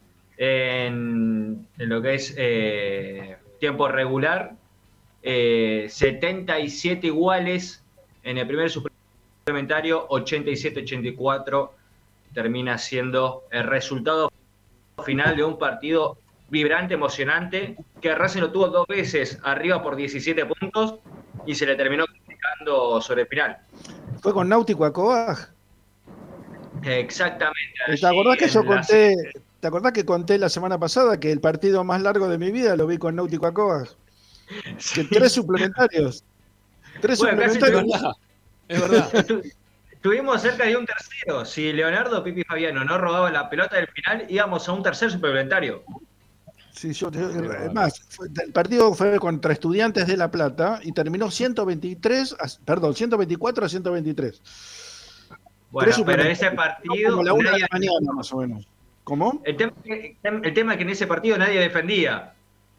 en, en lo que es eh, tiempo regular. eh, setenta y siete iguales en el primer suplementario. ochenta y siete ochenta y cuatro termina siendo el resultado final de un partido vibrante, emocionante, que Racing lo tuvo dos veces arriba por diecisiete puntos y se le terminó complicando sobre el final. ¿Fue con Náutico a Coag? Exactamente. ¿Te acordás que allí yo en la- conté, te acordás que conté la semana pasada que el partido más largo de mi vida lo vi con Náutico a Coag? Que tres suplementarios. Tres Bueno, casi suplementarios. Es verdad. Estu- Estuvimos cerca de un tercero. Si Leonardo Pipi Fabiano no robaba la pelota del final, íbamos a un tercer suplementario. Sí, yo, yo- es más, fue- el partido fue contra Estudiantes de La Plata y terminó ciento veintitrés, a- perdón, ciento veinticuatro a ciento veintitrés. Bueno, pero ese partido. Como la una nadie- de la mañana, más o menos. ¿Cómo? El tema, el tema es que en ese partido nadie defendía.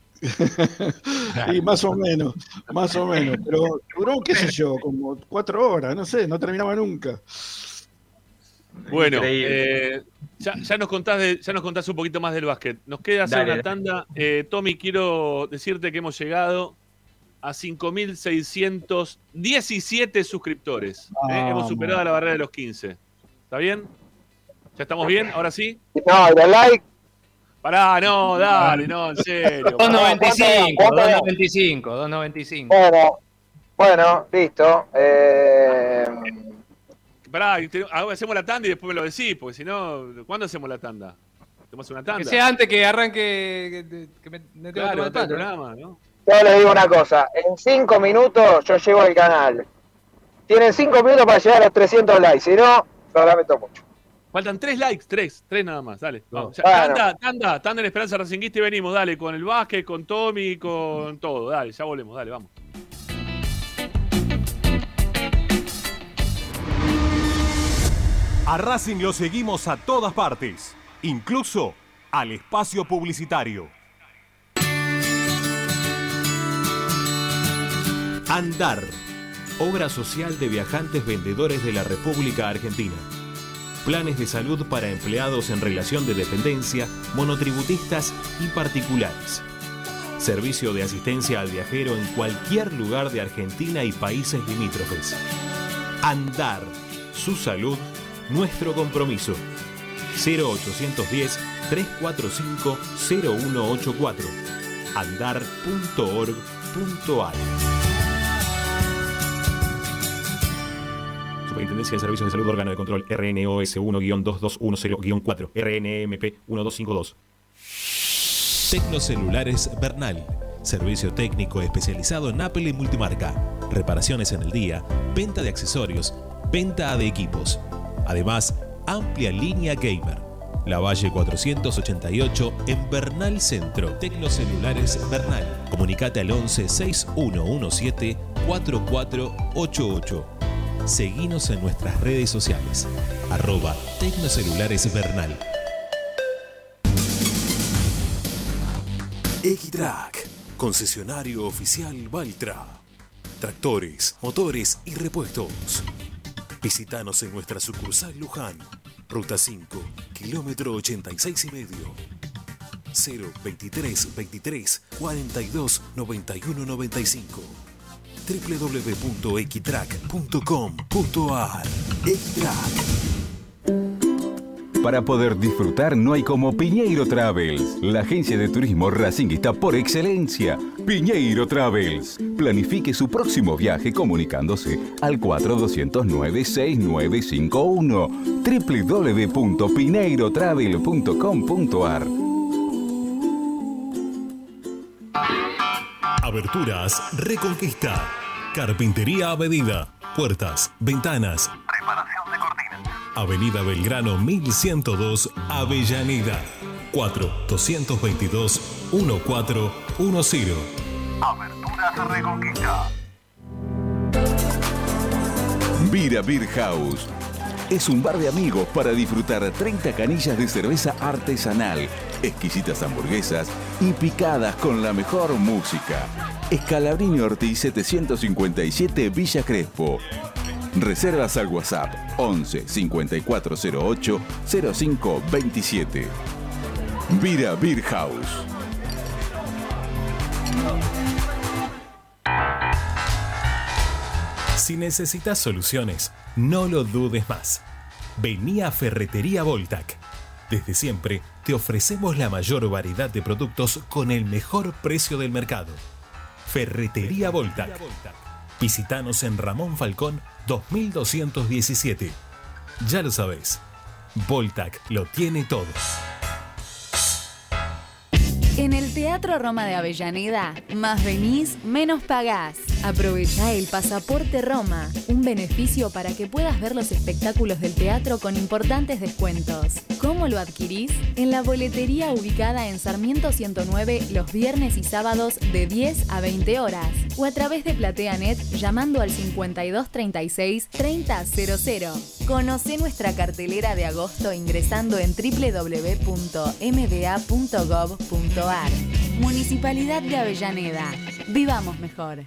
Y más o menos, más o menos. Pero duró, qué sé yo, como cuatro horas, no sé, no terminaba nunca. Bueno, Increíble. eh, ya, ya, nos contás de, ya nos contás un poquito más del básquet. Nos queda hacer Dale, una dale. tanda. Eh, Tommy, quiero decirte que hemos llegado a cinco mil seiscientos diecisiete suscriptores. ¿eh? Vamos. Hemos superado la barrera de los quince. ¿Está bien? ¿Ya estamos bien? ¿Ahora sí? No, los likes. Pará, no, dale, no, en serio. dos noventa y cinco, ¿Cuánto dos era? noventa y cinco, dos noventa y cinco. Bueno, bueno, listo. Eh, Pará, y te- ahora hacemos la tanda y después me lo decís, porque si no, ¿cuándo hacemos la tanda? ¿Hacemos una tanda? Que sea antes que arranque, que, que me, me tengo que Claro, tomar antes del el palo. programa, ¿no? yo les digo una cosa. En cinco minutos yo llego al canal. Tienen cinco minutos para llegar a los trescientos likes. Si no, lo lamento mucho. Faltan tres likes, tres, tres nada más, dale. Vamos. Ya, Bueno. Tanda, tanda, tanda en Esperanza Racinguista y venimos, dale, con el básquet, con Tommy, con todo, dale, ya volvemos, dale, vamos. A Racing lo seguimos a todas partes, incluso al espacio publicitario. Andar, obra social de viajantes vendedores de la República Argentina. Planes de salud para empleados en relación de dependencia, monotributistas y particulares. Servicio de asistencia al viajero en cualquier lugar de Argentina y países limítrofes. Andar, su salud, nuestro compromiso. cero ochocientos diez, trescientos cuarenta y cinco, cero uno ochenta y cuatro. andar punto org punto ar. Superintendencia de Servicios de Salud, órgano de control R N O S uno guion dos dos uno cero guion cuatro, R N M P uno dos cinco dos. Tecnocelulares Bernal. Servicio técnico especializado en Apple y multimarca. Reparaciones en el día, venta de accesorios, venta de equipos. Además, amplia línea gamer. Lavalle cuatrocientos ochenta y ocho en Bernal Centro. Tecnocelulares Bernal. Comunicate al once seis uno uno siete cuatro cuatro ocho ocho. Seguinos en nuestras redes sociales. Arroba Tecnocelulares Bernal. Equitrack, concesionario oficial Valtra. Tractores, motores y repuestos. Visítanos en nuestra sucursal Luján, Ruta cinco, kilómetro ochenta y seis y medio. cero veintitrés veintitrés cuarenta y dos noventa y uno noventa y cinco. doble u doble u doble u punto equitrack punto com punto ar. Equitrack. Para poder disfrutar no hay como Piñeiro Travels, la agencia de turismo racinguista por excelencia. Piñeiro Travels. Planifique su próximo viaje comunicándose al cuatro dos cero nueve seis nueve cinco uno. doble u doble u doble u punto pineiro travel punto com punto ar. Aberturas Reconquista. Carpintería a medida. Puertas, ventanas. Reparación de cortinas. Avenida Belgrano mil ciento dos, Avellaneda. cuatro dos dos dos, uno cuatro uno cero. Aberturas Reconquista. Vira Beer House. Es un bar de amigos para disfrutar treinta canillas de cerveza artesanal, exquisitas hamburguesas y picadas con la mejor música. Escalabrini Ortiz setecientos cincuenta y siete, Villa Crespo. Reservas al WhatsApp once cincuenta y cuatro cero ocho cero cinco veintisiete. Vira Beer House. Si necesitas soluciones, no lo dudes más. Vení a Ferretería Voltac. Desde siempre te ofrecemos la mayor variedad de productos con el mejor precio del mercado. Ferretería Voltac. Visítanos en Ramón Falcón dos mil doscientos diecisiete. Ya lo sabés, Voltac lo tiene todo. En el Teatro Roma de Avellaneda, más venís, menos pagás. Aprovecha el Pasaporte Roma, un beneficio para que puedas ver los espectáculos del teatro con importantes descuentos. ¿Cómo lo adquirís? En la boletería ubicada en Sarmiento ciento nueve los viernes y sábados de diez a veinte horas o a través de PlateaNet llamando al cincuenta y dos treinta y seis treinta cero cero. Conoce nuestra cartelera de agosto ingresando en doble u doble u doble u punto m d a punto gov punto a r. Municipalidad de Avellaneda. Vivamos mejor.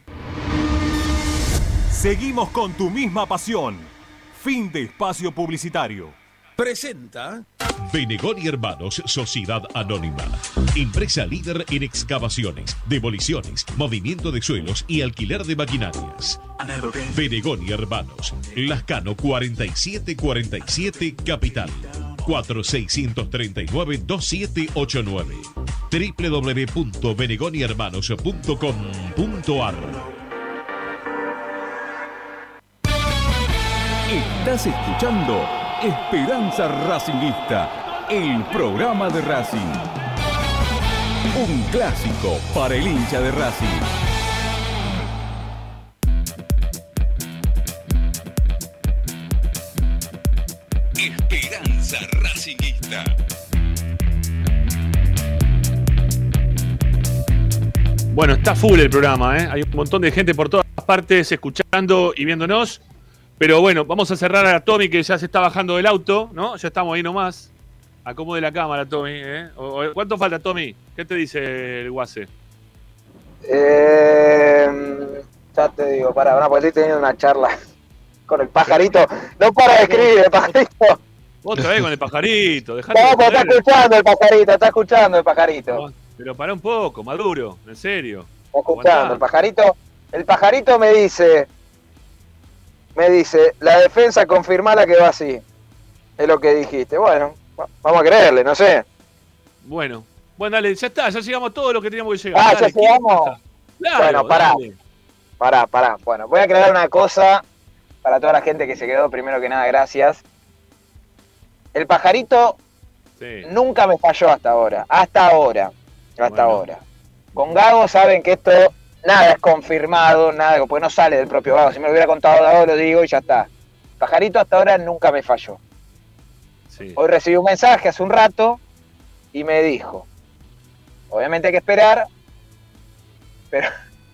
Seguimos con tu misma pasión. Fin de espacio publicitario. Presenta Venegón y Hermanos, Sociedad Anónima. Empresa líder en excavaciones, demoliciones, movimiento de suelos y alquiler de maquinarias. Venegón y Hermanos, Lascano cuarenta y siete cuarenta y siete, Capital. cuatro seis tres nueve dos siete ocho nueve. doble u doble u doble u punto venegón y hermanos punto com punto a r. Estás escuchando Esperanza Racinguista, el programa de Racing. Un clásico para el hincha de Racing. Esperanza Racinguista. Bueno, está full el programa, ¿eh? Hay un montón de gente por todas partes escuchando y viéndonos. Pero bueno, vamos a cerrar a Tommy, que ya se está bajando del auto, ¿no? Ya estamos ahí nomás. Acomode la cámara, Tommy, ¿eh? ¿Cuánto falta, Tommy? ¿Qué te dice el guase? Eh, ya te digo, pará, pará, porque estoy teniendo una charla con el pajarito. No para de escribir, el pajarito. Otra vez con el pajarito. Dejate No, de pero está joder. escuchando el pajarito, está escuchando el pajarito. Pero pará un poco, Maduro, en serio. Está escuchando Aguantá. el pajarito. El pajarito me dice, me dice, la defensa confirmala que va así. Es lo que dijiste. Bueno, vamos a creerle, no sé. Bueno, bueno, dale, ya está, ya llegamos a todo lo que teníamos que llegar. Ah, Dale, ya llegamos. Claro, Bueno, pará. dale. Pará, pará. Bueno, voy a aclarar una cosa para toda la gente que se quedó. Primero que nada, gracias. El pajarito Sí. nunca me falló hasta ahora. Hasta ahora. Hasta Bueno. ahora. Con Gago saben que esto nada es confirmado, nada, porque no sale del propio Gago. Si me lo hubiera contado Gago, lo digo y ya está. Pajarito hasta ahora nunca me falló. Sí. Hoy recibí un mensaje hace un rato y me dijo, obviamente hay que esperar, pero,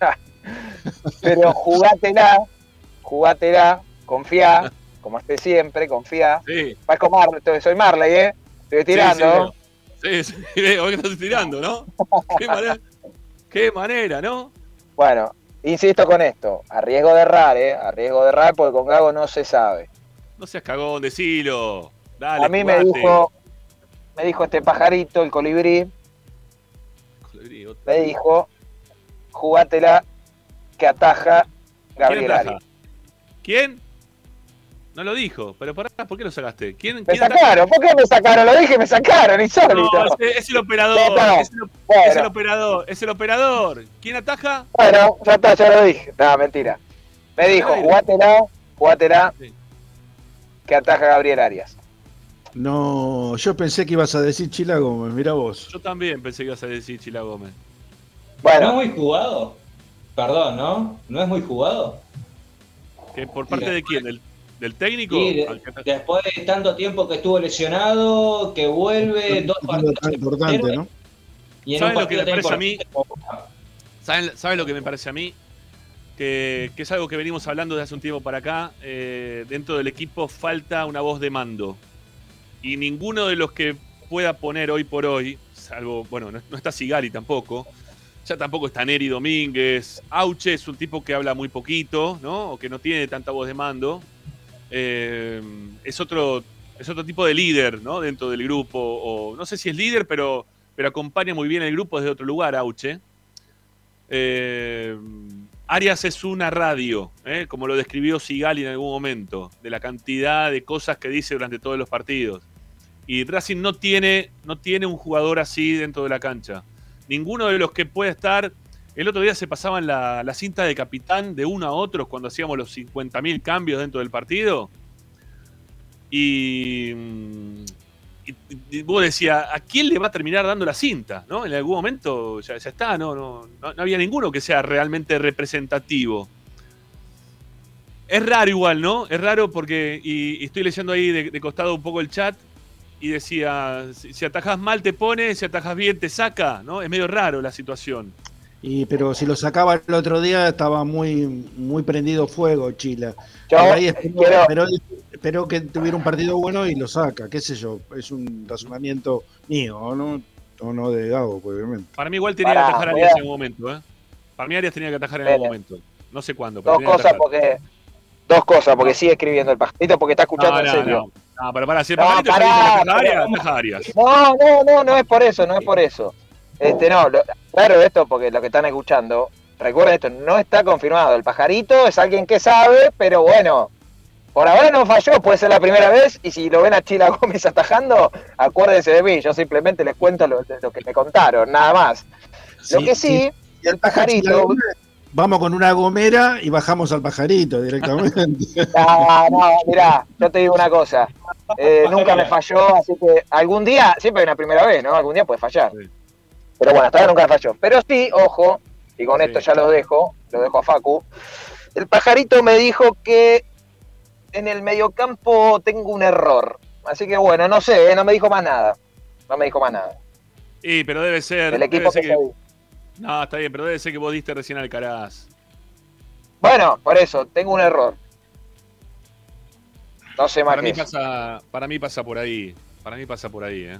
pero jugátela, jugátela, confía, como esté siempre, confía. Sí. Vas con Marley, soy Marley, ¿eh? Estoy tirando. Sí, sí, sí, veo que estás tirando, ¿no? Qué manera, qué manera, ¿no? Bueno, insisto con esto, a riesgo de errar, ¿eh? A riesgo de errar, porque con Gago no se sabe. No seas cagón, decilo. Dale, A mí me jugate. dijo, me dijo este pajarito, el colibrí, Colibrí, otra. me dijo, jugátela que ataja Gabriel ¿Quién ataja? Arias. ¿Quién? No lo dijo, pero pará, ¿por qué lo sacaste? ¿Quién, Me quién ataja? sacaron, ¿por qué me sacaron? Lo dije, me sacaron, insólito. No, es, es el operador, Ya está. es el, Bueno. es el operador, es el operador. ¿Quién ataja? Bueno, ya está, ya lo dije. No, mentira. Me dijo, jugátela, jugátela que ataja Gabriel Arias. No, yo pensé que ibas a decir Chila Gómez, mira vos. Yo también pensé que ibas a decir Chila Gómez. Bueno. ¿No es muy jugado? Perdón, ¿no? ¿No es muy jugado? ¿Que ¿Por parte de quién? ¿Del, del técnico? Sí, de- Al que- después de tanto tiempo que estuvo lesionado, que vuelve, dos partidos Tan importante, ¿no? y en un ¿Saben lo que partido me tan parece a mí? importante. ¿Saben, ¿Saben lo que me parece a mí? Que, que es algo que venimos hablando desde hace un tiempo para acá. Eh, dentro del equipo falta una voz de mando. Y ninguno de los que pueda poner hoy por hoy, salvo, bueno, no, no está Sigali tampoco, ya tampoco está Neri Domínguez. Auche es un tipo que habla muy poquito, ¿no? O que no tiene tanta voz de mando. Eh, es otro, es otro tipo de líder, ¿no? Dentro del grupo. O no sé si es líder, pero, pero acompaña muy bien el grupo desde otro lugar, Auche. Eh, Arias es una radio, ¿eh? Como lo describió Sigali en algún momento, de la cantidad de cosas que dice durante todos los partidos. Y Racing no tiene, no tiene un jugador así dentro de la cancha. Ninguno de los que puede estar. El otro día se pasaban la, la cinta de capitán de uno a otro cuando hacíamos los cincuenta mil cambios dentro del partido. Y, y, y vos decías, ¿a quién le va a terminar dando la cinta? ¿No? En algún momento ya, ya está, no, no, no, no había ninguno que sea realmente representativo. Es raro igual, ¿no? Es raro porque, y, y estoy leyendo ahí de, de costado un poco el chat, y decía, si, si atajás mal te pone, si atajás bien te saca, ¿no? Es medio raro la situación. Y, pero si lo sacaba el otro día estaba muy, muy prendido fuego Chila. Yo Pero ahí esperó, quiero- esperó- esperó que tuviera un partido bueno y lo saca, qué sé yo, es un razonamiento mío, ¿no? O no de Gago, pues, obviamente. Para mí igual tenía Pará, que atajar voy Arias a- en algún momento, ¿eh? Para mí Arias tenía que atajar en Bueno. algún momento. No sé cuándo, pero Dos tenía que cosas atajar. porque. Dos cosas, porque sigue escribiendo el pajarito, porque está escuchando No, en no, serio. no. No, pero para, si el No, pajarito ya pará, dice que ataja pero- Arias, ataja Arias. No, no, no, no es por eso, no es por eso. Este, no, lo- claro esto, porque lo que están escuchando, recuerden esto, no está confirmado. El pajarito es alguien que sabe, pero bueno, por ahora no falló, puede ser la primera vez, y si lo ven a Chila Gómez atajando, acuérdense de mí, yo simplemente les cuento lo, lo que me contaron, nada más. Lo Sí, que sí, sí. el pajarito... Vamos con una gomera y bajamos al pajarito directamente. No, no, mirá, yo te digo una cosa. Eh, nunca me falló, así que algún día, siempre hay una primera vez, ¿no? Algún día puede fallar. Pero bueno, hasta ahora nunca me falló. Pero sí, ojo, y con esto ya lo dejo, lo dejo a Facu. El pajarito me dijo que en el mediocampo tengo un error. Así que bueno, no sé, ¿eh? No me dijo más nada. No me dijo más nada. Sí, pero debe ser. El debe equipo ser que que- soy. No, está bien, pero debe ser que vos diste recién al Alcaraz. Bueno, por eso, tengo un error. No sé más Para que mí, eso. pasa, para mí pasa por ahí. Para mí pasa por ahí, ¿eh?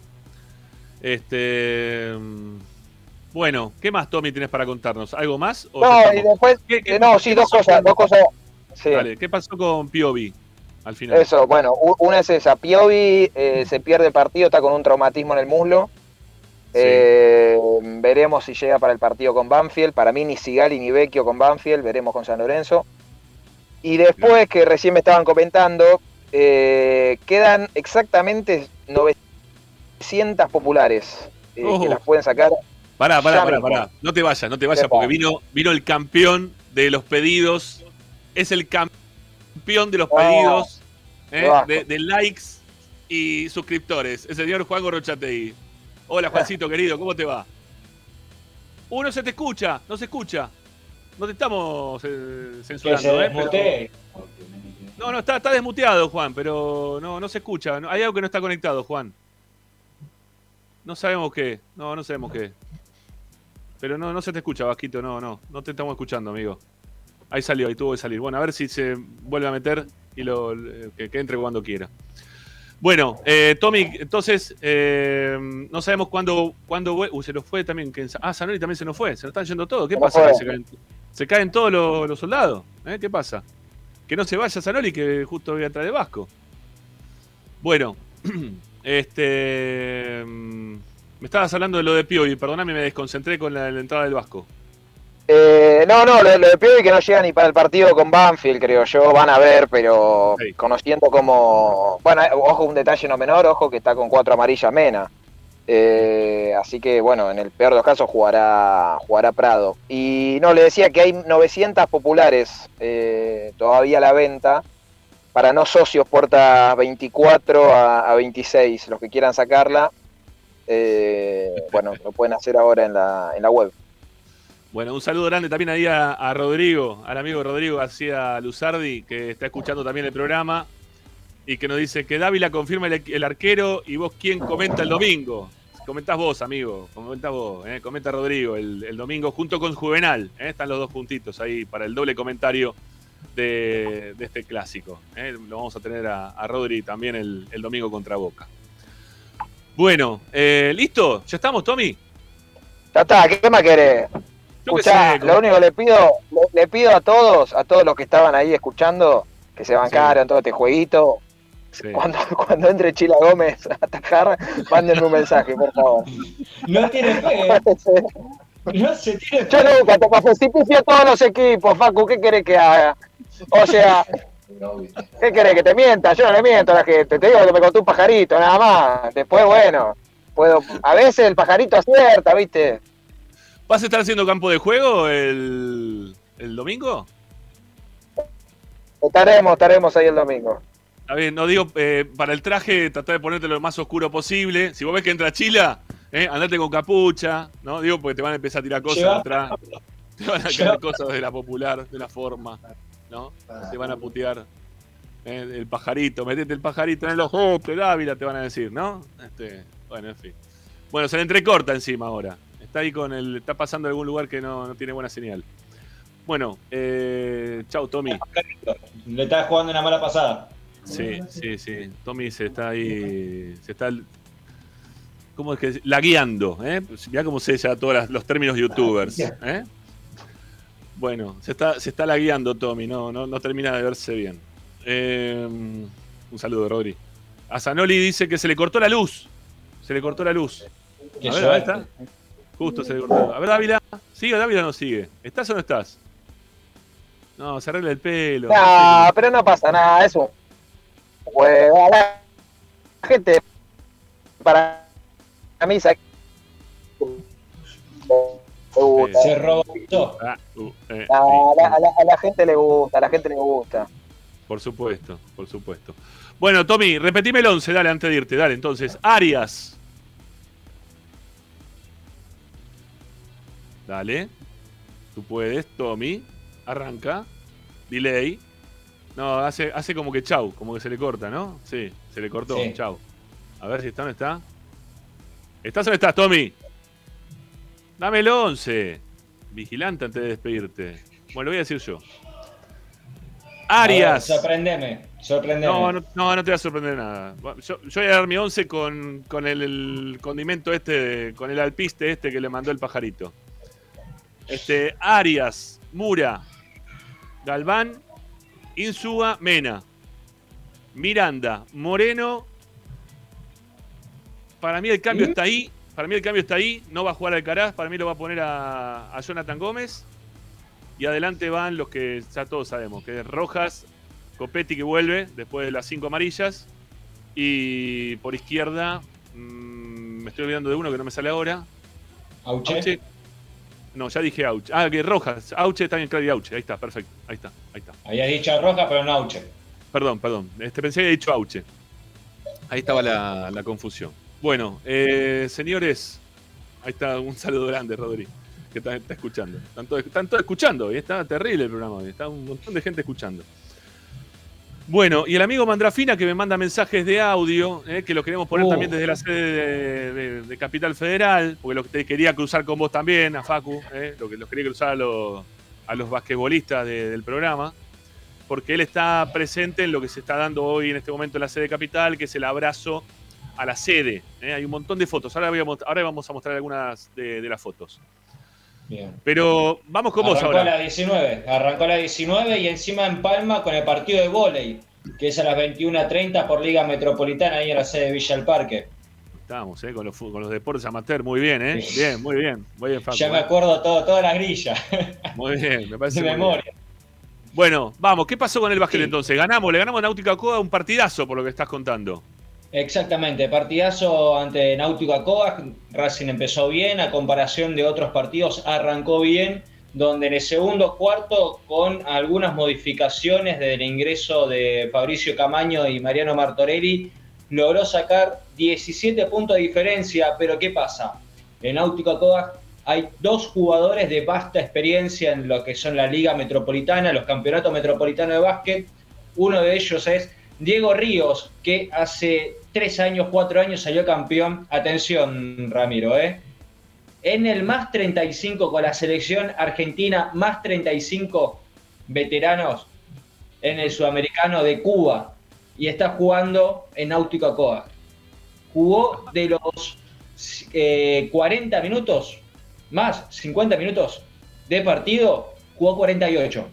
Este. mm, Bueno, ¿qué más, Tommy, tenés para contarnos? ¿Algo más? ¿O ya No, estamos? y después, ¿Qué- qué- eh, no, qué sí, dos pasó cosas, con- dos cosas. Sí. Dale, ¿qué pasó con Piovi al final? Eso, bueno, u- una es esa. Piovi eh, se pierde el partido, está con un traumatismo en el muslo. Eh, veremos si llega para el partido con Banfield. Para mí ni Sigali ni Vecchio con Banfield, veremos con San Lorenzo. Y después, que recién me estaban comentando, eh, quedan exactamente novecientas populares eh, Ojo. que las pueden sacar. Pará, pará, ya pará, mismo. pará. No te vayas, no te vayas, Epa. porque vino, vino el campeón de los pedidos. Es el campeón de los No, pedidos qué ¿eh? bajo. de, de likes y suscriptores. El señor Juan Gorrochategui. Hola, Juancito, querido, ¿cómo te va? Uno se te escucha, no se escucha. No te estamos eh, censurando, Que se ¿eh? Pero- desmutee. No, no, está, está desmuteado, Juan, pero no, no se escucha. No- hay algo que no está conectado, Juan. No sabemos qué. No, no sabemos qué. Pero no, no se te escucha, Vasquito. No, no. No te estamos escuchando, amigo. Ahí salió, ahí tuvo que salir. Bueno, a ver si se vuelve a meter y lo, que, que entre cuando quiera. Bueno, eh, Tommy, entonces, eh, no sabemos cuándo, cuándo vuel- uh, se nos fue también. que- Ah, Zanoli también se nos fue. Se nos están yendo todos. ¿Qué Se nos pasa? fue. Que Se caen, se caen todos los, los soldados. ¿eh? ¿Qué pasa? Que no se vaya Zanoli, que justo voy a entrar de Vasco. Bueno, este. mm, Me estabas hablando de lo de Piovi. Perdóname, me desconcentré con la, la entrada del Vasco. Eh, no, no, lo, lo de Piovi que no llega ni para el partido con Banfield, creo yo, van a ver, pero conociendo como... Bueno, eh, ojo, un detalle no menor, ojo que está con cuatro amarillas Mena. Eh, así que, bueno, en el peor de los casos jugará, jugará Prado. Y no, le decía que hay novecientas populares eh, todavía a la venta, para no socios, puerta veinticuatro a, a veintiséis, los que quieran sacarla, eh, bueno, lo pueden hacer ahora en la, en la web. Bueno, un saludo grande también ahí a, a Rodrigo, al amigo Rodrigo García Luzardi, que está escuchando también el programa y que nos dice que Dávila confirma el, el arquero y vos quién comenta el domingo. Comentás vos, amigo, comentás vos, eh, comenta Rodrigo el, el domingo junto con Juvenal, eh, están los dos juntitos ahí para el doble comentario de, de este clásico. Eh. Lo vamos a tener a, a Rodri también el, el domingo contra Boca. Bueno, eh, ¿listo? ¿Ya estamos, Tommy? Ya está, ¿qué más querés? Yo qué Escuchá, sé, lo como- único que le pido, le, le pido a todos, a todos los que estaban ahí escuchando, que se bancaron todo este jueguito, cuando, cuando entre Chila Gómez a atajar, mándenme un mensaje, por favor. No tiene fe. No se tiene Yo nunca te precipito a todos los equipos, Facu, ¿qué querés que haga? O sea, ¿qué querés que te mienta? Yo no le miento a la gente, te digo que me contó un pajarito, nada más. Después, bueno, puedo, a veces el pajarito acierta, ¿viste? ¿Vas a estar haciendo campo de juego el, el domingo? Estaremos, estaremos ahí el domingo. Está bien, no digo, eh, para el traje, tratar de ponerte lo más oscuro posible. Si vos ves que entra Chila, eh, andate con capucha, ¿no? Digo, porque te van a empezar a tirar cosas Lleva- atrás. Te van a caer cosas de la popular, de la forma, ¿no? Te van a putear. Eh, el pajarito, metete el pajarito en el ojo, que Dávila, te van a decir, ¿no? Este, bueno, en fin. Bueno, se le entrecorta encima ahora. Está ahí con el. Está pasando a algún lugar que no, no tiene buena señal. Bueno, eh, chau, Tommy. Le estás jugando una mala pasada. Sí, sí, sí. Tommy se está ahí. Se está. ¿Cómo es que? Lagueando, ¿eh? Mirá cómo se ya todos las- los términos youtubers, ¿eh? Bueno, se está, se está lagueando Tommy, no, no, no termina de verse bien. Eh, un saludo, Rodri. A Zanoli dice que se le cortó la luz. Se le cortó la luz. Qué A ver, a ver, suerte. está. Justo se le cortó. A ver, Dávila. ¿Sigue Dávila o no sigue? ¿Estás o no estás? No, se arregla el pelo. No, pero no pasa nada, eso. Juega la gente para mí se Se robotó. Ah, uh, eh, a, la, a, la, a la gente le gusta, a la gente le gusta. Por supuesto, por supuesto. Bueno, Tommy, repetime el once, dale, antes de irte, dale. Entonces, Arias. Dale. Tú puedes, Tommy. Arranca. Delay. No, hace, hace como que chau, como que se le corta, ¿no? Sí, se le cortó, Sí. chau. A ver si está o no está. ¿Estás o no estás, Tommy? Dame el once. Vigilante antes de despedirte. Bueno, lo voy a decir yo. Arias. A ver, sorprendeme, sorprendeme. No, no, no, no te va a sorprender nada. Yo, yo voy a dar mi once con, con el, el condimento este, de- con el alpiste este que le mandó el pajarito. Este, Arias, Mura, Galván, Insúa, Mena, Miranda, Moreno. Para mí el cambio ¿Mm? está ahí. Para mí el cambio está ahí. No va a jugar Alcaraz. Para mí lo va a poner a, a Jonathan Gómez. Y adelante van los que ya todos sabemos, que es Rojas, Copetti que vuelve después de las cinco amarillas. Y por izquierda, mmm, me estoy olvidando de uno que no me sale ahora. Auche. Auche. No, ya dije Auche. Ah, que Rojas. Auche, está bien claro y Auche. Ahí está, perfecto. Ahí está, ahí está. Habías dicho Roja, pero no Auche. Perdón, perdón. Este, pensé que había dicho Auche. Ahí estaba la, la confusión. Bueno, eh, señores, ahí está un saludo grande, Rodri, que está, está escuchando. Están todos, están todos escuchando y está terrible el programa hoy. Está un montón de gente escuchando. Bueno, y el amigo Mandrafina que me manda mensajes de audio, eh, que lo queremos poner Uh. también desde la sede de, de- de Capital Federal, porque lo que te quería cruzar con vos también, a Facu, eh, lo que los quería cruzar a los, a los basquetbolistas de- del programa, porque él está presente en lo que se está dando hoy en este momento en la sede de Capital, que es el abrazo a la sede. eh. Hay un montón de fotos, ahora, voy a, mot- ahora vamos a mostrar algunas de, de las fotos. Bien. Pero vamos con vos Arrancó ahora. la diecinueve, arrancó la diecinueve y encima en Palma con el partido de vóley, que es a las veintiuna treinta por Liga Metropolitana ahí en la sede de Villa del Parque. Estamos, eh, con, los, fu- con los deportes amateur, muy bien, ¿eh? Bien, muy bien. Muy bien, Facu, Ya me eh. acuerdo todo, todas las grillas. Muy bien, me parece De muy bien. memoria. Bueno, vamos, ¿qué pasó con el básquet Sí. entonces? Ganamos, le ganamos a Náutica Ocoa un partidazo por lo que estás contando. Exactamente, partidazo ante Náutico Acoa. Racing empezó bien, a comparación de otros partidos arrancó bien, donde en el segundo cuarto, con algunas modificaciones desde el ingreso de Fabricio Camaño y Mariano Martorelli, logró sacar diecisiete puntos de diferencia. Pero ¿qué pasa? En Náutico Acoa hay dos jugadores de vasta experiencia en lo que son la Liga Metropolitana, los campeonatos metropolitanos de básquet. Uno de ellos es Diego Ríos, que hace tres años, cuatro años salió campeón. Atención, Ramiro, ¿eh? En el más treinta y cinco con la selección argentina, más treinta y cinco veteranos en el sudamericano de Cuba. Y está jugando en Náutico Acoa. Jugó de los eh, cuarenta minutos, más cincuenta minutos de partido, jugó cuarenta y ocho.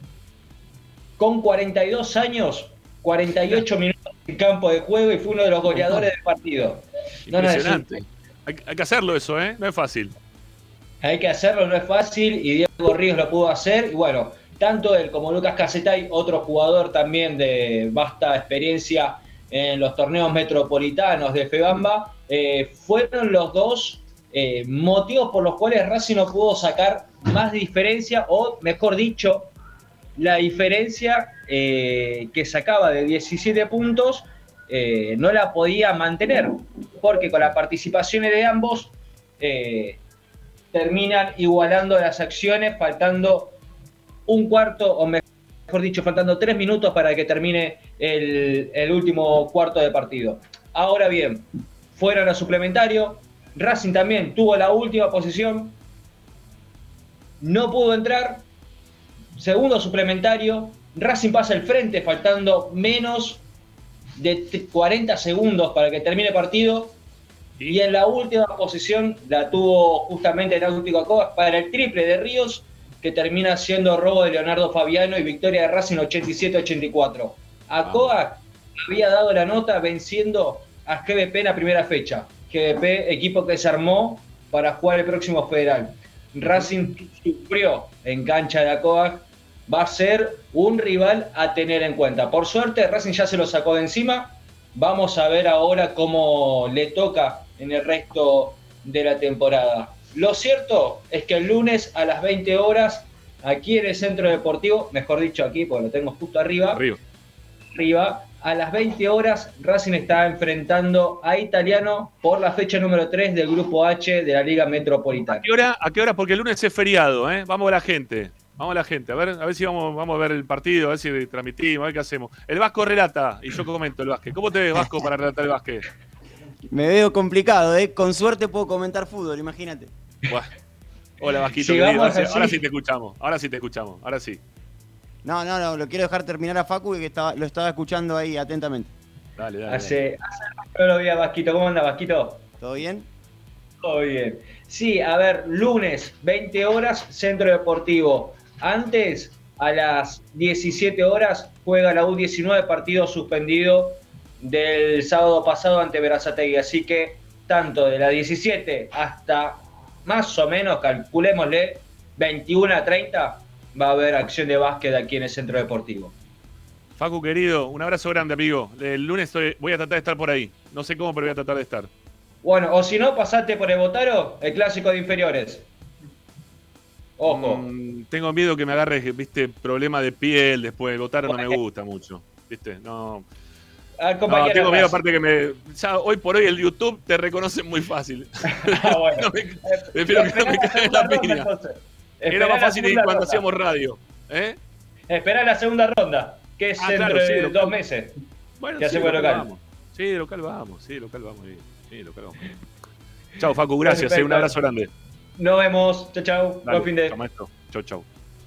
Con cuarenta y dos años, cuarenta y ocho minutos en campo de juego y fue uno de los goleadores del partido. No, no, es Impresionante. un- hay, hay que hacerlo eso, ¿eh? No es fácil. Hay que hacerlo, no es fácil, y Diego Ríos lo pudo hacer. Y bueno, tanto él como Lucas Casetay, otro jugador también de vasta experiencia en los torneos metropolitanos de FEBAMBA, eh, fueron los dos eh, motivos por los cuales Racing no pudo sacar más diferencia, o mejor dicho, la diferencia eh, que sacaba de diecisiete puntos eh, no la podía mantener, porque con las participaciones de ambos eh, terminan igualando las acciones, faltando un cuarto, o mejor dicho, faltando tres minutos para que termine el, el último cuarto de partido. Ahora bien, fueron a suplementario, Racing también tuvo la última posición, no pudo entrar, segundo suplementario, Racing pasa al frente faltando menos de cuarenta segundos para que termine el partido, y en la última posición la tuvo justamente Náutico Acoa para el triple de Ríos, que termina siendo robo de Leonardo Fabiano y victoria de Racing ochenta y siete a ochenta y cuatro. Acoa había dado la nota venciendo a G B P en la primera fecha. G B P, equipo que se armó para jugar el próximo Federal. Racing sufrió en cancha de Acoa, va a ser un rival a tener en cuenta. Por suerte, Racing ya se lo sacó de encima. Vamos a ver ahora cómo le toca en el resto de la temporada. Lo cierto es que el lunes a las veinte horas, aquí en el Centro Deportivo, mejor dicho aquí, porque lo tengo justo arriba, arriba, arriba a las veinte horas, Racing está enfrentando a Italiano por la fecha número tres del Grupo H de la Liga Metropolitana. ¿A qué hora? ¿A qué hora? Porque el lunes es feriado, ¿eh? Vamos a la gente. Vamos a la gente. A ver, a ver si vamos, vamos a ver el partido, a ver si transmitimos, a ver qué hacemos. El Vasco relata y yo comento el básquet. ¿Cómo te ves, Vasco, para relatar el básquet? Me veo complicado, ¿eh? Con suerte puedo comentar fútbol, imagínate. Buah. Hola, Vasquito. Sí, Querido. Ahora, así. ahora sí te escuchamos. Ahora sí te escuchamos. Ahora sí. No, no, no, lo quiero dejar terminar a Facu, que estaba, lo estaba escuchando ahí atentamente. Dale, dale. Hace, hace todos los días, Vasquito. ¿Cómo anda, Vasquito? ¿Todo bien? Todo bien. Sí, a ver, lunes, veinte horas, Centro Deportivo. Antes, a las diecisiete horas, juega la U diecinueve, partido suspendido del sábado pasado ante Berazategui. Así que, tanto de la diecisiete hasta más o menos, calculémosle, veintiuno a treinta, va a haber acción de básquet aquí en el Centro Deportivo. Facu, querido, un abrazo grande, amigo. El lunes estoy, voy a tratar de estar por ahí. No sé cómo, pero voy a tratar de estar. Bueno, o si no, pasate por el Botaro, el clásico de inferiores. Ojo. Mm, tengo miedo que me agarre, viste, problema de piel después. El Botaro no me gusta mucho, viste, no... Al No, compañero tengo miedo Racing. aparte que me... Ya hoy por hoy el YouTube te reconoce muy fácil. Ah, bueno. No me- Prefiero que no me caiga la piña. Era más fácil ir cuando hacíamos radio. ¿Eh? Esperá la segunda ronda, que es Ah, dentro claro, sí, de local. dos meses. Bueno, que sí, hacemos local local. vamos. Sí, de local vamos, sí, de local vamos. bien. Sí, de local vamos. Chao, Facu, gracias. eh, un abrazo grande. Nos vemos. Chau, chau. Dale, Buen fin de... chao, maestro. Chau, chau.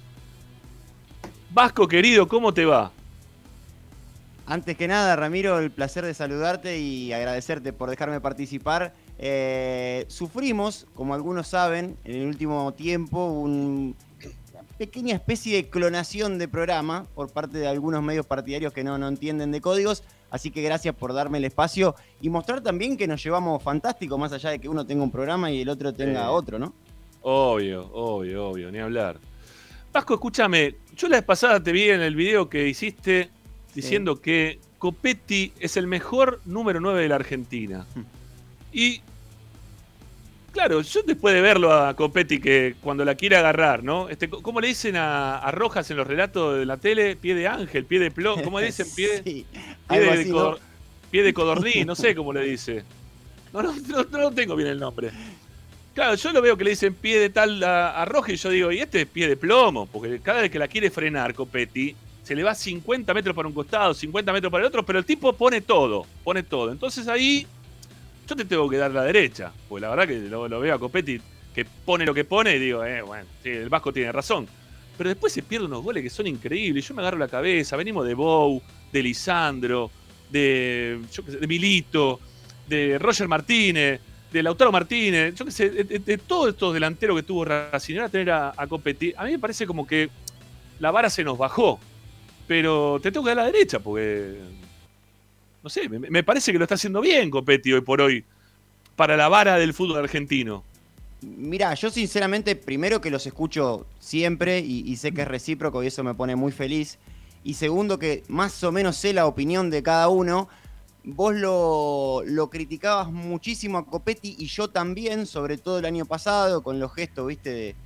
Vasco, querido, ¿cómo te va? Antes que nada, Ramiro, el placer de saludarte y agradecerte por dejarme participar. Eh, sufrimos, como algunos saben, en el último tiempo un- una pequeña especie de clonación de programa por parte de algunos medios partidarios que no, no entienden de códigos. Así que gracias por darme el espacio y mostrar también que nos llevamos fantástico, más allá de que uno tenga un programa y el otro tenga Sí. otro, ¿no? Obvio, obvio, obvio, ni hablar. Vasco, escúchame, yo la vez pasada te vi en el video que hiciste diciendo que Copetti es el mejor número nueve de la Argentina. Y, claro, yo después de verlo a Copetti, que cuando la quiere agarrar, ¿no? Este, ¿Cómo le dicen a, a Rojas en los relatos de la tele? Pie de ángel, pie de plomo, ¿cómo le dicen? Pie, Sí, pie, algo de, así, codor- ¿no? pie de codorní, no sé cómo le dice. No, no, no, no lo tengo bien el nombre. Claro, yo lo veo que le dicen pie de tal a, a Rojas y yo digo, y este es pie de plomo, porque cada vez que la quiere frenar Copetti, se le va cincuenta metros para un costado, cincuenta metros para el otro, pero el tipo pone todo, pone todo. Entonces ahí yo te tengo que dar la derecha, porque la verdad que lo, lo veo a Copetti que pone lo que pone y digo, eh, bueno, sí, el Vasco tiene razón. Pero después se pierde unos goles que son increíbles. Yo me agarro la cabeza, venimos de Bou, de Lisandro, de, yo qué sé, de Milito, de Roger Martínez, de Lautaro Martínez, yo qué sé, de, de- de todos estos delanteros que tuvo Racing, ahora tener a, a Copetti, a mí me parece como que la vara se nos bajó. Pero te tengo que dar la derecha, porque no sé, me, me parece que lo está haciendo bien Copetti hoy por hoy para la vara del fútbol argentino. Mirá, yo sinceramente, primero que los escucho siempre y, y sé que es recíproco y eso me pone muy feliz. Y segundo que más o menos sé la opinión de cada uno. Vos lo, lo criticabas muchísimo a Copetti y yo también, sobre todo el año pasado, con los gestos, viste, de,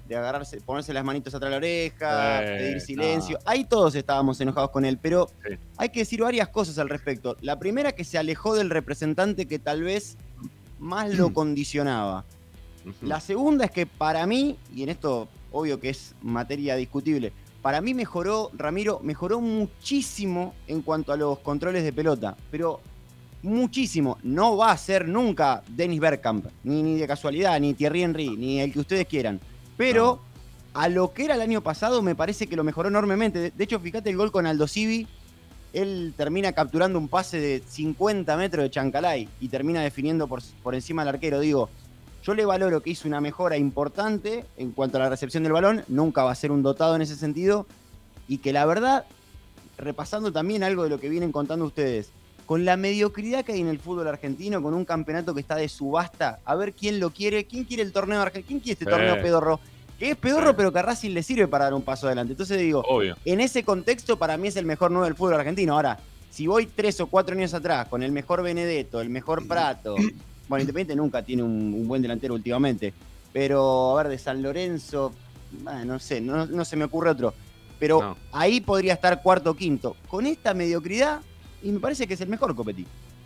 de agarrarse, ponerse las manitos atrás de la oreja, Eh, pedir silencio. no. Ahí todos estábamos enojados con él, pero Sí. hay que decir varias cosas al respecto. La primera, que se alejó del representante que tal vez más lo condicionaba. La segunda es que para mí, y en esto obvio que es materia discutible, para mí mejoró, Ramiro, mejoró muchísimo en cuanto a los controles de pelota, pero muchísimo. No va a ser nunca Dennis Bergkamp, ni, ni de casualidad, ni Thierry Henry, ni el que ustedes quieran. Pero a lo que era el año pasado me parece que lo mejoró enormemente. De, de hecho, fíjate el gol con Aldo Civi, él termina capturando un pase de cincuenta metros de Chancalay y termina definiendo por, por encima del arquero. Digo, yo le valoro que hizo una mejora importante en cuanto a la recepción del balón, nunca va a ser un dotado en ese sentido, y que la verdad, repasando también algo de lo que vienen contando ustedes, con la mediocridad que hay en el fútbol argentino, con un campeonato que está de subasta, a ver quién lo quiere, quién quiere el torneo argentino, quién quiere este Sí. torneo pedorro, que es pedorro pero que a Racing le sirve para dar un paso adelante. Entonces digo, Obvio. en ese contexto para mí es el mejor nueve del fútbol argentino. Ahora, si voy tres o cuatro años atrás con el mejor Benedetto, el mejor Prato, bueno, Independiente nunca tiene un, un buen delantero últimamente, pero a ver, de San Lorenzo, bueno, no sé, no, no se me ocurre otro, pero No. ahí podría estar cuarto o quinto. Con esta mediocridad, y me parece que es el mejor Copetti.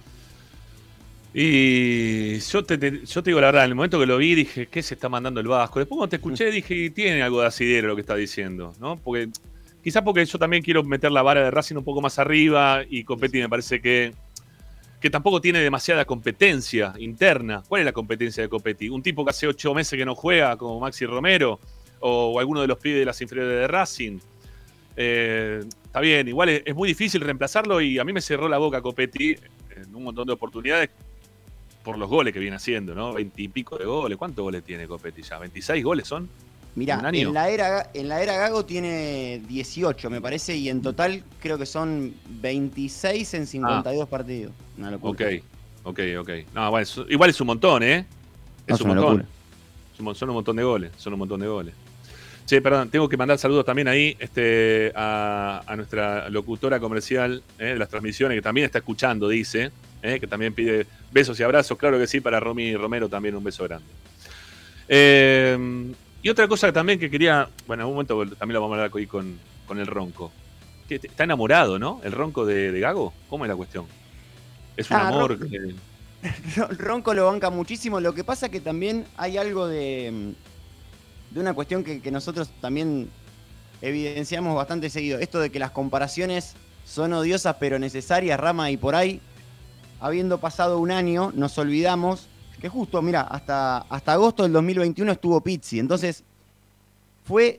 Y yo te, te- yo te digo la verdad, en el momento que lo vi dije, ¿qué se está mandando el Vasco? Después cuando te escuché dije, tiene algo de asidero lo que está diciendo, ¿no? Porque quizás porque yo también quiero meter la vara de Racing un poco más arriba y Copetti me parece que, que tampoco tiene demasiada competencia interna. ¿Cuál es la competencia de Copetti? ¿Un tipo que hace ocho meses que no juega como Maxi Romero? ¿O, o alguno de los pibes de las inferiores de Racing? Eh, está bien, igual es, es muy difícil reemplazarlo y a mí me cerró la boca Copetti en un montón de oportunidades por los goles que viene haciendo, ¿no? Veintipico de goles. ¿Cuántos goles tiene Copetti ya? ¿veintiséis goles son? Mirá, ¿Un año? en la, era, en la era Gago tiene dieciocho, me parece, y en total creo que son veintiséis en cincuenta y dos partidos. Una locura. Ok, ok, ok. No, bueno, es- igual es un montón, ¿eh? Es No, es un una montón. locura. Es un mon- son un montón de goles, son un montón de goles. Che, perdón, tengo que mandar saludos también ahí este, a, a nuestra locutora comercial eh, de las transmisiones, que también está escuchando, dice, eh, que también pide besos y abrazos, claro que sí, para Romy Romero también un beso grande. Eh, y otra cosa también que quería, bueno, en algún momento también lo vamos a hablar hoy con, con el Ronco. Que está enamorado, ¿no? El Ronco de, de Gago, ¿cómo es la cuestión? Es un Ah, amor... Ron- que- Ronco lo banca muchísimo. Lo que pasa que también hay algo de, de una cuestión que, que nosotros también evidenciamos bastante seguido. Esto de que las comparaciones son odiosas pero necesarias, Rama, y por ahí, habiendo pasado un año, nos olvidamos que justo, mira, hasta, hasta agosto del dos mil veintiuno estuvo Pizzi. Entonces, fue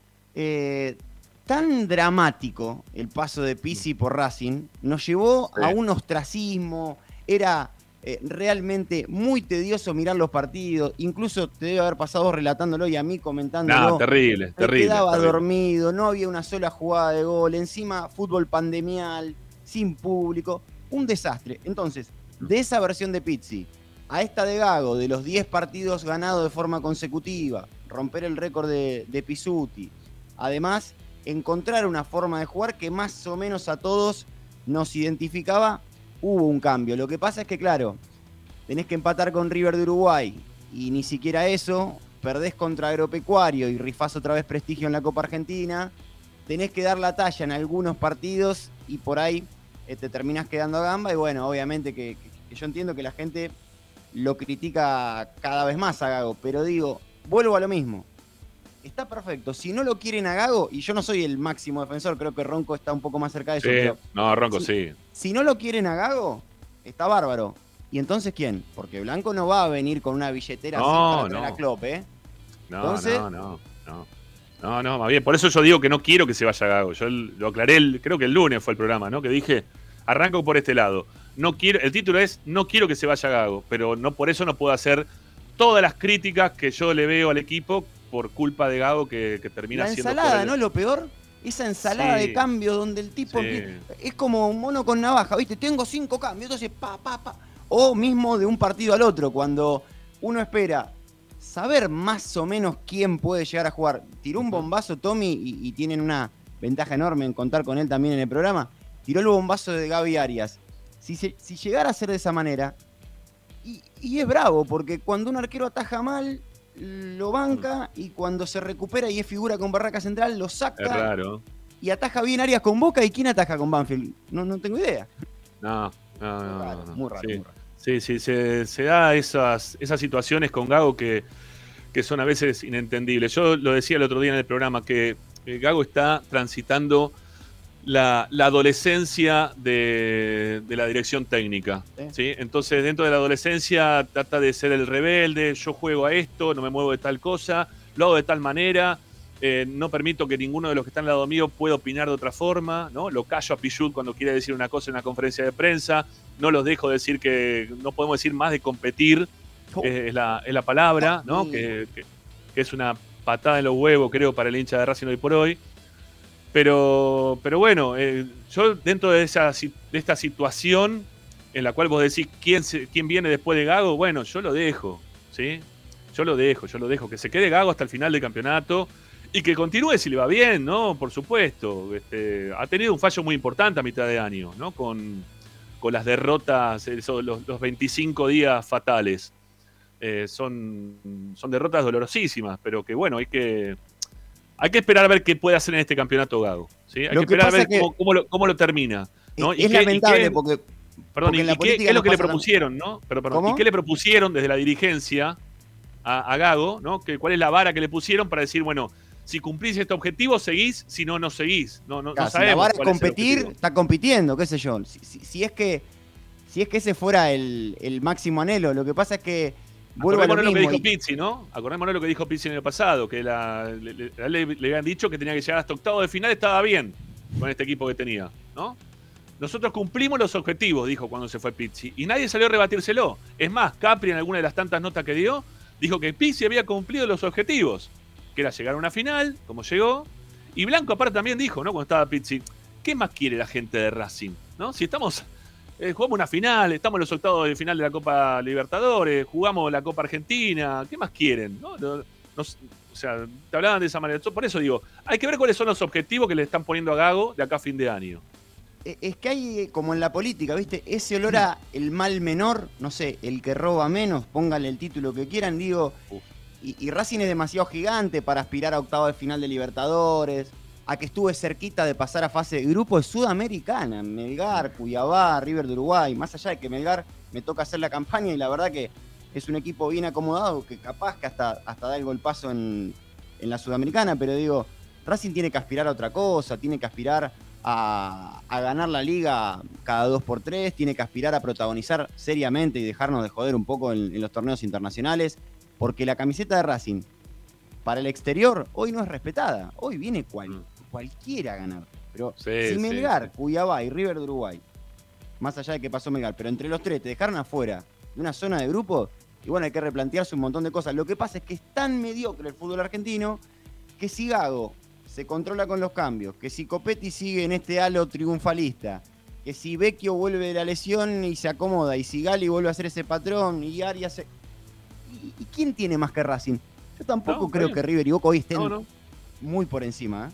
eh, tan dramático el paso de Pizzi por Racing, nos llevó Sí. a un ostracismo, era eh, realmente muy tedioso mirar los partidos, incluso te debe haber pasado vos relatándolo y a mí comentándolo. No, terrible, Me terrible, quedaba terrible. dormido, no había una sola jugada de gol, encima fútbol pandemial, sin público, un desastre. Entonces, de esa versión de Pizzi a esta de Gago, de los diez partidos ganados de forma consecutiva, romper el récord de, de Pizzuti, además, encontrar una forma de jugar que más o menos a todos nos identificaba, hubo un cambio. Lo que pasa es que, claro, tenés que empatar con River de Uruguay y ni siquiera eso, perdés contra Agropecuario y rifás otra vez prestigio en la Copa Argentina, tenés que dar la talla en algunos partidos y por ahí eh, te terminás quedando a gamba y bueno, obviamente que, que- que yo entiendo que la gente lo critica cada vez más a Gago, pero digo, vuelvo a lo mismo. Está perfecto. Si no lo quieren a Gago, y yo no soy el máximo defensor, creo que Ronco está un poco más cerca de eso, Sí, pero no, Ronco Sí. sí. si no lo quieren a Gago, está bárbaro. ¿Y entonces quién? Porque Blanco no va a venir con una billetera No, así para traer no. a Klopp, ¿eh? No, Entonces- no, no, no. No, no, más bien. Por eso yo digo que no quiero que se vaya Gago. Yo el- lo aclaré, el- creo que el lunes fue el programa, ¿no? Que dije, arranco por este lado. No quiero, el título es No quiero que se vaya Gago, pero no por eso no puedo hacer todas las críticas que yo le veo al equipo por culpa de Gago que, que termina La siendo ensalada, por ¿no? el- Lo peor, esa ensalada Sí. de cambios donde el tipo Sí. empie- es como un mono con navaja, ¿viste? Tengo cinco cambios, entonces pa, pa, pa. O mismo de un partido al otro, cuando uno espera saber más o menos quién puede llegar a jugar. Tiró un bombazo Tommy y, y tienen una ventaja enorme en contar con él también en el programa. Tiró el bombazo de Gaby Arias. Si, se- si llegara a ser de esa manera, y, y es bravo, porque cuando un arquero ataja mal, lo banca y cuando se recupera y es figura con Barraca Central, lo saca. Es raro. Y ataja bien Arias con Boca. ¿Y quién ataja con Banfield? No, no tengo idea. No, no, no. Muy raro, no, no. muy raro, Sí, muy raro. sí, sí, se, se da esas, esas situaciones con Gago que, que son a veces inentendibles. Yo lo decía el otro día en el programa, que eh, Gago está transitando la, la adolescencia de, de la dirección técnica. Sí. ¿Sí? Entonces, dentro de la adolescencia trata de ser el rebelde, yo juego a esto, no me muevo de tal cosa, lo hago de tal manera. Eh, no permito que ninguno de los que están al lado mío pueda opinar de otra forma, ¿no? Lo callo a Pichut cuando quiere decir una cosa en una conferencia de prensa, no los dejo decir que no podemos decir más de competir, Oh. eh, es, la, es la palabra, ¿no? Mm. Que, que- que es una patada en los huevos, creo, para el hincha de Racing hoy por hoy. Pero, pero bueno, eh, yo dentro de, esa, si- de esta situación en la cual vos decís quién, se- quién viene después de Gago, bueno, yo lo dejo, ¿sí? Yo lo dejo, yo lo dejo, que se quede Gago hasta el final del campeonato y que continúe si le va bien, ¿no? Por supuesto. Este, ha tenido un fallo muy importante a mitad de año, ¿no? Con, con las derrotas, esos, los, los veinticinco días fatales. Eh, son, son derrotas dolorosísimas, pero que bueno, hay que, hay que esperar a ver qué puede hacer en este campeonato Gago, ¿sí? Hay Lo que que esperar a pasa ver que- cómo, cómo lo, cómo lo termina, ¿no? Es, Y es qué- y lamentable qué- porque, Perdón, porque ¿y, en la y qué, política qué es lo nos que le pasa propusieron, no? Pero, perdón, ¿Cómo? ¿y qué le propusieron desde la dirigencia a, a Gago, ¿no? Que, ¿Cuál es la vara que le pusieron para decir, bueno, si cumplís este objetivo, seguís, si no, no seguís? No, no, Claro, no si la sabemos vara es cuál es el competir, objetivo. está compitiendo, qué sé yo. Si, si- si es que si es que ese fuera el, el máximo anhelo, lo que pasa es que vuelvo a lo Acordémonos lo que mismo. dijo y- Pizzi, ¿no? Acordémonos lo que dijo Pizzi en el pasado, que la- le, le- le- le habían dicho que tenía que llegar hasta octavo de final, estaba bien con este equipo que tenía, ¿no? Nosotros cumplimos los objetivos, dijo cuando se fue Pizzi, y nadie salió a rebatírselo. Es más, Capri en alguna de las tantas notas que dio, dijo que Pizzi había cumplido los objetivos, que era llegar a una final, como llegó, y Blanco aparte también dijo, ¿no? Cuando estaba Pizzi, ¿qué más quiere la gente de Racing? ¿No? Si estamos, eh, jugamos una final, estamos en los octavos de final de la Copa Libertadores, jugamos la Copa Argentina, ¿qué más quieren? ¿No? No- nos- o sea, te hablaban de esa manera. Por eso digo, hay que ver cuáles son los objetivos que le están poniendo a Gago de acá a fin de año. Eh, Es que hay, eh, como en la política, ¿viste? Ese olor a el mal menor, no sé, el que roba menos, póngale el título que quieran, digo. Y, y Racing es demasiado gigante para aspirar a octavo de final de Libertadores, a que estuve cerquita de pasar a fase de grupo de Sudamericana, Melgar, Cuiabá, River de Uruguay. Más allá de que Melgar me toca hacer la campaña y la verdad que es un equipo bien acomodado, que capaz que hasta, hasta da el golpazo en, en la Sudamericana, pero digo, Racing tiene que aspirar a otra cosa, tiene que aspirar a, a ganar la liga cada dos por tres, tiene que aspirar a protagonizar seriamente y dejarnos de joder un poco en, en los torneos internacionales, porque la camiseta de Racing para el exterior hoy no es respetada, hoy viene cual, cualquiera a ganar, pero Sí, si sí, Melgar, sí. Cuiabá y River de Uruguay, más allá de que pasó Melgar, pero entre los tres te dejaron afuera de una zona de grupo, y bueno, hay que replantearse un montón de cosas. Lo que pasa es que es tan mediocre el fútbol argentino que si Gago se controla con los cambios, que si Copetti sigue en este halo triunfalista, que si Vecchio vuelve de la lesión y se acomoda, y si Gali vuelve a ser ese patrón, y Arias... se- ¿Y, y quién tiene más que Racing? Yo tampoco No, está creo bien. que River y Boca hoy estén No, no. muy por encima. ¿eh?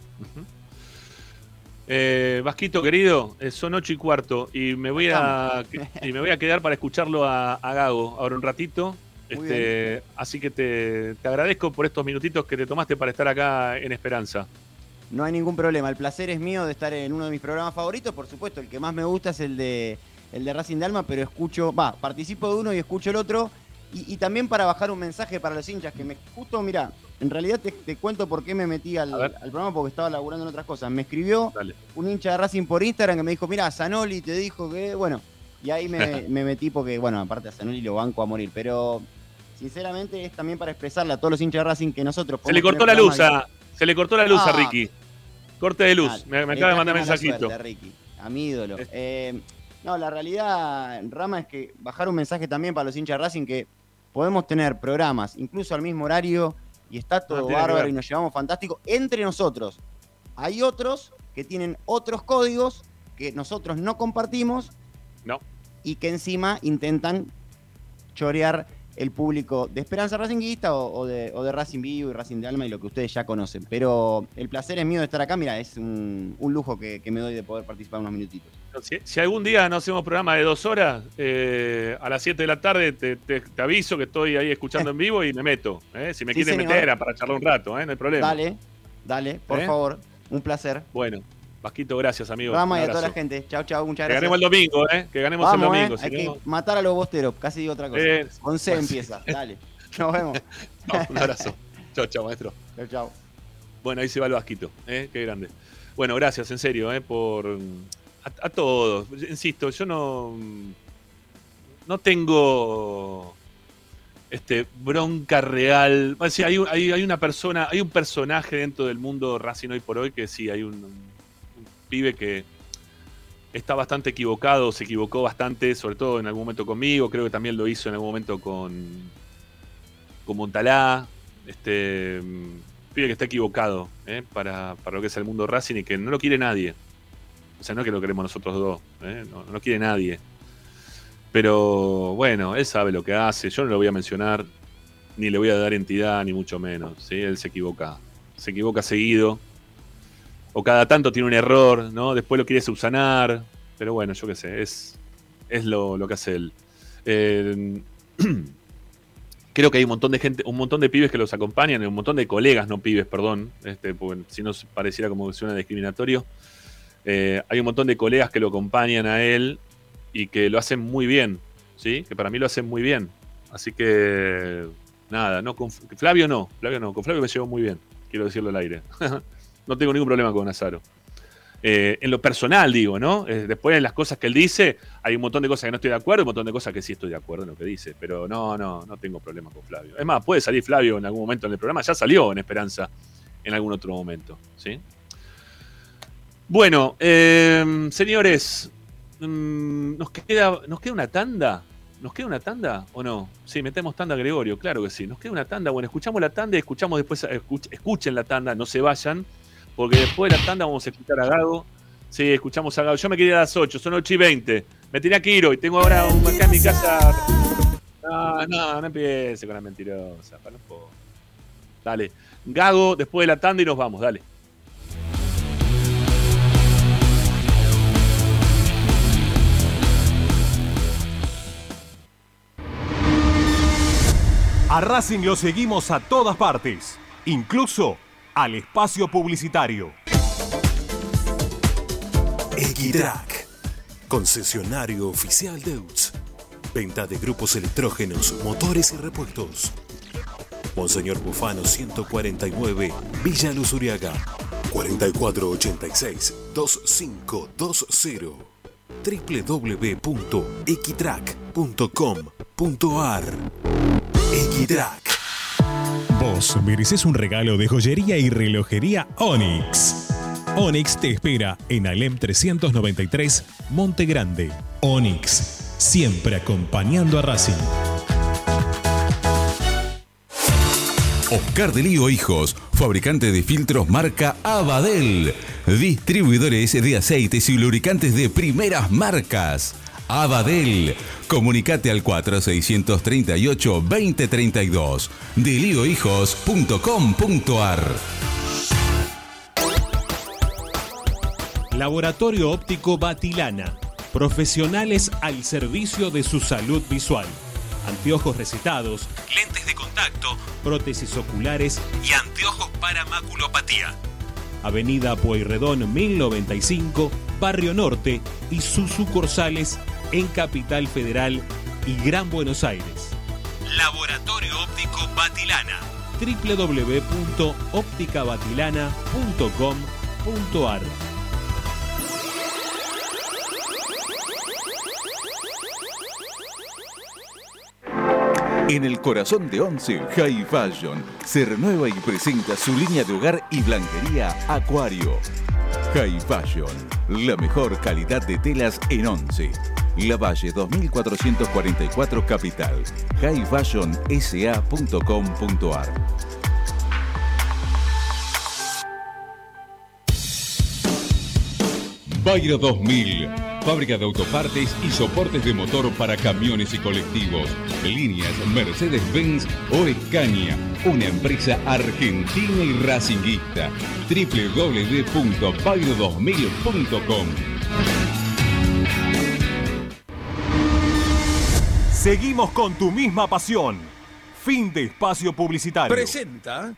Eh, Vasquito querido, eh, son ocho y cuarto y me voy a y me voy a quedar para escucharlo a, a Gago ahora un ratito. Muy Este, así que te, te agradezco por estos minutitos que te tomaste para estar acá en Esperanza. No hay ningún problema. El placer es mío de estar en uno de mis programas favoritos. Por supuesto, el que más me gusta es el de, el de Racing de Alma, pero escucho, va, participo de uno y escucho el otro. Y, y también para bajar un mensaje para los hinchas que me. Justo, mira, en realidad te, te cuento por qué me metí al, al programa, porque estaba laburando en otras cosas. Me escribió Dale. un hincha de Racing por Instagram que me dijo, mira, Zanoli te dijo que. Bueno, y ahí me, me metí porque, bueno, aparte a Zanoli lo banco a morir, pero. Sinceramente es también para expresarle a todos los hinchas de Racing que nosotros Se le podemos cortó la tener luz programas a, se le cortó la luz a Ah. Ricky. Corte de luz. Ah, me, me le acaba de traje mandar mala mensajito. suerte, Ricky, a mi ídolo. Eh, no, la realidad, Rama, es que bajar un mensaje también para los hinchas de Racing que podemos tener programas, incluso al mismo horario, y está todo No, tiene que bárbaro ver. y nos llevamos fantástico entre nosotros. Hay otros que tienen otros códigos que nosotros no compartimos No. y que encima intentan chorear el público de Esperanza Racinguista o, o, de, o de Racing Vivo y Racing de Alma y lo que ustedes ya conocen. Pero el placer es mío de estar acá. Mira, es un, un lujo que, que me doy de poder participar unos minutitos. Si, si algún día no hacemos programa de dos horas, eh, a las siete de la tarde te, te, te aviso que estoy ahí escuchando en vivo y me meto. ¿eh? Si me Sí, quieren señor. meter para charlar un rato, ¿eh? No hay problema. Dale, dale, por ¿Eh? favor. Un placer. Bueno, Vasquito, gracias, amigo. Rama y Un a toda la abrazo. gente. Chau, chau, muchas Que gracias. ganemos el domingo, ¿eh? Que ganemos Vamos, el domingo. eh. Si Hay no... que matar a los bosteros. Casi digo otra cosa. Eh, Con C pues, empieza. Dale. Nos vemos. No, un abrazo. Chao, chao, maestro. Chau, chau. Bueno, ahí se va el Vasquito, ¿eh? Qué grande. Bueno, gracias, en serio, ¿eh? Por... A, a todos. Insisto, yo no... No tengo... Este, bronca real. Bueno, sí, hay, un- hay, hay una persona, hay un personaje dentro del mundo Racing hoy por hoy que sí, hay un, un pibe que está bastante equivocado, se equivocó bastante, sobre todo en algún momento conmigo, creo que también lo hizo en algún momento con, con Montalá. Este, mm, pibe que está equivocado, ¿eh? para, para lo que es el mundo Racing y que no lo quiere nadie. O sea, no es que lo queremos nosotros dos, ¿eh? no, no lo quiere nadie. Pero bueno, él sabe lo que hace, yo no lo voy a mencionar, ni le voy a dar entidad, ni mucho menos. ¿sí? Él se equivoca, se equivoca seguido. O cada tanto tiene un error, ¿no? Después lo quiere subsanar. Pero bueno, yo qué sé, es, es lo, lo que hace él. Eh, creo que hay un montón de gente, un montón de pibes que los acompañan, un montón de colegas, no pibes, perdón, este, porque si no pareciera como que suena discriminatorio. Eh, hay un montón de colegas que lo acompañan a él y que lo hacen muy bien, ¿sí? Que para mí lo hacen muy bien. Así que, nada, no con Flavio no, Flavio no, con Flavio me llevo muy bien, quiero decirlo al aire. No tengo ningún problema con Azaro. Eh, en lo personal, digo, ¿no? Eh, después de las cosas que él dice, hay un montón de cosas que no estoy de acuerdo, un montón de cosas que sí estoy de acuerdo en lo que dice, pero no, no, no tengo problema con Flavio. Es más, puede salir Flavio en algún momento en el programa, ya salió en Esperanza en algún otro momento, ¿sí? Bueno, eh, señores, mm, ¿nos queda, ¿nos queda una tanda? ¿Nos queda una tanda o no? Sí, metemos tanda, Gregorio, claro que sí. Nos queda una tanda. Bueno, escuchamos la tanda y escuchamos después, escuch- escuchen la tanda, no se vayan, porque después de la tanda vamos a escuchar a Gago. Sí, escuchamos a Gago. Yo me quería a las ocho, son ocho y veinte. Me tenía que ir hoy, tengo ahora un acá en mi casa. No, no, no empiece con la mentirosa, para no puedo. Dale, Gago, después de la tanda y nos vamos, dale. A Racing lo seguimos a todas partes, incluso al espacio publicitario. Equitrack, concesionario oficial de U T S. Venta de grupos electrógenos, motores y repuestos. Monseñor Bufano ciento cuarenta y nueve, Villa Luz Uriaga. cuatro cuatro ocho seis, dos cinco dos cero. doble u doble u doble u punto equitrack punto com punto a r. Equitrack. Vos mereces un regalo de joyería y relojería Onyx. Onyx te espera en Alem trescientos noventa y tres, Monte Grande. Onyx, siempre acompañando a Racing. Oscar de Lío Hijos, fabricante de filtros marca Abadel. Distribuidores de aceites y lubricantes de primeras marcas. Abadel. Comunicate al cuatro seis tres ocho, dos cero tres dos. de lío hijos punto com punto a r. Laboratorio Óptico Batilana. Profesionales al servicio de su salud visual. Anteojos recetados, lentes de contacto, prótesis oculares y anteojos para maculopatía. Avenida Pueyrredón mil noventa y cinco, Barrio Norte y sus sucursales en Capital Federal y Gran Buenos Aires. Laboratorio Óptico Batilana. doble u doble u doble u punto óptica batilana punto com punto a r. En el corazón de Once, High Fashion se renueva y presenta su línea de hogar y blanquería Acuario. High Fashion, la mejor calidad de telas en Once. La Valle dos mil cuatrocientos cuarenta y cuatro Capital. high fashion s a punto com punto a r. Bayro dos mil, Fábrica de autopartes y soportes de motor para camiones y colectivos. Líneas Mercedes-Benz o Escaña, una empresa argentina y racinguista. doble u doble u doble u punto pairo dos mil punto com. Seguimos con tu misma pasión. Fin de espacio publicitario. Presenta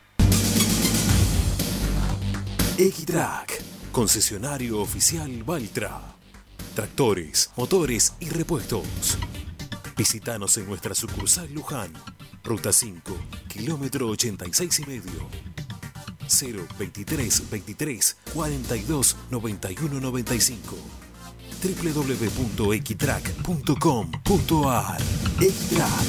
Equitrack, concesionario oficial Valtra. Tractores, motores y repuestos. Visítanos en nuestra sucursal Luján, Ruta cinco, kilómetro ochenta y seis y medio. cero veintitrés veintitrés cuarenta y dos noventa y uno noventa y cinco. doble u doble u doble u punto equitrack punto com punto a r. Equitrack.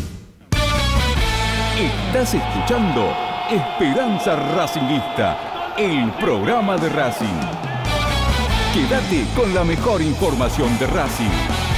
Estás escuchando Esperanza Racinguista, el programa de Racing. Quédate con la mejor información de Racing.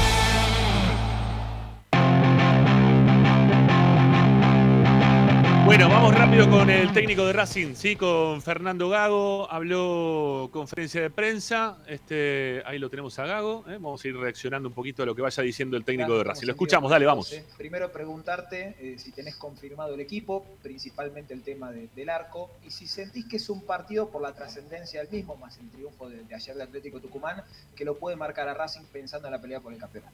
Bueno, vamos rápido con el técnico de Racing, sí, con Fernando Gago. Habló conferencia de prensa. Este, ahí lo tenemos a Gago. ¿eh? Vamos a ir reaccionando un poquito a lo que vaya diciendo el técnico de Racing. Lo escuchamos, dale, vamos. Primero preguntarte eh, si tenés confirmado el equipo, principalmente el tema de, del arco, y si sentís que es un partido por la trascendencia del mismo, más el triunfo de, de ayer de Atlético Tucumán, que lo puede marcar a Racing pensando en la pelea por el campeonato.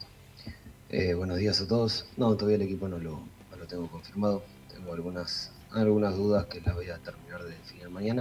Eh, buenos días a todos. No, todavía el equipo no lo, no lo tengo confirmado. Tengo algunas, algunas dudas que las voy a terminar de definir mañana.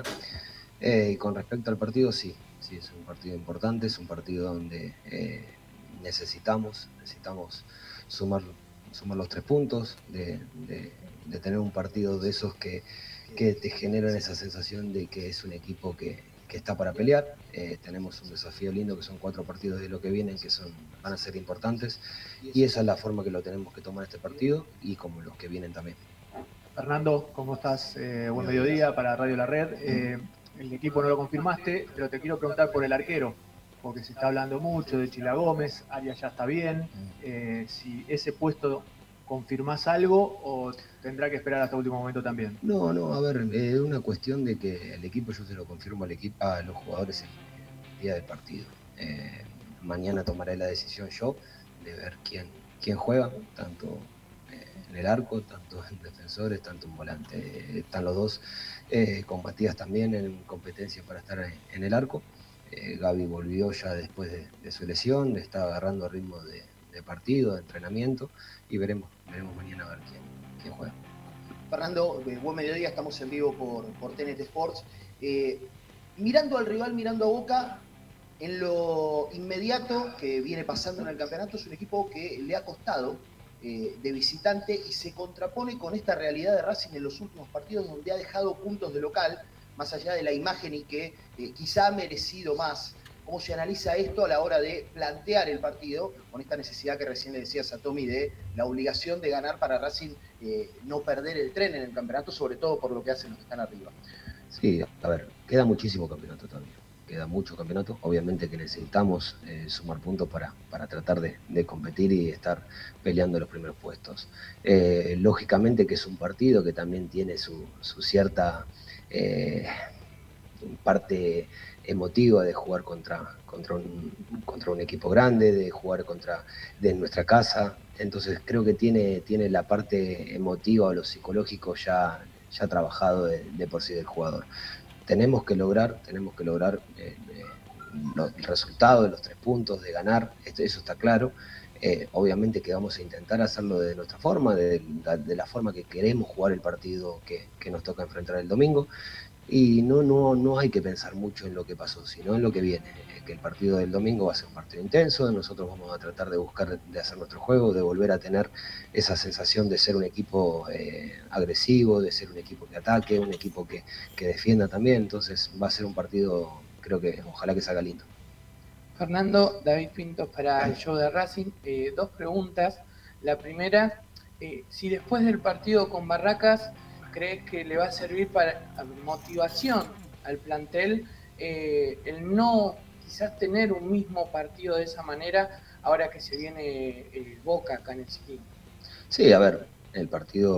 Eh, y con respecto al partido, sí, sí, es un partido importante, es un partido donde eh, necesitamos, necesitamos sumar, sumar los tres puntos, de, de, de tener un partido de esos que, que te generan esa sensación de que es un equipo que, que está para pelear. Eh, tenemos un desafío lindo que son cuatro partidos de lo que vienen, que son, van a ser importantes, y esa es la forma que lo tenemos que tomar este partido y como los que vienen también. Fernando, ¿cómo estás? Eh, buen mediodía para Radio La Red. Eh, el equipo no lo confirmaste, pero te quiero preguntar por el arquero, porque se está hablando mucho de Chila Gómez, Arias ya está bien. Eh, si ese puesto confirmás algo o tendrá que esperar hasta último momento también. No, no, a ver, es eh, una cuestión de que el equipo, yo se lo confirmo al equipo, a los jugadores el, el día del partido. Eh, mañana tomaré la decisión yo de ver quién, quién juega, tanto en el arco, tanto en defensores, tanto en volante. Están los dos, eh, con Matías también en competencia para estar en el arco. Eh, Gaby volvió ya después de, de su lesión, le está agarrando ritmo de, de partido, de entrenamiento, y veremos, veremos mañana a ver quién, quién juega. Fernando, eh, buen mediodía, estamos en vivo por, por T N T Sports. Eh, mirando al rival, mirando a Boca, en lo inmediato que viene pasando en el campeonato, es un equipo que le ha costado Eh, de visitante y se contrapone con esta realidad de Racing en los últimos partidos donde ha dejado puntos de local, más allá de la imagen y que eh, quizá ha merecido más. ¿Cómo se analiza esto a la hora de plantear el partido con esta necesidad que recién le decías a Tommy de la obligación de ganar para Racing eh, no perder el tren en el campeonato, sobre todo por lo que hacen los que están arriba? Sí, a ver, queda muchísimo campeonato todavía. Queda mucho campeonato, obviamente que necesitamos eh, sumar puntos para, para tratar de, de competir y estar peleando los primeros puestos. Eh, lógicamente que es un partido que también tiene su, su cierta eh, parte emotiva de jugar contra, contra, un, contra un equipo grande, de jugar contra de nuestra casa, entonces creo que tiene, tiene la parte emotiva o lo psicológico ya, ya trabajado de, de por sí del jugador. Tenemos que lograr, tenemos que lograr eh, eh, lo, el resultado de los tres puntos, de ganar, esto, eso está claro. Eh, obviamente que vamos a intentar hacerlo de nuestra forma, de, de, de la forma que queremos jugar el partido que, que nos toca enfrentar el domingo. Y no, no, no hay que pensar mucho en lo que pasó, sino en lo que viene. Eh, que el partido del domingo va a ser un partido intenso, nosotros vamos a tratar de buscar, de hacer nuestro juego, de volver a tener esa sensación de ser un equipo eh, agresivo, de ser un equipo que ataque, un equipo que, que defienda también. Entonces va a ser un partido, creo que ojalá que salga lindo. Fernando, David Pintos para el show de Racing. Eh, dos preguntas. La primera, eh, si después del partido con Barracas crees que le va a servir para motivación al plantel eh, el no quizás tener un mismo partido de esa manera ahora que se viene el Boca acá en el City. Sí, a ver, el partido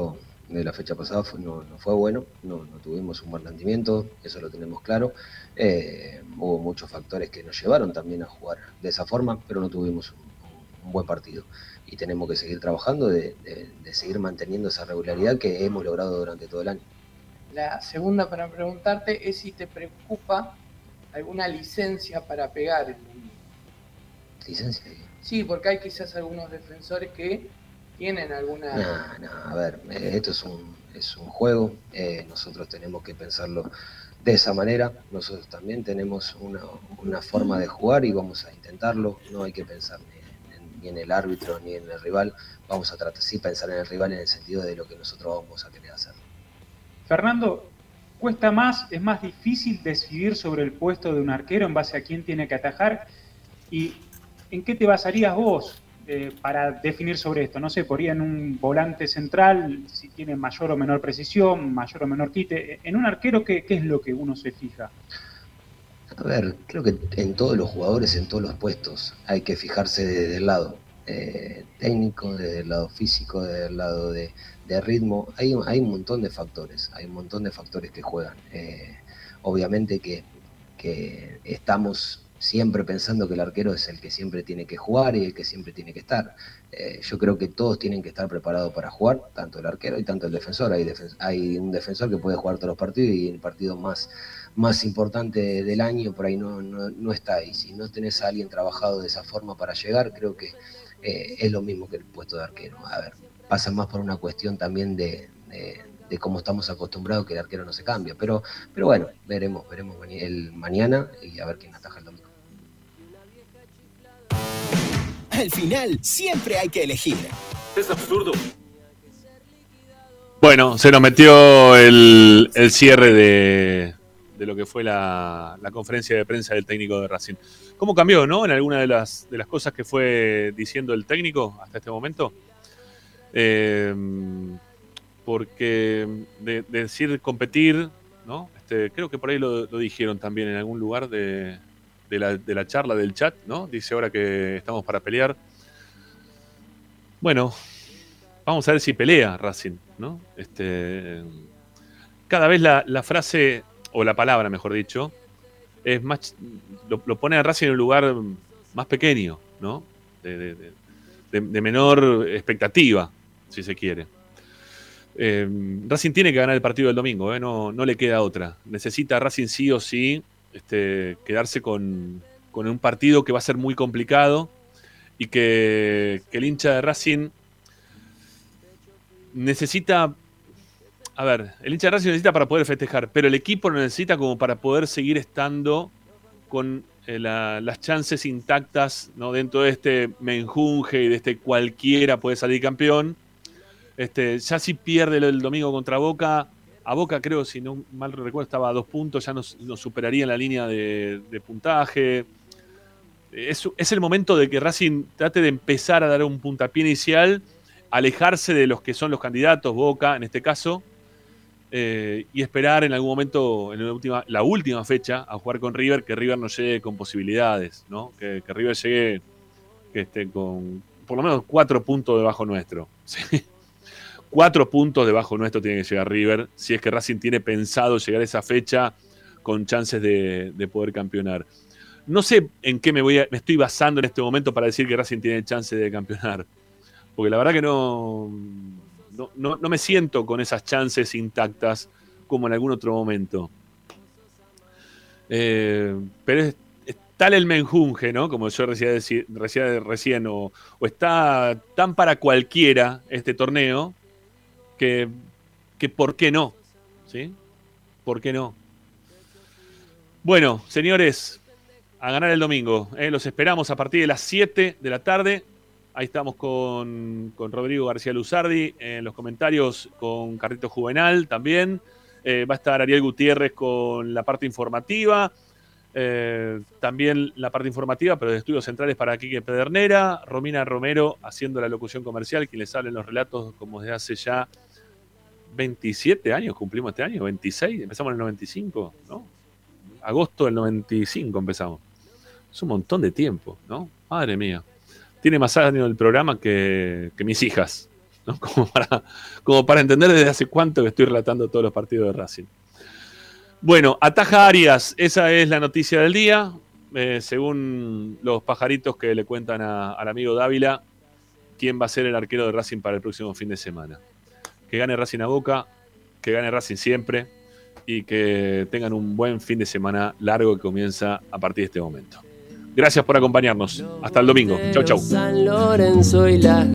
de la fecha pasada fue, no, no fue bueno, no, no tuvimos un buen rendimiento, eso lo tenemos claro. Eh, hubo muchos factores que nos llevaron también a jugar de esa forma, pero no tuvimos un, un buen partido. Y tenemos que seguir trabajando de, de, de seguir manteniendo esa regularidad que hemos logrado durante todo el año. La segunda para preguntarte es si te preocupa alguna licencia para pegar. ¿Licencia? Sí, porque hay quizás algunos defensores que tienen alguna... No, no, a ver, eh, esto es un, es un juego, eh, nosotros tenemos que pensarlo de esa manera, nosotros también tenemos una, una forma de jugar y vamos a intentarlo, no hay que pensar ni en, ni en el árbitro ni en el rival, vamos a tratar sí pensar en el rival en el sentido de lo que nosotros vamos a querer hacer. Fernando, ¿cuesta más, es más difícil decidir sobre el puesto de un arquero en base a quién tiene que atajar? ¿Y en qué te basarías vos eh, para definir sobre esto? No sé, podría en un volante central, si tiene mayor o menor precisión, mayor o menor quite. En un arquero, ¿qué, qué es lo que uno se fija? A ver, creo que en todos los jugadores, en todos los puestos, hay que fijarse desde el lado eh, técnico, desde el lado físico, desde el lado de, de ritmo. Hay, hay un montón de factores, hay un montón de factores que juegan. Eh, obviamente que, que estamos siempre pensando que el arquero es el que siempre tiene que jugar y el que siempre tiene que estar. Eh, yo creo que todos tienen que estar preparados para jugar, tanto el arquero y tanto el defensor. Hay, defen- hay un defensor que puede jugar todos los partidos y el partido más, más importante del año por ahí no, no, no está. Y si no tenés a alguien trabajado de esa forma para llegar, creo que eh, es lo mismo que el puesto de arquero. A ver, pasa más por una cuestión también de... de de cómo estamos acostumbrados que el arquero no se cambia, pero, pero bueno, veremos, veremos el mañana y a ver quién ataja el domingo. Al final, siempre hay que elegir. Es absurdo. Bueno, se nos metió el, el cierre de, de lo que fue la, la conferencia de prensa del técnico de Racing. ¿Cómo cambió, no? En alguna de las, de las cosas que fue diciendo el técnico hasta este momento. Eh, porque de, de decir competir, ¿no? Este, creo que por ahí lo, lo dijeron también en algún lugar de, de, la, de la charla del chat, ¿no? Dice ahora que estamos para pelear. Bueno, vamos a ver si pelea Racing, ¿no? Este, cada vez la, la frase, o la palabra mejor dicho, es más, lo, lo pone a Racing en un lugar más pequeño, ¿no? De, de, de, de menor expectativa, si se quiere. Eh, Racing tiene que ganar el partido del domingo, ¿eh? no, no le queda otra. Necesita Racing sí o sí este, quedarse con, con un partido que va a ser muy complicado y que, que el hincha de Racing necesita, a ver, el hincha de Racing necesita para poder festejar, pero el equipo lo necesita como para poder seguir estando con eh, la, las chances intactas, ¿no? Dentro de este menjunje y de este cualquiera puede salir campeón. Este, ya si pierde el domingo contra Boca, a Boca creo, si no mal recuerdo, estaba a dos puntos, ya nos, nos superaría en la línea de, de puntaje. Es, es el momento de que Racing trate de empezar a dar un puntapié inicial, alejarse de los que son los candidatos, Boca en este caso, eh, y esperar en algún momento, en la última, la última fecha, a jugar con River, que River no llegue con posibilidades, ¿no? Que, que River llegue que esté con por lo menos cuatro puntos debajo nuestro. ¿Sí? Cuatro puntos debajo nuestro tiene que llegar River, si es que Racing tiene pensado llegar a esa fecha con chances de, de poder campeonar. No sé en qué me, voy a, me estoy basando en este momento para decir que Racing tiene chance de campeonar, porque la verdad que no, no, no, no me siento con esas chances intactas como en algún otro momento. Eh, pero es, es tal el menjunje, ¿no? Como yo decía recién, recién o, o está tan para cualquiera este torneo, Que, que por qué no, ¿sí? ¿Por qué no? Bueno, señores, a ganar el domingo. ¿eh? Los esperamos a partir de las siete de la tarde. Ahí estamos con, con Rodrigo García Luzardi en los comentarios, con Carrito Juvenal también. Eh, va a estar Ariel Gutiérrez con la parte informativa. Eh, también la parte informativa, pero de estudios centrales para Quique Pedernera. Romina Romero haciendo la locución comercial, quien les habla en los relatos como desde hace ya veintisiete años, cumplimos este año, veintiséis, empezamos en el noventa y cinco, ¿no? Agosto del noventa y cinco empezamos. Es un montón de tiempo, ¿no? Madre mía. Tiene más años el programa que, que mis hijas. ¿no? Como para, como para entender desde hace cuánto que estoy relatando todos los partidos de Racing. Bueno, ataja Arias, esa es la noticia del día. Eh, según los pajaritos que le cuentan a, al amigo Dávila, quién va a ser el arquero de Racing para el próximo fin de semana. Que gane Racing a Boca, que gane Racing siempre y que tengan un buen fin de semana largo que comienza a partir de este momento. Gracias por acompañarnos. Hasta el domingo. Chau, chau. San Lorenzo y las